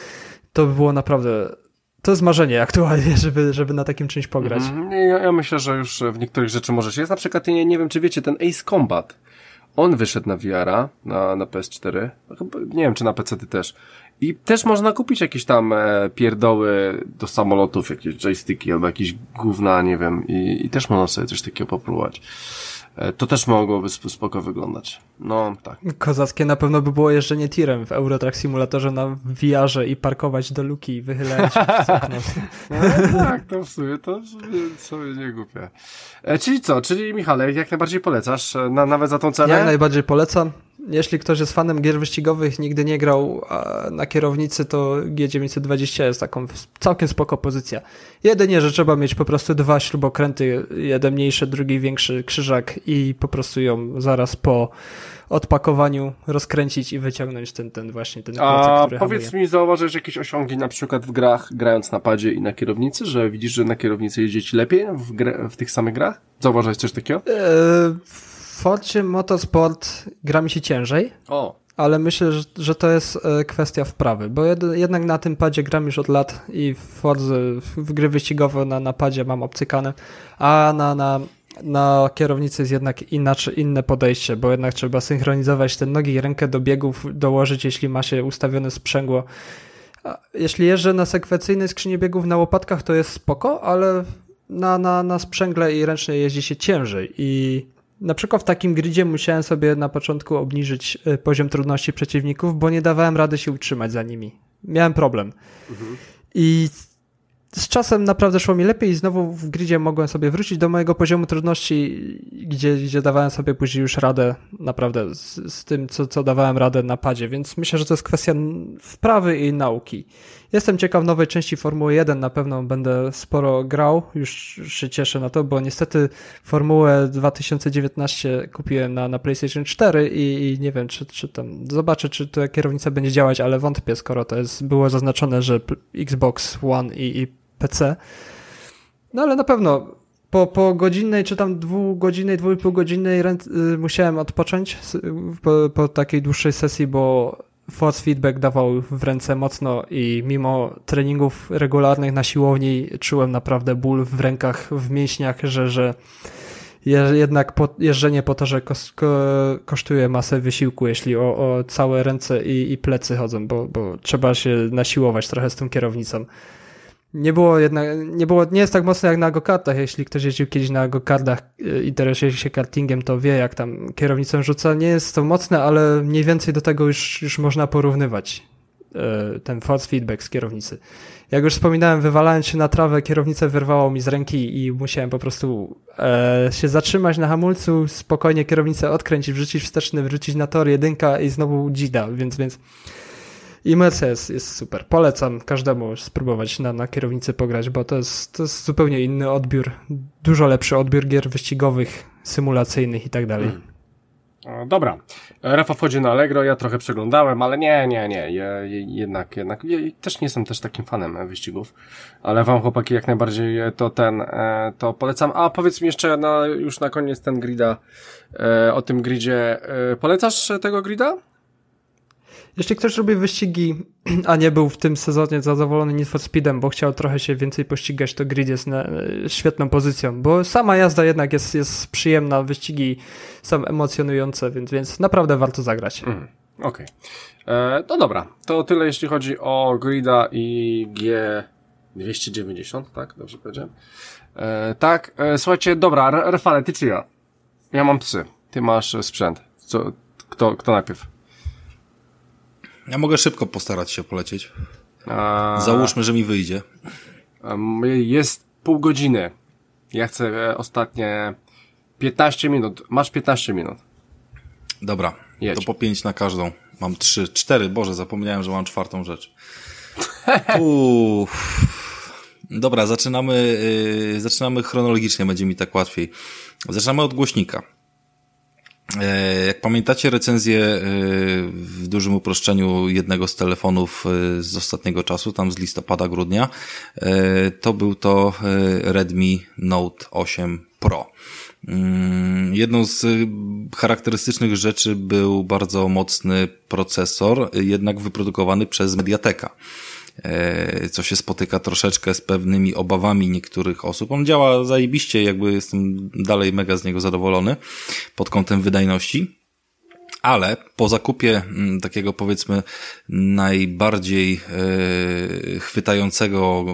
To by było naprawdę... To jest marzenie aktualnie, żeby, żeby na takim czymś pograć. Mm, ja, ja myślę, że już w niektórych rzeczy możecie. Jest na przykład, nie, nie wiem czy wiecie, ten Ace Combat. On wyszedł na V R-a, na, na P S cztery. Nie wiem, czy na P C ty też. I też można kupić jakieś tam e, pierdoły do samolotów, jakieś joysticki albo jakieś gówna, nie wiem. I, i też można sobie coś takiego popróbować. E, to też mogłoby spoko wyglądać. No, tak. Kozackie na pewno by było jeżdżenie tirem w Eurotrack Simulatorze na V R-ze i parkować do luki i wychylać z okna. No, tak, to w sumie to sobie nie głupie. E, czyli co? Czyli Michale, jak najbardziej polecasz? Na, nawet za tą cenę? Jak najbardziej polecam. Jeśli ktoś jest fanem gier wyścigowych, nigdy nie grał na kierownicy, to G dziewięćset dwadzieścia jest taką całkiem spoko pozycja. Jedynie, że trzeba mieć po prostu dwa śrubokręty, jeden mniejszy, drugi większy krzyżak i po prostu ją zaraz po odpakowaniu rozkręcić i wyciągnąć ten, ten właśnie ten klocek, który powiedz hamuje. Mi, zauważysz jakieś osiągi na przykład w grach, grając na padzie i na kierownicy, że widzisz, że na kierownicy jeździ ci lepiej w, gre, w tych samych grach? Zauważyłeś coś takiego? Eee, w Forcie Motorsport gra mi się ciężej. O. Ale myślę, że, że to jest e, kwestia wprawy, bo jed, jednak na tym padzie gram już od lat i w Fordze, w gry wyścigowe na, na padzie mam obcykane, a na, na, na kierownicy jest jednak inaczej, inne podejście, bo jednak trzeba synchronizować te nogi i rękę do biegów, dołożyć, jeśli ma się ustawione sprzęgło. A jeśli jeżdżę na sekwencyjnej skrzyni biegów na łopatkach, to jest spoko, ale na, na, na sprzęgle i ręcznej jeździ się ciężej i na przykład w takim gridzie musiałem sobie na początku obniżyć poziom trudności przeciwników, bo nie dawałem rady się utrzymać za nimi. Miałem problem. Mhm. I z czasem naprawdę szło mi lepiej i znowu w gridzie mogłem sobie wrócić do mojego poziomu trudności, gdzie, gdzie dawałem sobie później już radę naprawdę z, z tym, co, co dawałem radę na padzie, więc myślę, że to jest kwestia wprawy i nauki. Jestem ciekaw nowej części Formuły jeden, na pewno będę sporo grał, już się cieszę na to, bo niestety Formułę dwa tysiące dziewiętnaście kupiłem na, na PlayStation cztery i, i nie wiem, czy, czy tam, zobaczę, czy ta kierownica będzie działać, ale wątpię, skoro to jest, było zaznaczone, że Xbox One i, i P C. No ale na pewno po, po godzinnej, czy tam dwugodzinnej, dwu i pół godzinnej rę- musiałem odpocząć po, po takiej dłuższej sesji, bo force feedback dawał w ręce mocno i mimo treningów regularnych na siłowni czułem naprawdę ból w rękach, w mięśniach, że, że jednak po, jeżdżenie po torze kos, ko, kosztuje masę wysiłku, jeśli o, o całe ręce i, i plecy chodzą, bo, bo trzeba się nasiłować trochę z tą kierownicą. Nie było jednak, nie było, nie jest tak mocno jak na go-kartach. Jeśli ktoś jeździł kiedyś na go-kartach, interesuje się kartingiem, to wie, jak tam kierownicą rzuca. Nie jest to mocne, ale mniej więcej do tego już, już można porównywać ten force feedback z kierownicy. Jak już wspominałem, wywalając się na trawę, kierownicę wyrwało mi z ręki i musiałem po prostu e, się zatrzymać na hamulcu, spokojnie kierownicę odkręcić, wrzucić wsteczny, wrzucić na tor, jedynka i znowu dzida, więc, więc imersja jest, jest super. Polecam każdemu spróbować na, na kierownicy pograć, bo to jest, to jest zupełnie inny odbiór, dużo lepszy odbiór gier wyścigowych, symulacyjnych i tak dalej. Hmm. O, dobra. Rafa wchodzi na Allegro, ja trochę przeglądałem, ale nie, nie, nie, ja, jednak, jednak, ja też nie jestem też takim fanem wyścigów, ale wam chłopaki jak najbardziej to ten, to polecam. A powiedz mi jeszcze na, już na koniec ten grida, o tym gridzie, polecasz tego grida? Jeśli ktoś robi wyścigi, a nie był w tym sezonie zadowolony Need for Speedem, bo chciał trochę się więcej pościgać, to grid jest na, świetną pozycją, bo sama jazda jednak jest, jest przyjemna, wyścigi są emocjonujące, więc, więc naprawdę warto zagrać. Mm, Okej. Okay. No dobra, to tyle jeśli chodzi o grida i G dwieście dziewięćdziesiąt, tak? Dobrze powiedziałem? E, tak, e, słuchajcie, dobra, Rafale, ty czy ja? Ja mam psy, ty masz sprzęt. Co, kto, kto najpierw? Ja mogę szybko postarać się polecieć. A... Załóżmy, że mi wyjdzie. Jest pół godziny. Ja chcę ostatnie piętnaście minut. Masz piętnaście minut. Dobra, Jedź. To po pięć na każdą. Mam trzy, cztery. Boże, zapomniałem, że mam czwartą rzecz. Uff. Dobra, zaczynamy, yy, zaczynamy chronologicznie, będzie mi tak łatwiej. Zaczynamy od głośnika. Jak pamiętacie recenzję w dużym uproszczeniu jednego z telefonów z ostatniego czasu, tam z listopada, grudnia, to był to Redmi Note osiem Pro. Jedną z charakterystycznych rzeczy był bardzo mocny procesor, jednak wyprodukowany przez Mediateka, co się spotyka troszeczkę z pewnymi obawami niektórych osób. On działa zajebiście, jakby jestem dalej mega z niego zadowolony pod kątem wydajności, ale po zakupie takiego, powiedzmy, najbardziej chwytającego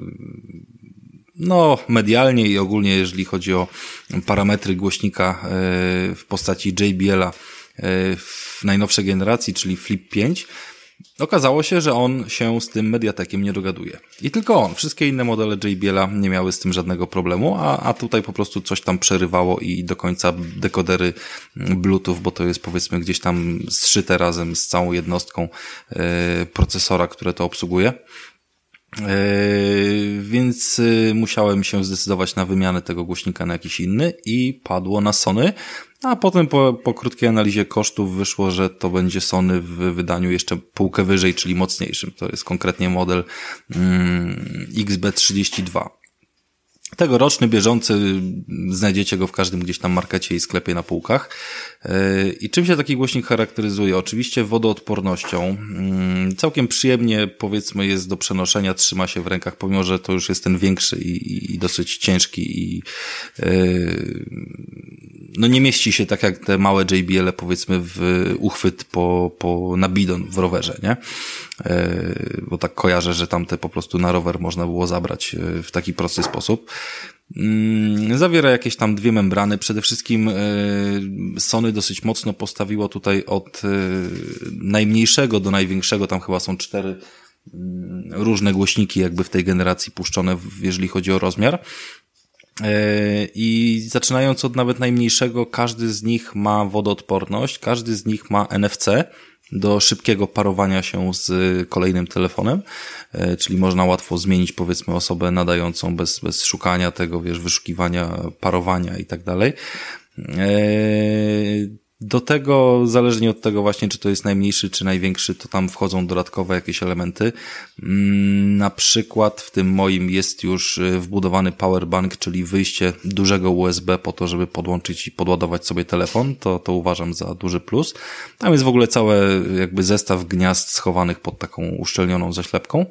no medialnie i ogólnie, jeżeli chodzi o parametry głośnika w postaci J B L-a w najnowszej generacji, czyli Flip pięć, okazało się, że on się z tym Mediatekiem nie dogaduje. I tylko on. Wszystkie inne modele J B L-a nie miały z tym żadnego problemu, a, a tutaj po prostu coś tam przerywało i do końca dekodery Bluetooth, bo to jest, powiedzmy, gdzieś tam zszyte razem z całą jednostką yy, procesora, które to obsługuje. Yy, więc yy, musiałem się zdecydować na wymianę tego głośnika na jakiś inny i padło na Sony, a potem po, po krótkiej analizie kosztów wyszło, że to będzie Sony w wydaniu jeszcze półkę wyżej, czyli mocniejszym. To jest konkretnie model mm, X B trzydzieści dwa. Tegoroczny, bieżący, znajdziecie go w każdym gdzieś tam markecie i sklepie na półkach. I czym się taki głośnik charakteryzuje? Oczywiście wodoodpornością. Całkiem przyjemnie, powiedzmy, jest do przenoszenia, trzyma się w rękach, pomimo że to już jest ten większy i, i dosyć ciężki i yy, no nie mieści się tak jak te małe J B L-e, powiedzmy, w uchwyt po, po, na bidon w rowerze, nie? Yy, bo tak kojarzę, że tamte po prostu na rower można było zabrać w taki prosty sposób. Yy, zawiera jakieś tam dwie membrany. Przede wszystkim yy, Sony dosyć mocno postawiło tutaj od yy, najmniejszego do największego, tam chyba są cztery yy, różne głośniki jakby w tej generacji puszczone, w, jeżeli chodzi o rozmiar. I zaczynając od nawet najmniejszego, każdy z nich ma wodoodporność, każdy z nich ma N F C do szybkiego parowania się z kolejnym telefonem, czyli można łatwo zmienić, powiedzmy, osobę nadającą bez, bez szukania tego, wiesz, wyszukiwania, parowania i tak dalej. Do tego, zależnie od tego właśnie, czy to jest najmniejszy, czy największy, to tam wchodzą dodatkowe jakieś elementy. Na przykład w tym moim jest już wbudowany powerbank, czyli wyjście dużego U S B po to, żeby podłączyć i podładować sobie telefon. To, to uważam za duży plus. Tam jest w ogóle cały jakby zestaw gniazd schowanych pod taką uszczelnioną zaślepką.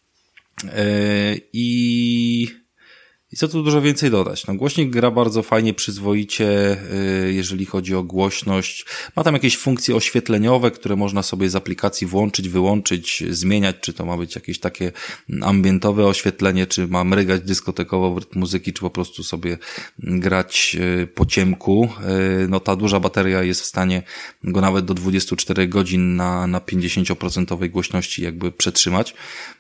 I... I co tu dużo więcej dodać? No głośnik gra bardzo fajnie, przyzwoicie, jeżeli chodzi o głośność. Ma tam jakieś funkcje oświetleniowe, które można sobie z aplikacji włączyć, wyłączyć, zmieniać, czy to ma być jakieś takie ambientowe oświetlenie, czy ma mrygać dyskotekowo w rytm muzyki, czy po prostu sobie grać po ciemku. No ta duża bateria jest w stanie go nawet do dwudziestu czterech godzin na, na pięćdziesiąt procent głośności jakby przetrzymać.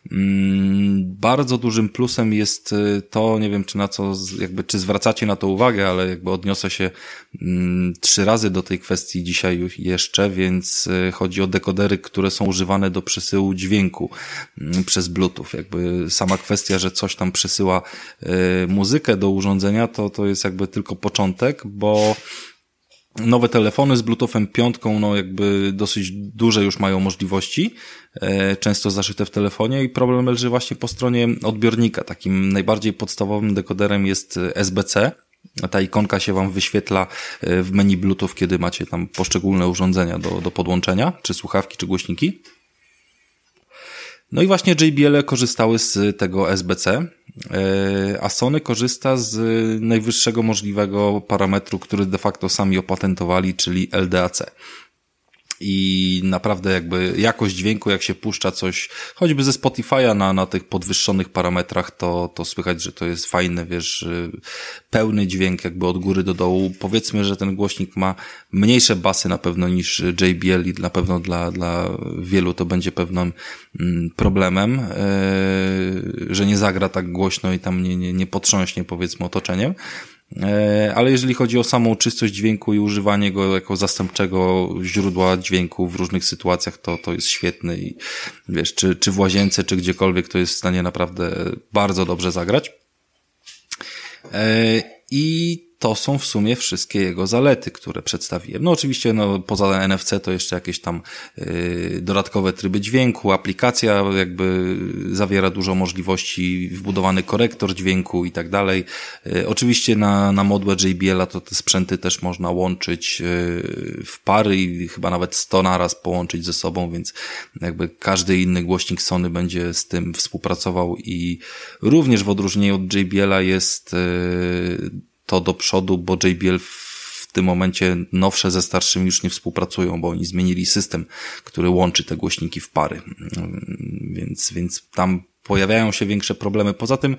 Bardzo dużym plusem jest to, nie wiem, czy na co, jakby, czy zwracacie na to uwagę, ale jakby odniosę się mm, trzy razy do tej kwestii dzisiaj jeszcze, więc y, chodzi o dekodery, które są używane do przesyłu dźwięku y, przez Bluetooth. Jakby sama kwestia, że coś tam przesyła y, muzykę do urządzenia, to, to jest jakby tylko początek, bo nowe telefony z Bluetoothem piątką, no jakby dosyć duże już mają możliwości, e, często zaszyte w telefonie i problem leży właśnie po stronie odbiornika. Takim najbardziej podstawowym dekoderem jest S B C. Ta ikonka się wam wyświetla w menu Bluetooth, kiedy macie tam poszczególne urządzenia do, do podłączenia, czy słuchawki, czy głośniki. No i właśnie J B L korzystały z tego S B C, a Sony korzysta z najwyższego możliwego parametru, który de facto sami opatentowali, czyli L D A C. I naprawdę jakby jakość dźwięku, jak się puszcza coś, choćby ze Spotify'a na, na tych podwyższonych parametrach, to, to słychać, że to jest fajny, wiesz, pełny dźwięk jakby od góry do dołu. Powiedzmy, że ten głośnik ma mniejsze basy na pewno niż J B L i na pewno dla, dla wielu to będzie pewnym problemem, yy, że nie zagra tak głośno i tam nie, nie, nie potrząśnie, powiedzmy, otoczeniem. Ale jeżeli chodzi o samą czystość dźwięku i używanie go jako zastępczego źródła dźwięku w różnych sytuacjach, to, to jest świetny i wiesz, czy, czy w łazience, czy gdziekolwiek, to jest w stanie naprawdę bardzo dobrze zagrać. I to są w sumie wszystkie jego zalety, które przedstawiłem. No oczywiście, no poza N F C to jeszcze jakieś tam yy, dodatkowe tryby dźwięku, aplikacja jakby zawiera dużo możliwości, wbudowany korektor dźwięku i tak dalej. Yy, oczywiście na, na modłę J B L a to te sprzęty też można łączyć yy, w pary i chyba nawet sto naraz połączyć ze sobą, więc jakby każdy inny głośnik Sony będzie z tym współpracował i również w odróżnieniu od J B L a jest yy, to do przodu, bo J B L w tym momencie nowsze ze starszymi już nie współpracują, bo oni zmienili system, który łączy te głośniki w pary. Więc, więc tam pojawiają się większe problemy. Poza tym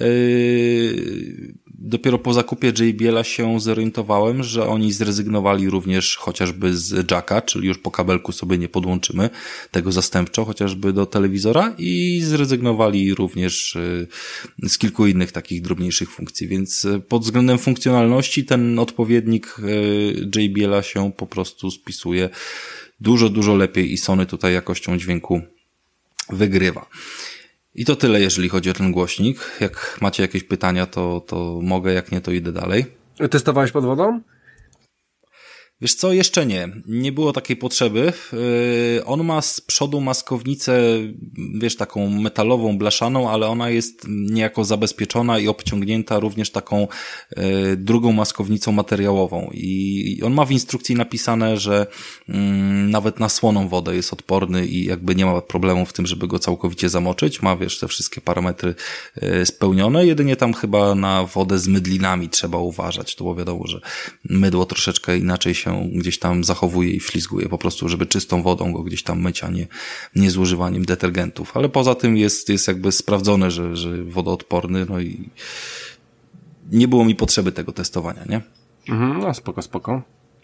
yy, dopiero po zakupie J B L a się zorientowałem, że oni zrezygnowali również chociażby z jacka, czyli już po kabelku sobie nie podłączymy tego zastępczo, chociażby do telewizora i zrezygnowali również yy, z kilku innych takich drobniejszych funkcji, więc pod względem funkcjonalności ten odpowiednik yy, J B L a się po prostu spisuje dużo, dużo lepiej i Sony tutaj jakością dźwięku wygrywa. I to tyle, jeżeli chodzi o ten głośnik. Jak macie jakieś pytania, to, to mogę, jak nie, to idę dalej. Testowałeś pod wodą? Wiesz co, jeszcze nie. Nie było takiej potrzeby. Yy, on ma z przodu maskownicę, wiesz, taką metalową, blaszaną, ale ona jest niejako zabezpieczona i obciągnięta również taką yy, drugą maskownicą materiałową. I on ma w instrukcji napisane, że yy, nawet na słoną wodę jest odporny i jakby nie ma problemu w tym, żeby go całkowicie zamoczyć. Ma, wiesz, te wszystkie parametry yy, spełnione. Jedynie tam chyba na wodę z mydlinami trzeba uważać. To bo wiadomo, że mydło troszeczkę inaczej się gdzieś tam zachowuje i ślizguje, po prostu, żeby czystą wodą go gdzieś tam myć, a nie, nie z używaniem detergentów. Ale poza tym jest, jest jakby sprawdzone, że, że wodoodporny, no i nie było mi potrzeby tego testowania, nie? Mhm, no spoko, spoko.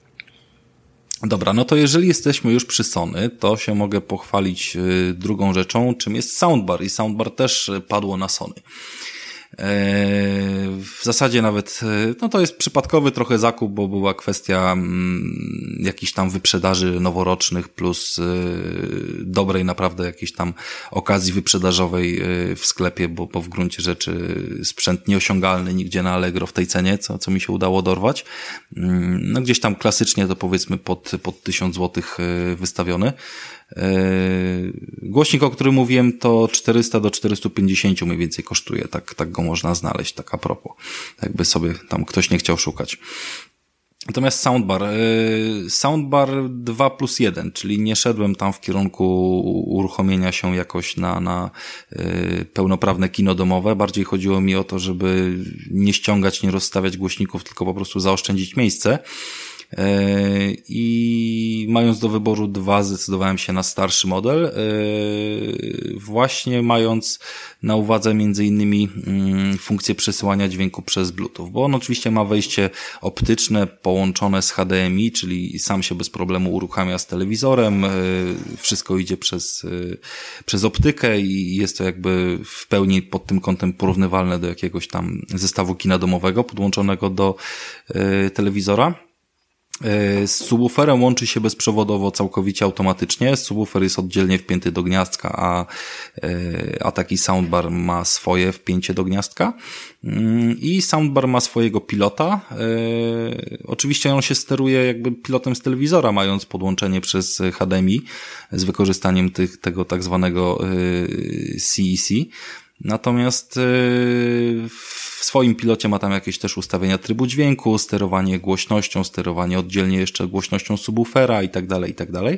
Dobra, no to jeżeli jesteśmy już przy Sony, to się mogę pochwalić drugą rzeczą, czym jest soundbar i soundbar też padło na Sony. W zasadzie nawet, no to jest przypadkowy trochę zakup, bo była kwestia jakichś tam wyprzedaży noworocznych plus dobrej naprawdę jakiejś tam okazji wyprzedażowej w sklepie, bo, bo w gruncie rzeczy sprzęt nieosiągalny nigdzie na Allegro w tej cenie, co, co mi się udało dorwać. No gdzieś tam klasycznie to powiedzmy pod, pod tysiąc złotych wystawiony. Głośnik, o którym mówiłem, to czterysta do czterystu pięćdziesięciu mniej więcej kosztuje, tak, tak go można znaleźć, tak a propos, jakby sobie tam ktoś nie chciał szukać. Natomiast soundbar, soundbar dwa plus jeden, czyli nie szedłem tam w kierunku uruchomienia się jakoś na, na pełnoprawne kino domowe, bardziej chodziło mi o to, żeby nie ściągać, nie rozstawiać głośników, tylko po prostu zaoszczędzić miejsce. I mając do wyboru dwa, zdecydowałem się na starszy model, właśnie mając na uwadze między innymi funkcję przesyłania dźwięku przez Bluetooth, bo on oczywiście ma wejście optyczne połączone z H D M I, czyli sam się bez problemu uruchamia z telewizorem, wszystko idzie przez, przez optykę i jest to jakby w pełni pod tym kątem porównywalne do jakiegoś tam zestawu kina domowego podłączonego do telewizora. Z subwooferem łączy się bezprzewodowo całkowicie automatycznie. Subwoofer jest oddzielnie wpięty do gniazdka, a, a taki soundbar ma swoje wpięcie do gniazdka. I soundbar ma swojego pilota. Oczywiście on się steruje jakby pilotem z telewizora, mając podłączenie przez H D M I z wykorzystaniem tych, tego tak zwanego C E C. Natomiast w swoim pilocie ma tam jakieś też ustawienia trybu dźwięku, sterowanie głośnością, sterowanie oddzielnie jeszcze głośnością subwoofera i tak dalej, i tak dalej.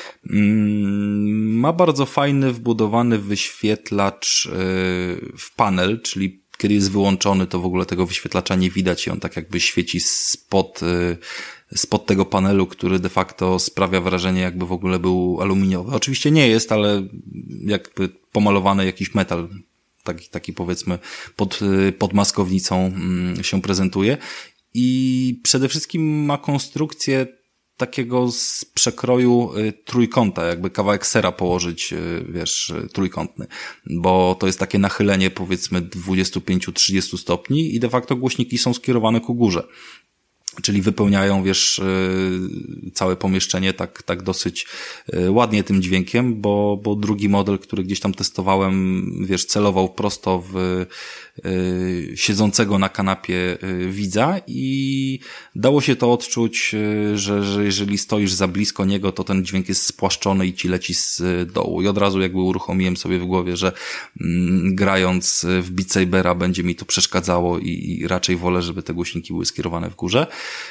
Ma bardzo fajny wbudowany wyświetlacz w panel, czyli kiedy jest wyłączony, to w ogóle tego wyświetlacza nie widać i on tak jakby świeci spod, spod tego panelu, który de facto sprawia wrażenie, jakby w ogóle był aluminiowy. Oczywiście nie jest, ale jakby pomalowany jakiś metal, taki, taki powiedzmy pod, pod maskownicą się prezentuje. I przede wszystkim ma konstrukcję takiego z przekroju trójkąta, jakby kawałek sera położyć, wiesz, trójkątny, bo to jest takie nachylenie powiedzmy dwadzieścia pięć do trzydziestu stopni i de facto głośniki są skierowane ku górze. Czyli wypełniają, wiesz, całe pomieszczenie tak, tak dosyć ładnie tym dźwiękiem, bo, bo drugi model, który gdzieś tam testowałem, wiesz, celował prosto w siedzącego na kanapie widza i dało się to odczuć, że, że jeżeli stoisz za blisko niego, to ten dźwięk jest spłaszczony i ci leci z dołu. I od razu jakby uruchomiłem sobie w głowie, że mm, grając w Beat Sabera będzie mi to przeszkadzało i, i raczej wolę, żeby te głośniki były skierowane w górze.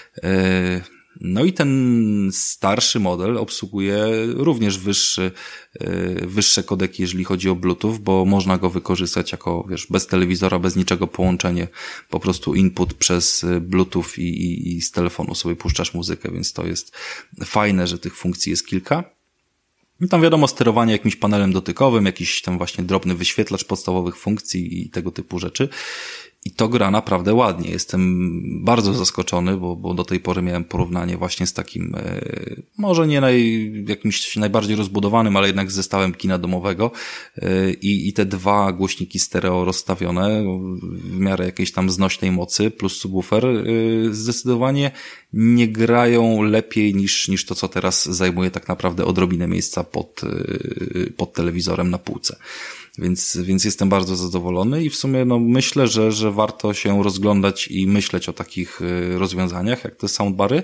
No i ten starszy model obsługuje również wyższy, wyższe kodeki, jeżeli chodzi o Bluetooth, bo można go wykorzystać jako, wiesz, bez telewizora, bez niczego połączenie, po prostu input przez Bluetooth i, i, i z telefonu sobie puszczasz muzykę, więc to jest fajne, że tych funkcji jest kilka. I tam wiadomo, sterowanie jakimś panelem dotykowym, jakiś tam właśnie drobny wyświetlacz podstawowych funkcji i tego typu rzeczy. I to gra naprawdę ładnie. Jestem bardzo zaskoczony, bo, bo do tej pory miałem porównanie właśnie z takim, e, może nie naj, jakimś najbardziej rozbudowanym, ale jednak z zestawem kina domowego e, i, i te dwa głośniki stereo rozstawione w miarę jakiejś tam znośnej mocy plus subwoofer e, zdecydowanie nie grają lepiej niż, niż to, co teraz zajmuje tak naprawdę odrobinę miejsca pod, e, pod telewizorem na półce. Więc, więc jestem bardzo zadowolony i w sumie no myślę, że, że warto się rozglądać i myśleć o takich rozwiązaniach jak te soundbary.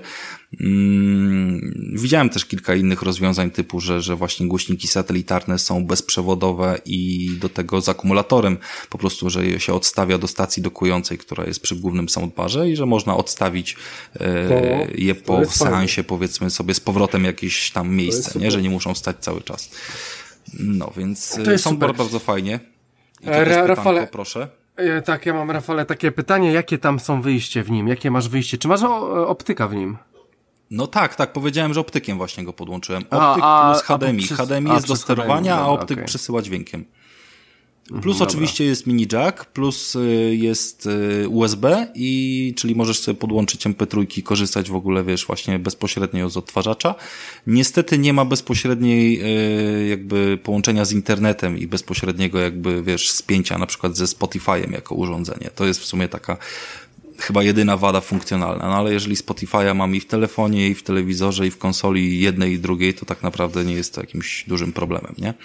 Hmm, widziałem też kilka innych rozwiązań typu, że, że właśnie głośniki satelitarne są bezprzewodowe i do tego z akumulatorem, po prostu, że się odstawia do stacji dokującej, która jest przy głównym soundbarze i że można odstawić e, je po seansie, powiedzmy sobie z powrotem jakieś tam miejsce, nie, że nie muszą stać cały czas. No, więc soundbar bardzo fajnie. I Ra- pytanko, Rafale, proszę. E, tak, ja mam, Rafale, takie pytanie, jakie tam są wyjście w nim? Jakie masz wyjście? Czy masz o, optyka w nim? No tak, tak, powiedziałem, że optykiem właśnie go podłączyłem. Optyk a, plus H D M I. Przez, H D M I a, jest do sterowania, H D M I, a optyk okay. przesyła dźwiękiem. Plus Dobra. oczywiście jest mini jack, plus jest U S B, i czyli możesz sobie podłączyć em pe trzy i korzystać w ogóle, wiesz, właśnie bezpośrednio z odtwarzacza. Niestety nie ma bezpośredniej jakby połączenia z internetem i bezpośredniego jakby, wiesz, spięcia na przykład ze Spotify'em jako urządzenie. To jest w sumie taka chyba jedyna wada funkcjonalna, no ale jeżeli Spotify'a mam i w telefonie, i w telewizorze, i w konsoli jednej i drugiej, to tak naprawdę nie jest to jakimś dużym problemem, nie?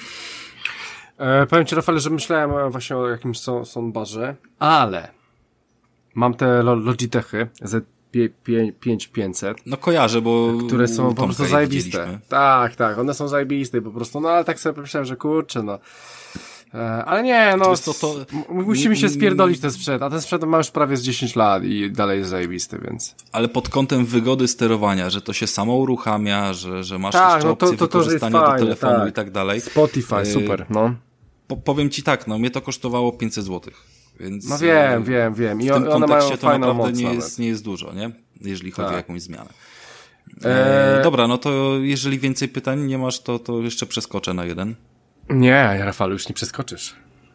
E, powiem Ci, Rafale, że myślałem właśnie o jakimś soundbarze, ale mam te Logitechy Z pięć tysięcy pięćset. No kojarzę, bo które są po prostu zajebiste. Widzieliśmy. Tak, tak, one są zajebiste po prostu, no ale tak sobie pomyślałem, że kurczę, no. E, ale nie, no, to, to, m- musimy się spierdolić ten sprzęt, a ten sprzęt ma już prawie z dziesięć lat i dalej jest zajebisty, więc... Ale pod kątem wygody sterowania, że to się samo uruchamia, że, że masz tak, jeszcze no to, opcję to, to, wykorzystania jest do fajne, telefonu tak. i tak dalej. Spotify, super, no. Po, powiem Ci tak, no mnie to kosztowało pięćset złotych, więc... No wiem, wiem, wiem. I w tym one mają kontekście to fajną naprawdę moc nie nawet. jest, nie jest dużo, nie? Jeżeli chodzi Tak. o jakąś zmianę. E, Eee... Dobra, no to jeżeli więcej pytań nie masz, to, to jeszcze przeskoczę na jeden. Nie, Rafał, już nie przeskoczysz.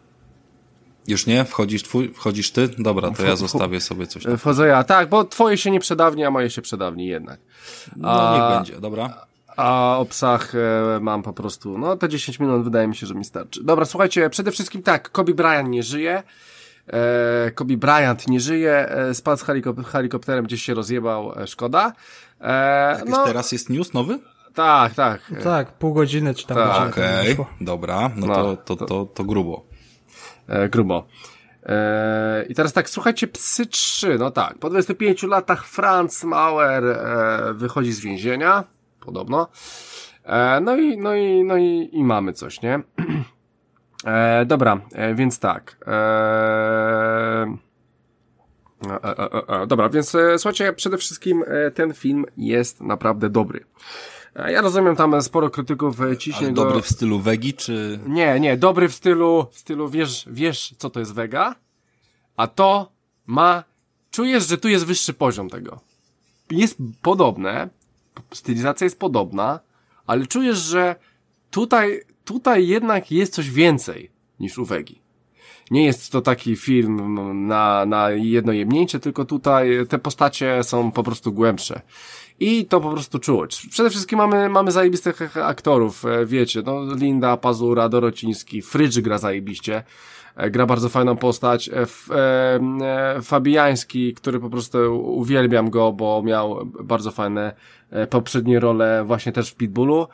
Już nie? Wchodzisz twój? Wchodzisz ty? Dobra, to ja zostawię sobie coś tam. Wchodzę ja, tak, bo twoje się nie przedawni, a moje się przedawni jednak. No A- niech będzie, dobra. A o psach e, mam po prostu, no te dziesięć minut wydaje mi się, że mi starczy. Dobra, słuchajcie, przede wszystkim tak, Kobe Bryant nie żyje. E, Kobe Bryant nie żyje, e, spadł z helikop- helikopterem, gdzieś się rozjebał, e, szkoda. E, Jakiś no, teraz jest news nowy? tak, tak. Tak, pół godziny czy tam Tak, godziny Okej, temu wyszło. dobra, no, No, to, to, to, to grubo. E, grubo. E, I teraz tak, słuchajcie, Psy trzy, no tak, po dwudziestu pięciu latach Franz Mauer e, wychodzi z więzienia, podobno. E, no i, no i, no i, i mamy coś, nie? E, dobra, e, więc tak. E, e, e, e, dobra, więc e, słuchajcie, przede wszystkim e, ten film jest naprawdę dobry. E, ja rozumiem, tam sporo krytyków e, ciśnie Ale go... dobry w stylu wegi, czy... Nie, nie, dobry w stylu, w stylu wiesz, wiesz co to jest wega, a to ma, czujesz, że tu jest wyższy poziom tego. Jest podobne, stylizacja jest podobna, ale czujesz, że tutaj, tutaj jednak jest coś więcej niż u wegi. Nie jest to taki film na, na jedno jebnięcie, tylko tutaj te postacie są po prostu głębsze. I to po prostu czuć. Przede wszystkim mamy, mamy zajebistych aktorów, e, wiecie, no Linda, Pazura, Dorociński, Frydż gra zajebiście, e, gra bardzo fajną postać, e, f, e, e, Fabiański, który po prostu uwielbiam go, bo miał bardzo fajne e, poprzednie role właśnie też w Pitbullu.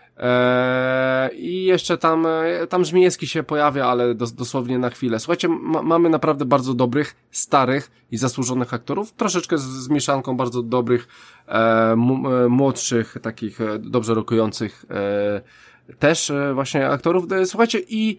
Eee, I jeszcze tam, tam Żmijewski się pojawia, ale dos, dosłownie na chwilę. Słuchajcie, ma, mamy naprawdę bardzo dobrych, starych i zasłużonych aktorów, troszeczkę z, z mieszanką bardzo dobrych, e, m, e, młodszych, takich e, dobrze rokujących e, też e, właśnie aktorów. E, słuchajcie, i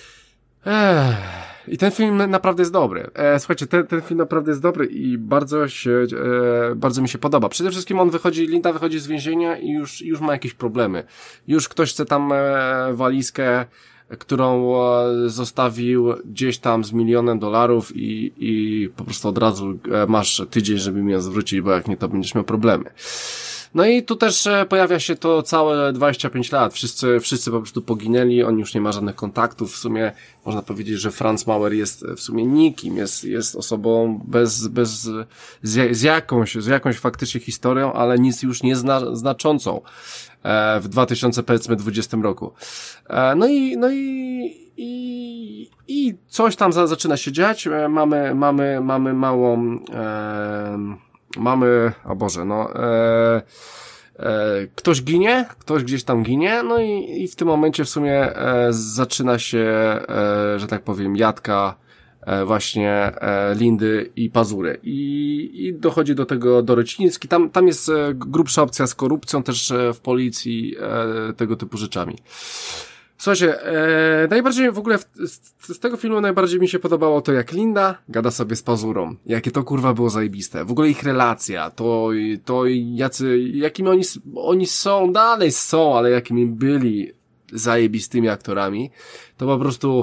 e, i ten film naprawdę jest dobry. E, słuchajcie, ten, ten film naprawdę jest dobry i bardzo się, e, bardzo mi się podoba. Przede wszystkim on wychodzi, Linda wychodzi z więzienia i już, już ma jakieś problemy. Już ktoś chce tam e, walizkę, którą e, zostawił gdzieś tam z milionem dolarów i, i po prostu od razu e, masz tydzień, żeby mi ją zwrócić, bo jak nie, to będziesz miał problemy. No i tu też e, pojawia się to całe dwadzieścia pięć lat. Wszyscy, wszyscy po prostu poginęli, on już nie ma żadnych kontaktów. W sumie można powiedzieć, że Franz Mauer jest w sumie nikim, jest, jest osobą bez, bez, z, z jakąś, z jakąś faktycznie historią, ale nic już nie zna, znaczącą e, w dwa tysiące dwudziestym roku. E, no i, no i, i, i coś tam za, zaczyna się dziać. E, mamy, mamy, mamy małą, e, mamy, o Boże, no, e, e, ktoś ginie, ktoś gdzieś tam ginie, no i, i w tym momencie w sumie e, zaczyna się, e, że tak powiem, jadka e, właśnie e, Lindy i Pazury. I, i dochodzi do tego Dorociński. Tam, tam jest e, grubsza opcja z korupcją też e, w policji, e, tego typu rzeczami. Słuchajcie, e, najbardziej w ogóle w, z, z tego filmu najbardziej mi się podobało to, jak Linda gada sobie z Pazurą. Jakie to kurwa było zajebiste. W ogóle ich relacja, to, to jacy, jakimi oni, oni są, dalej są, ale jakimi byli zajebistymi aktorami. To po prostu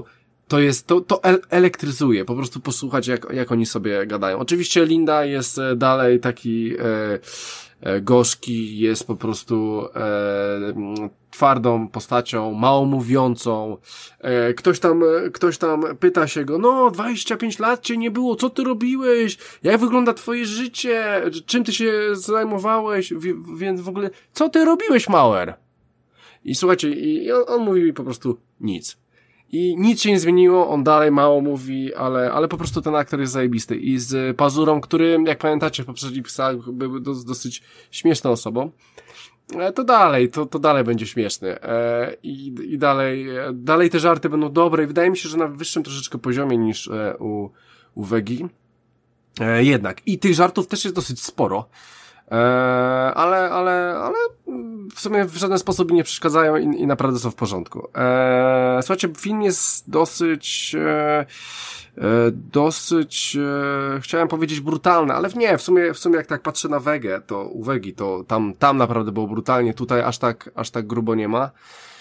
to jest, to, to el- elektryzuje, po prostu posłuchać jak, jak oni sobie gadają. Oczywiście Linda jest dalej taki, e, e, gorzki, jest po prostu, e, twardą postacią, mało mówiącą. E, ktoś tam, ktoś tam pyta się go, no, dwadzieścia pięć lat cię nie było, co ty robiłeś? Jak wygląda twoje życie? Czym ty się zajmowałeś? W, więc w ogóle, co ty robiłeś, Mauer? I słuchajcie, i on, on mówi po prostu nic. I nic się nie zmieniło, on dalej mało mówi, ale, ale po prostu ten aktor jest zajebisty. I z Pazurą, który, jak pamiętacie, w poprzednich psach był dos, dosyć śmieszną osobą, to dalej, to, to dalej będzie śmieszny. E, i, I dalej, dalej te żarty będą dobre i wydaje mi się, że na wyższym troszeczkę poziomie niż e, u, u Wegi. E, jednak. I tych żartów też jest dosyć sporo. E, ale, ale, ale w sumie w żaden sposób mi nie przeszkadzają i, i naprawdę są w porządku. E, słuchajcie, film jest dosyć, e, e, dosyć, e, chciałem powiedzieć brutalny, ale nie, w sumie, w sumie jak tak patrzę na Wegę, to u Wegi, to tam, tam naprawdę było brutalnie, tutaj aż tak, aż tak grubo nie ma.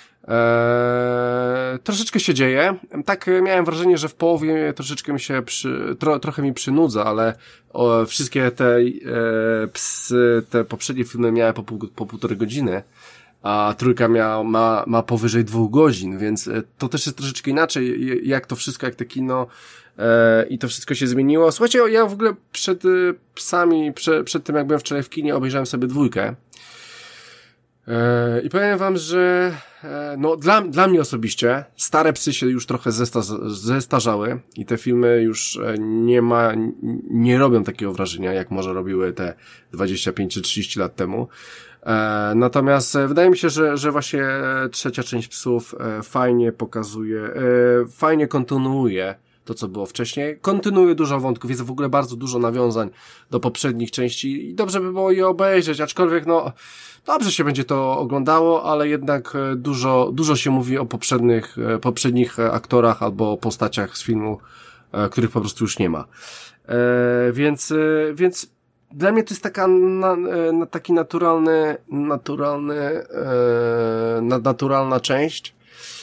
Eee, troszeczkę się dzieje. Tak miałem wrażenie, że w połowie troszeczkę mi się przy, tro, trochę mi przynudza, ale o, wszystkie te e, psy, te poprzednie filmy miały po, pół, po półtorej godziny, a trójka miała, ma, ma powyżej dwóch godzin, więc to też jest troszeczkę inaczej, jak to wszystko, jak te kino e, i to wszystko się zmieniło. Słuchajcie, ja w ogóle przed psami, przed, przed tym jak byłem wczoraj w kinie, obejrzałem sobie dwójkę. I powiem wam, że no dla, dla mnie osobiście stare psy się już trochę zesta, zestarzały i te filmy już nie ma, nie robią takiego wrażenia, jak może robiły te dwadzieścia pięć czy trzydzieści lat temu. Natomiast wydaje mi się, że, że właśnie trzecia część Psów fajnie pokazuje, fajnie kontynuuje to, co było wcześniej. Kontynuuje dużo wątków, jest w ogóle bardzo dużo nawiązań do poprzednich części i dobrze by było je obejrzeć, aczkolwiek no dobrze się będzie to oglądało, ale jednak dużo, dużo się mówi o poprzednich, poprzednich aktorach albo postaciach z filmu, których po prostu już nie ma. E, więc, więc dla mnie to jest taka, na, na, taki naturalny, naturalny, e, naturalna część.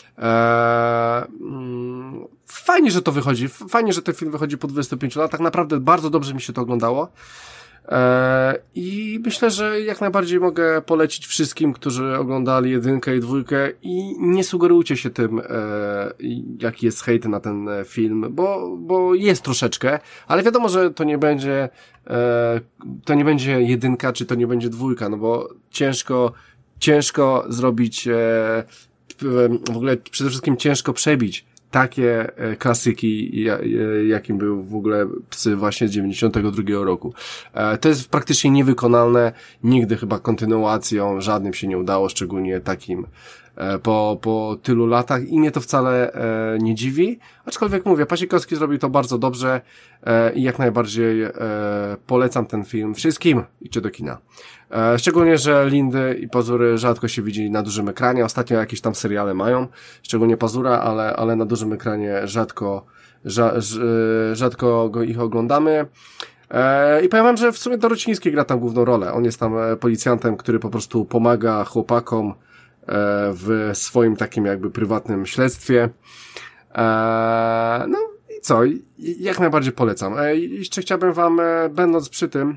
Eee, fajnie, że to wychodzi, fajnie, że ten film wychodzi po dwudziestu pięciu latach, naprawdę bardzo dobrze mi się to oglądało eee, i myślę, że jak najbardziej mogę polecić wszystkim, którzy oglądali jedynkę i dwójkę i nie sugerujcie się tym, eee, jaki jest hejt na ten film, bo, bo jest troszeczkę, ale wiadomo, że to nie będzie eee, to nie będzie jedynka, czy to nie będzie dwójka, no bo ciężko ciężko zrobić eee, w ogóle przede wszystkim ciężko przebić takie klasyki, jakim był w ogóle Psy właśnie z dziewięćdziesiątego drugiego roku. To jest praktycznie niewykonalne, nigdy chyba kontynuacją żadnym się nie udało, szczególnie takim po, po tylu latach i mnie to wcale e, nie dziwi, aczkolwiek mówię, Pasikowski zrobił to bardzo dobrze e, i jak najbardziej e, polecam ten film wszystkim, idźcie do kina. E, szczególnie, że Lindy i Pazury rzadko się widzi na dużym ekranie, ostatnio jakieś tam seriale mają, szczególnie Pazura, ale, ale na dużym ekranie rzadko, rza, rzadko go ich oglądamy. E, I powiem wam, że w sumie Dorociński gra tam główną rolę, on jest tam policjantem, który po prostu pomaga chłopakom w swoim takim jakby prywatnym śledztwie. Eee, no i co? Jak najbardziej polecam. Eee, jeszcze chciałbym wam, będąc przy tym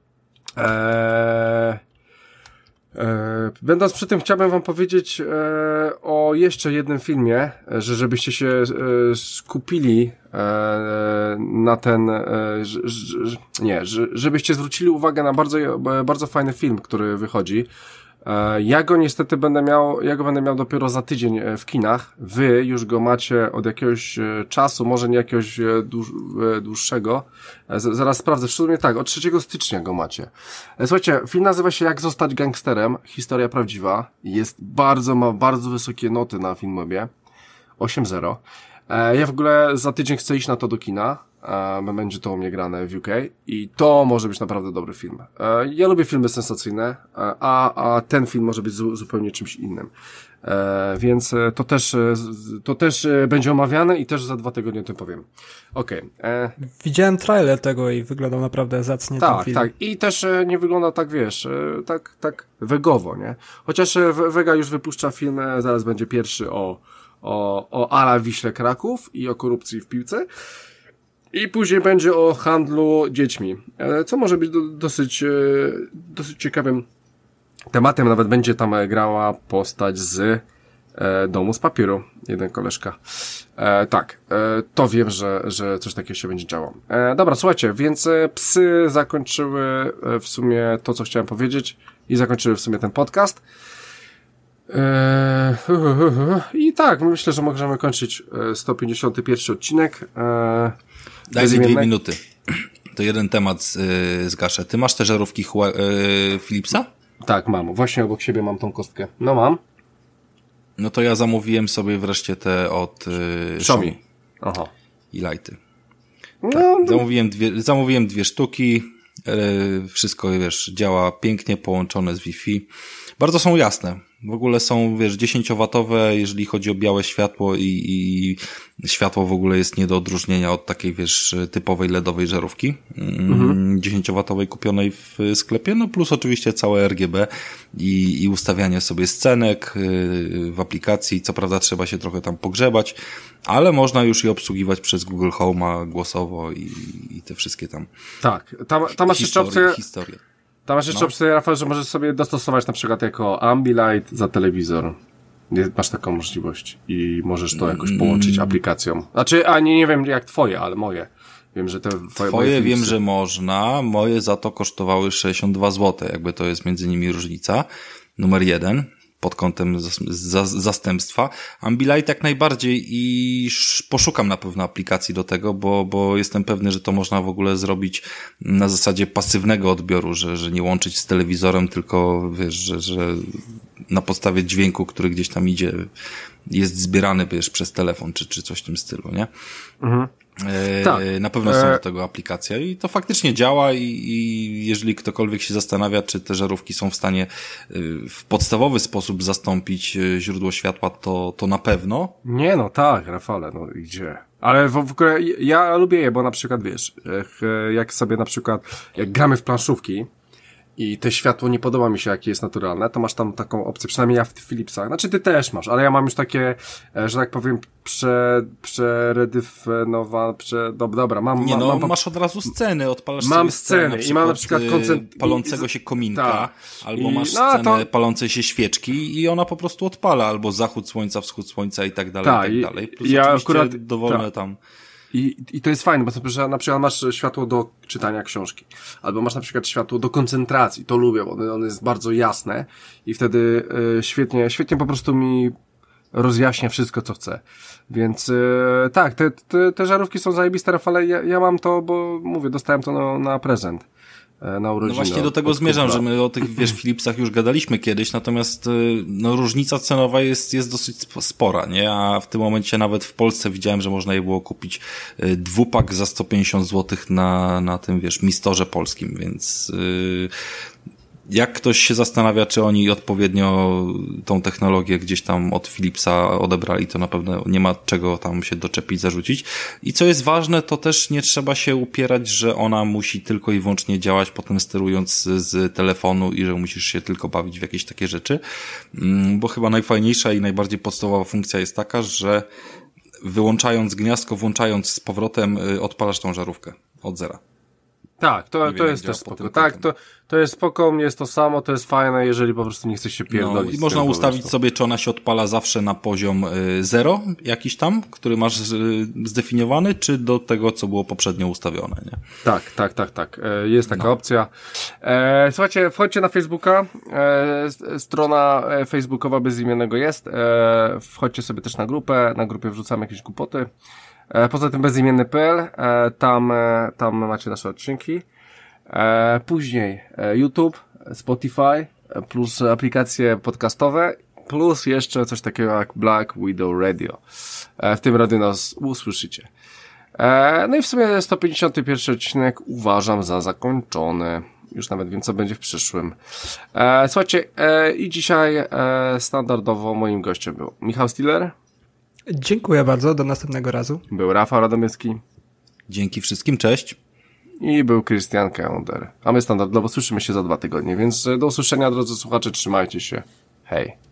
eee, eee, będąc przy tym chciałbym wam powiedzieć eee, o jeszcze jednym filmie, że żebyście się e, skupili eee, na ten e, ż, ż, nie, że, żebyście zwrócili uwagę na bardzo, bardzo fajny film, który wychodzi. Ja go niestety będę miał, ja go będę miał dopiero za tydzień w kinach. Wy już go macie od jakiegoś czasu, może nie jakiegoś dłuż, dłuższego. Zaraz sprawdzę, w sumie tak, od trzeciego stycznia go macie. Słuchajcie, film nazywa się Jak zostać gangsterem. Historia prawdziwa. Jest bardzo, ma bardzo wysokie noty na Filmwebie. osiem zero. Ja w ogóle za tydzień chcę iść na to do kina. Będzie to u mnie grane w U K i to może być naprawdę dobry film. Ja lubię filmy sensacyjne, a, a ten film może być zu, zupełnie czymś innym. Więc to też, to też będzie omawiane i też za dwa tygodnie o tym powiem. Okej. Okay. Widziałem trailer tego i wyglądał naprawdę zacnie tak, ten film. Tak, tak. I też nie wygląda tak, wiesz, tak, tak wegowo, nie? Chociaż Wega już wypuszcza film, zaraz będzie pierwszy o o, o Ala Wiśle Kraków i o korupcji w piłce. I później będzie o handlu dziećmi, co może być do, dosyć, dosyć ciekawym tematem. Nawet będzie tam grała postać z e, Domu z papieru, jeden koleżka. E, tak, e, to wiem, że, że coś takiego się będzie działo. E, dobra, słuchajcie, więc psy zakończyły w sumie to, co chciałem powiedzieć i zakończyły w sumie ten podcast. E, I tak, myślę, że możemy kończyć sto pięćdziesiąty pierwszy odcinek. E, Daj mi dwie minuty. To jeden temat yy, zgaszę. Ty masz te żarówki Hua, yy, Philipsa? Tak, mam. Właśnie obok siebie mam tą kostkę. No mam. No to ja zamówiłem sobie wreszcie te od yy, Xiaomi. Aha. I Lighty. No, Tak. no. Zamówiłem, dwie, zamówiłem dwie sztuki. Yy, wszystko, wiesz, działa pięknie, połączone z Wi-Fi. Bardzo są jasne. W ogóle są, wiesz, dziesięciowatowe, jeżeli chodzi o białe światło i, i światło w ogóle jest nie do odróżnienia od takiej, wiesz, typowej LEDowej żarówki. Mhm. dziesięciowatowej kupionej w sklepie, no plus oczywiście całe R G B i, i ustawianie sobie scenek w aplikacji. Co prawda trzeba się trochę tam pogrzebać, ale można już je obsługiwać przez Google Home'a głosowo i, i te wszystkie tam. Tak, tam, tam masz jeszcze opcję. Historię. Tam masz jeszcze No. opcję, Rafał, że możesz sobie dostosować na przykład jako Ambilight za telewizor. Masz taką możliwość i możesz to jakoś połączyć aplikacją. Znaczy, a nie, nie wiem jak twoje, ale moje. Wiem, że te twoje, Twoje wiem, że można. Moje za to kosztowały sześćdziesiąt dwa złote. Jakby to jest między nimi różnica. Numer jeden. Pod kątem zas- zas- zastępstwa. Ambilight jak najbardziej i sz- poszukam na pewno aplikacji do tego, bo, bo jestem pewny, że to można w ogóle zrobić na zasadzie pasywnego odbioru, że, że nie łączyć z telewizorem, tylko wiesz, że, że na podstawie dźwięku, który gdzieś tam idzie, jest zbierany, wiesz, przez telefon, czy, czy coś w tym stylu, nie? Mhm. E, Tak. Na pewno są do tego aplikacja i to faktycznie działa i, i jeżeli ktokolwiek się zastanawia, czy te żarówki są w stanie w podstawowy sposób zastąpić źródło światła, to, to na pewno. Nie no, tak, Rafale, no gdzie? Ale w, w ogóle ja lubię je, bo na przykład wiesz, jak, jak sobie na przykład, jak gramy w planszówki i te światło nie podoba mi się, jakie jest naturalne, to masz tam taką opcję, przynajmniej ja w Philipsach, znaczy ty też masz, ale ja mam już takie, że tak powiem, prze, przeredyfnowa, prze, do, dobra, mam, Nie mam, no, mam, masz od razu sceny, odpalasz mam sobie sceny scenę, i mam na przykład koncent... palącego i, się kominka, tak. albo I, masz no, scenę to... palącej się świeczki i ona po prostu odpala, albo zachód słońca, wschód słońca i tak dalej, Ta, i tak dalej. Plus ja oczywiście akurat, dowolne ta. tam... I, I to jest fajne, bo że na przykład masz światło do czytania książki, albo masz na przykład światło do koncentracji, to lubię, bo ono jest bardzo jasne i wtedy y, świetnie, świetnie po prostu mi rozjaśnia wszystko, co chcę. Więc y, tak, te, te, te żarówki są zajebiste, Rafale, ja, ja mam to, bo mówię, dostałem to na, na prezent. Na urodziny. No właśnie do tego zmierzam, że my o tych, wiesz, Philipsach już gadaliśmy kiedyś, natomiast no różnica cenowa jest, jest dosyć spora, nie? A w tym momencie nawet w Polsce widziałem, że można je było kupić dwupak za sto pięćdziesiąt złotych na, na tym, wiesz, Mistorze polskim, więc yy, jak ktoś się zastanawia, czy oni odpowiednio tą technologię gdzieś tam od Philipsa odebrali, to na pewno nie ma czego tam się doczepić, zarzucić. I co jest ważne, to też nie trzeba się upierać, że ona musi tylko i wyłącznie działać potem sterując z telefonu i że musisz się tylko bawić w jakieś takie rzeczy. Bo chyba najfajniejsza i najbardziej podstawowa funkcja jest taka, że wyłączając gniazdko, włączając z powrotem, odpalasz tą żarówkę od zera. Tak, to, wiem, to jest jak też działa pod spoko. tym Tak, kątem. to, to jest spoko, mnie jest to samo, to jest fajne, jeżeli po prostu nie chcesz się pierdolić. No, i z można tym, ustawić po sobie, czy ona się odpala zawsze na poziom y, zero, jakiś tam, który masz y, zdefiniowany, czy do tego, co było poprzednio ustawione, nie? Tak, tak, tak, tak. E, jest taka No. opcja. E, słuchajcie, wchodźcie na Facebooka. E, strona facebookowa bezimiennego jest. E, wchodźcie sobie też na grupę. Na grupie wrzucamy jakieś głupoty. E, poza tym bezimienny kropka p l. E, tam, e, tam macie nasze odcinki. E, później e, YouTube, Spotify, e, plus aplikacje podcastowe, plus jeszcze coś takiego jak Black Widow Radio. E, w tym radio nas usłyszycie. E, no i w sumie sto pięćdziesiąty pierwszy odcinek uważam za zakończony. Już nawet wiem, co będzie w przyszłym. E, słuchajcie, e, i dzisiaj e, standardowo moim gościem był Michał Stiller. Dziękuję bardzo, do następnego razu. Był Rafał Radomyski. Dzięki wszystkim, cześć. I był Krystian Kender. A my standardowo słyszymy się za dwa tygodnie, więc do usłyszenia, drodzy słuchacze, trzymajcie się. Hej.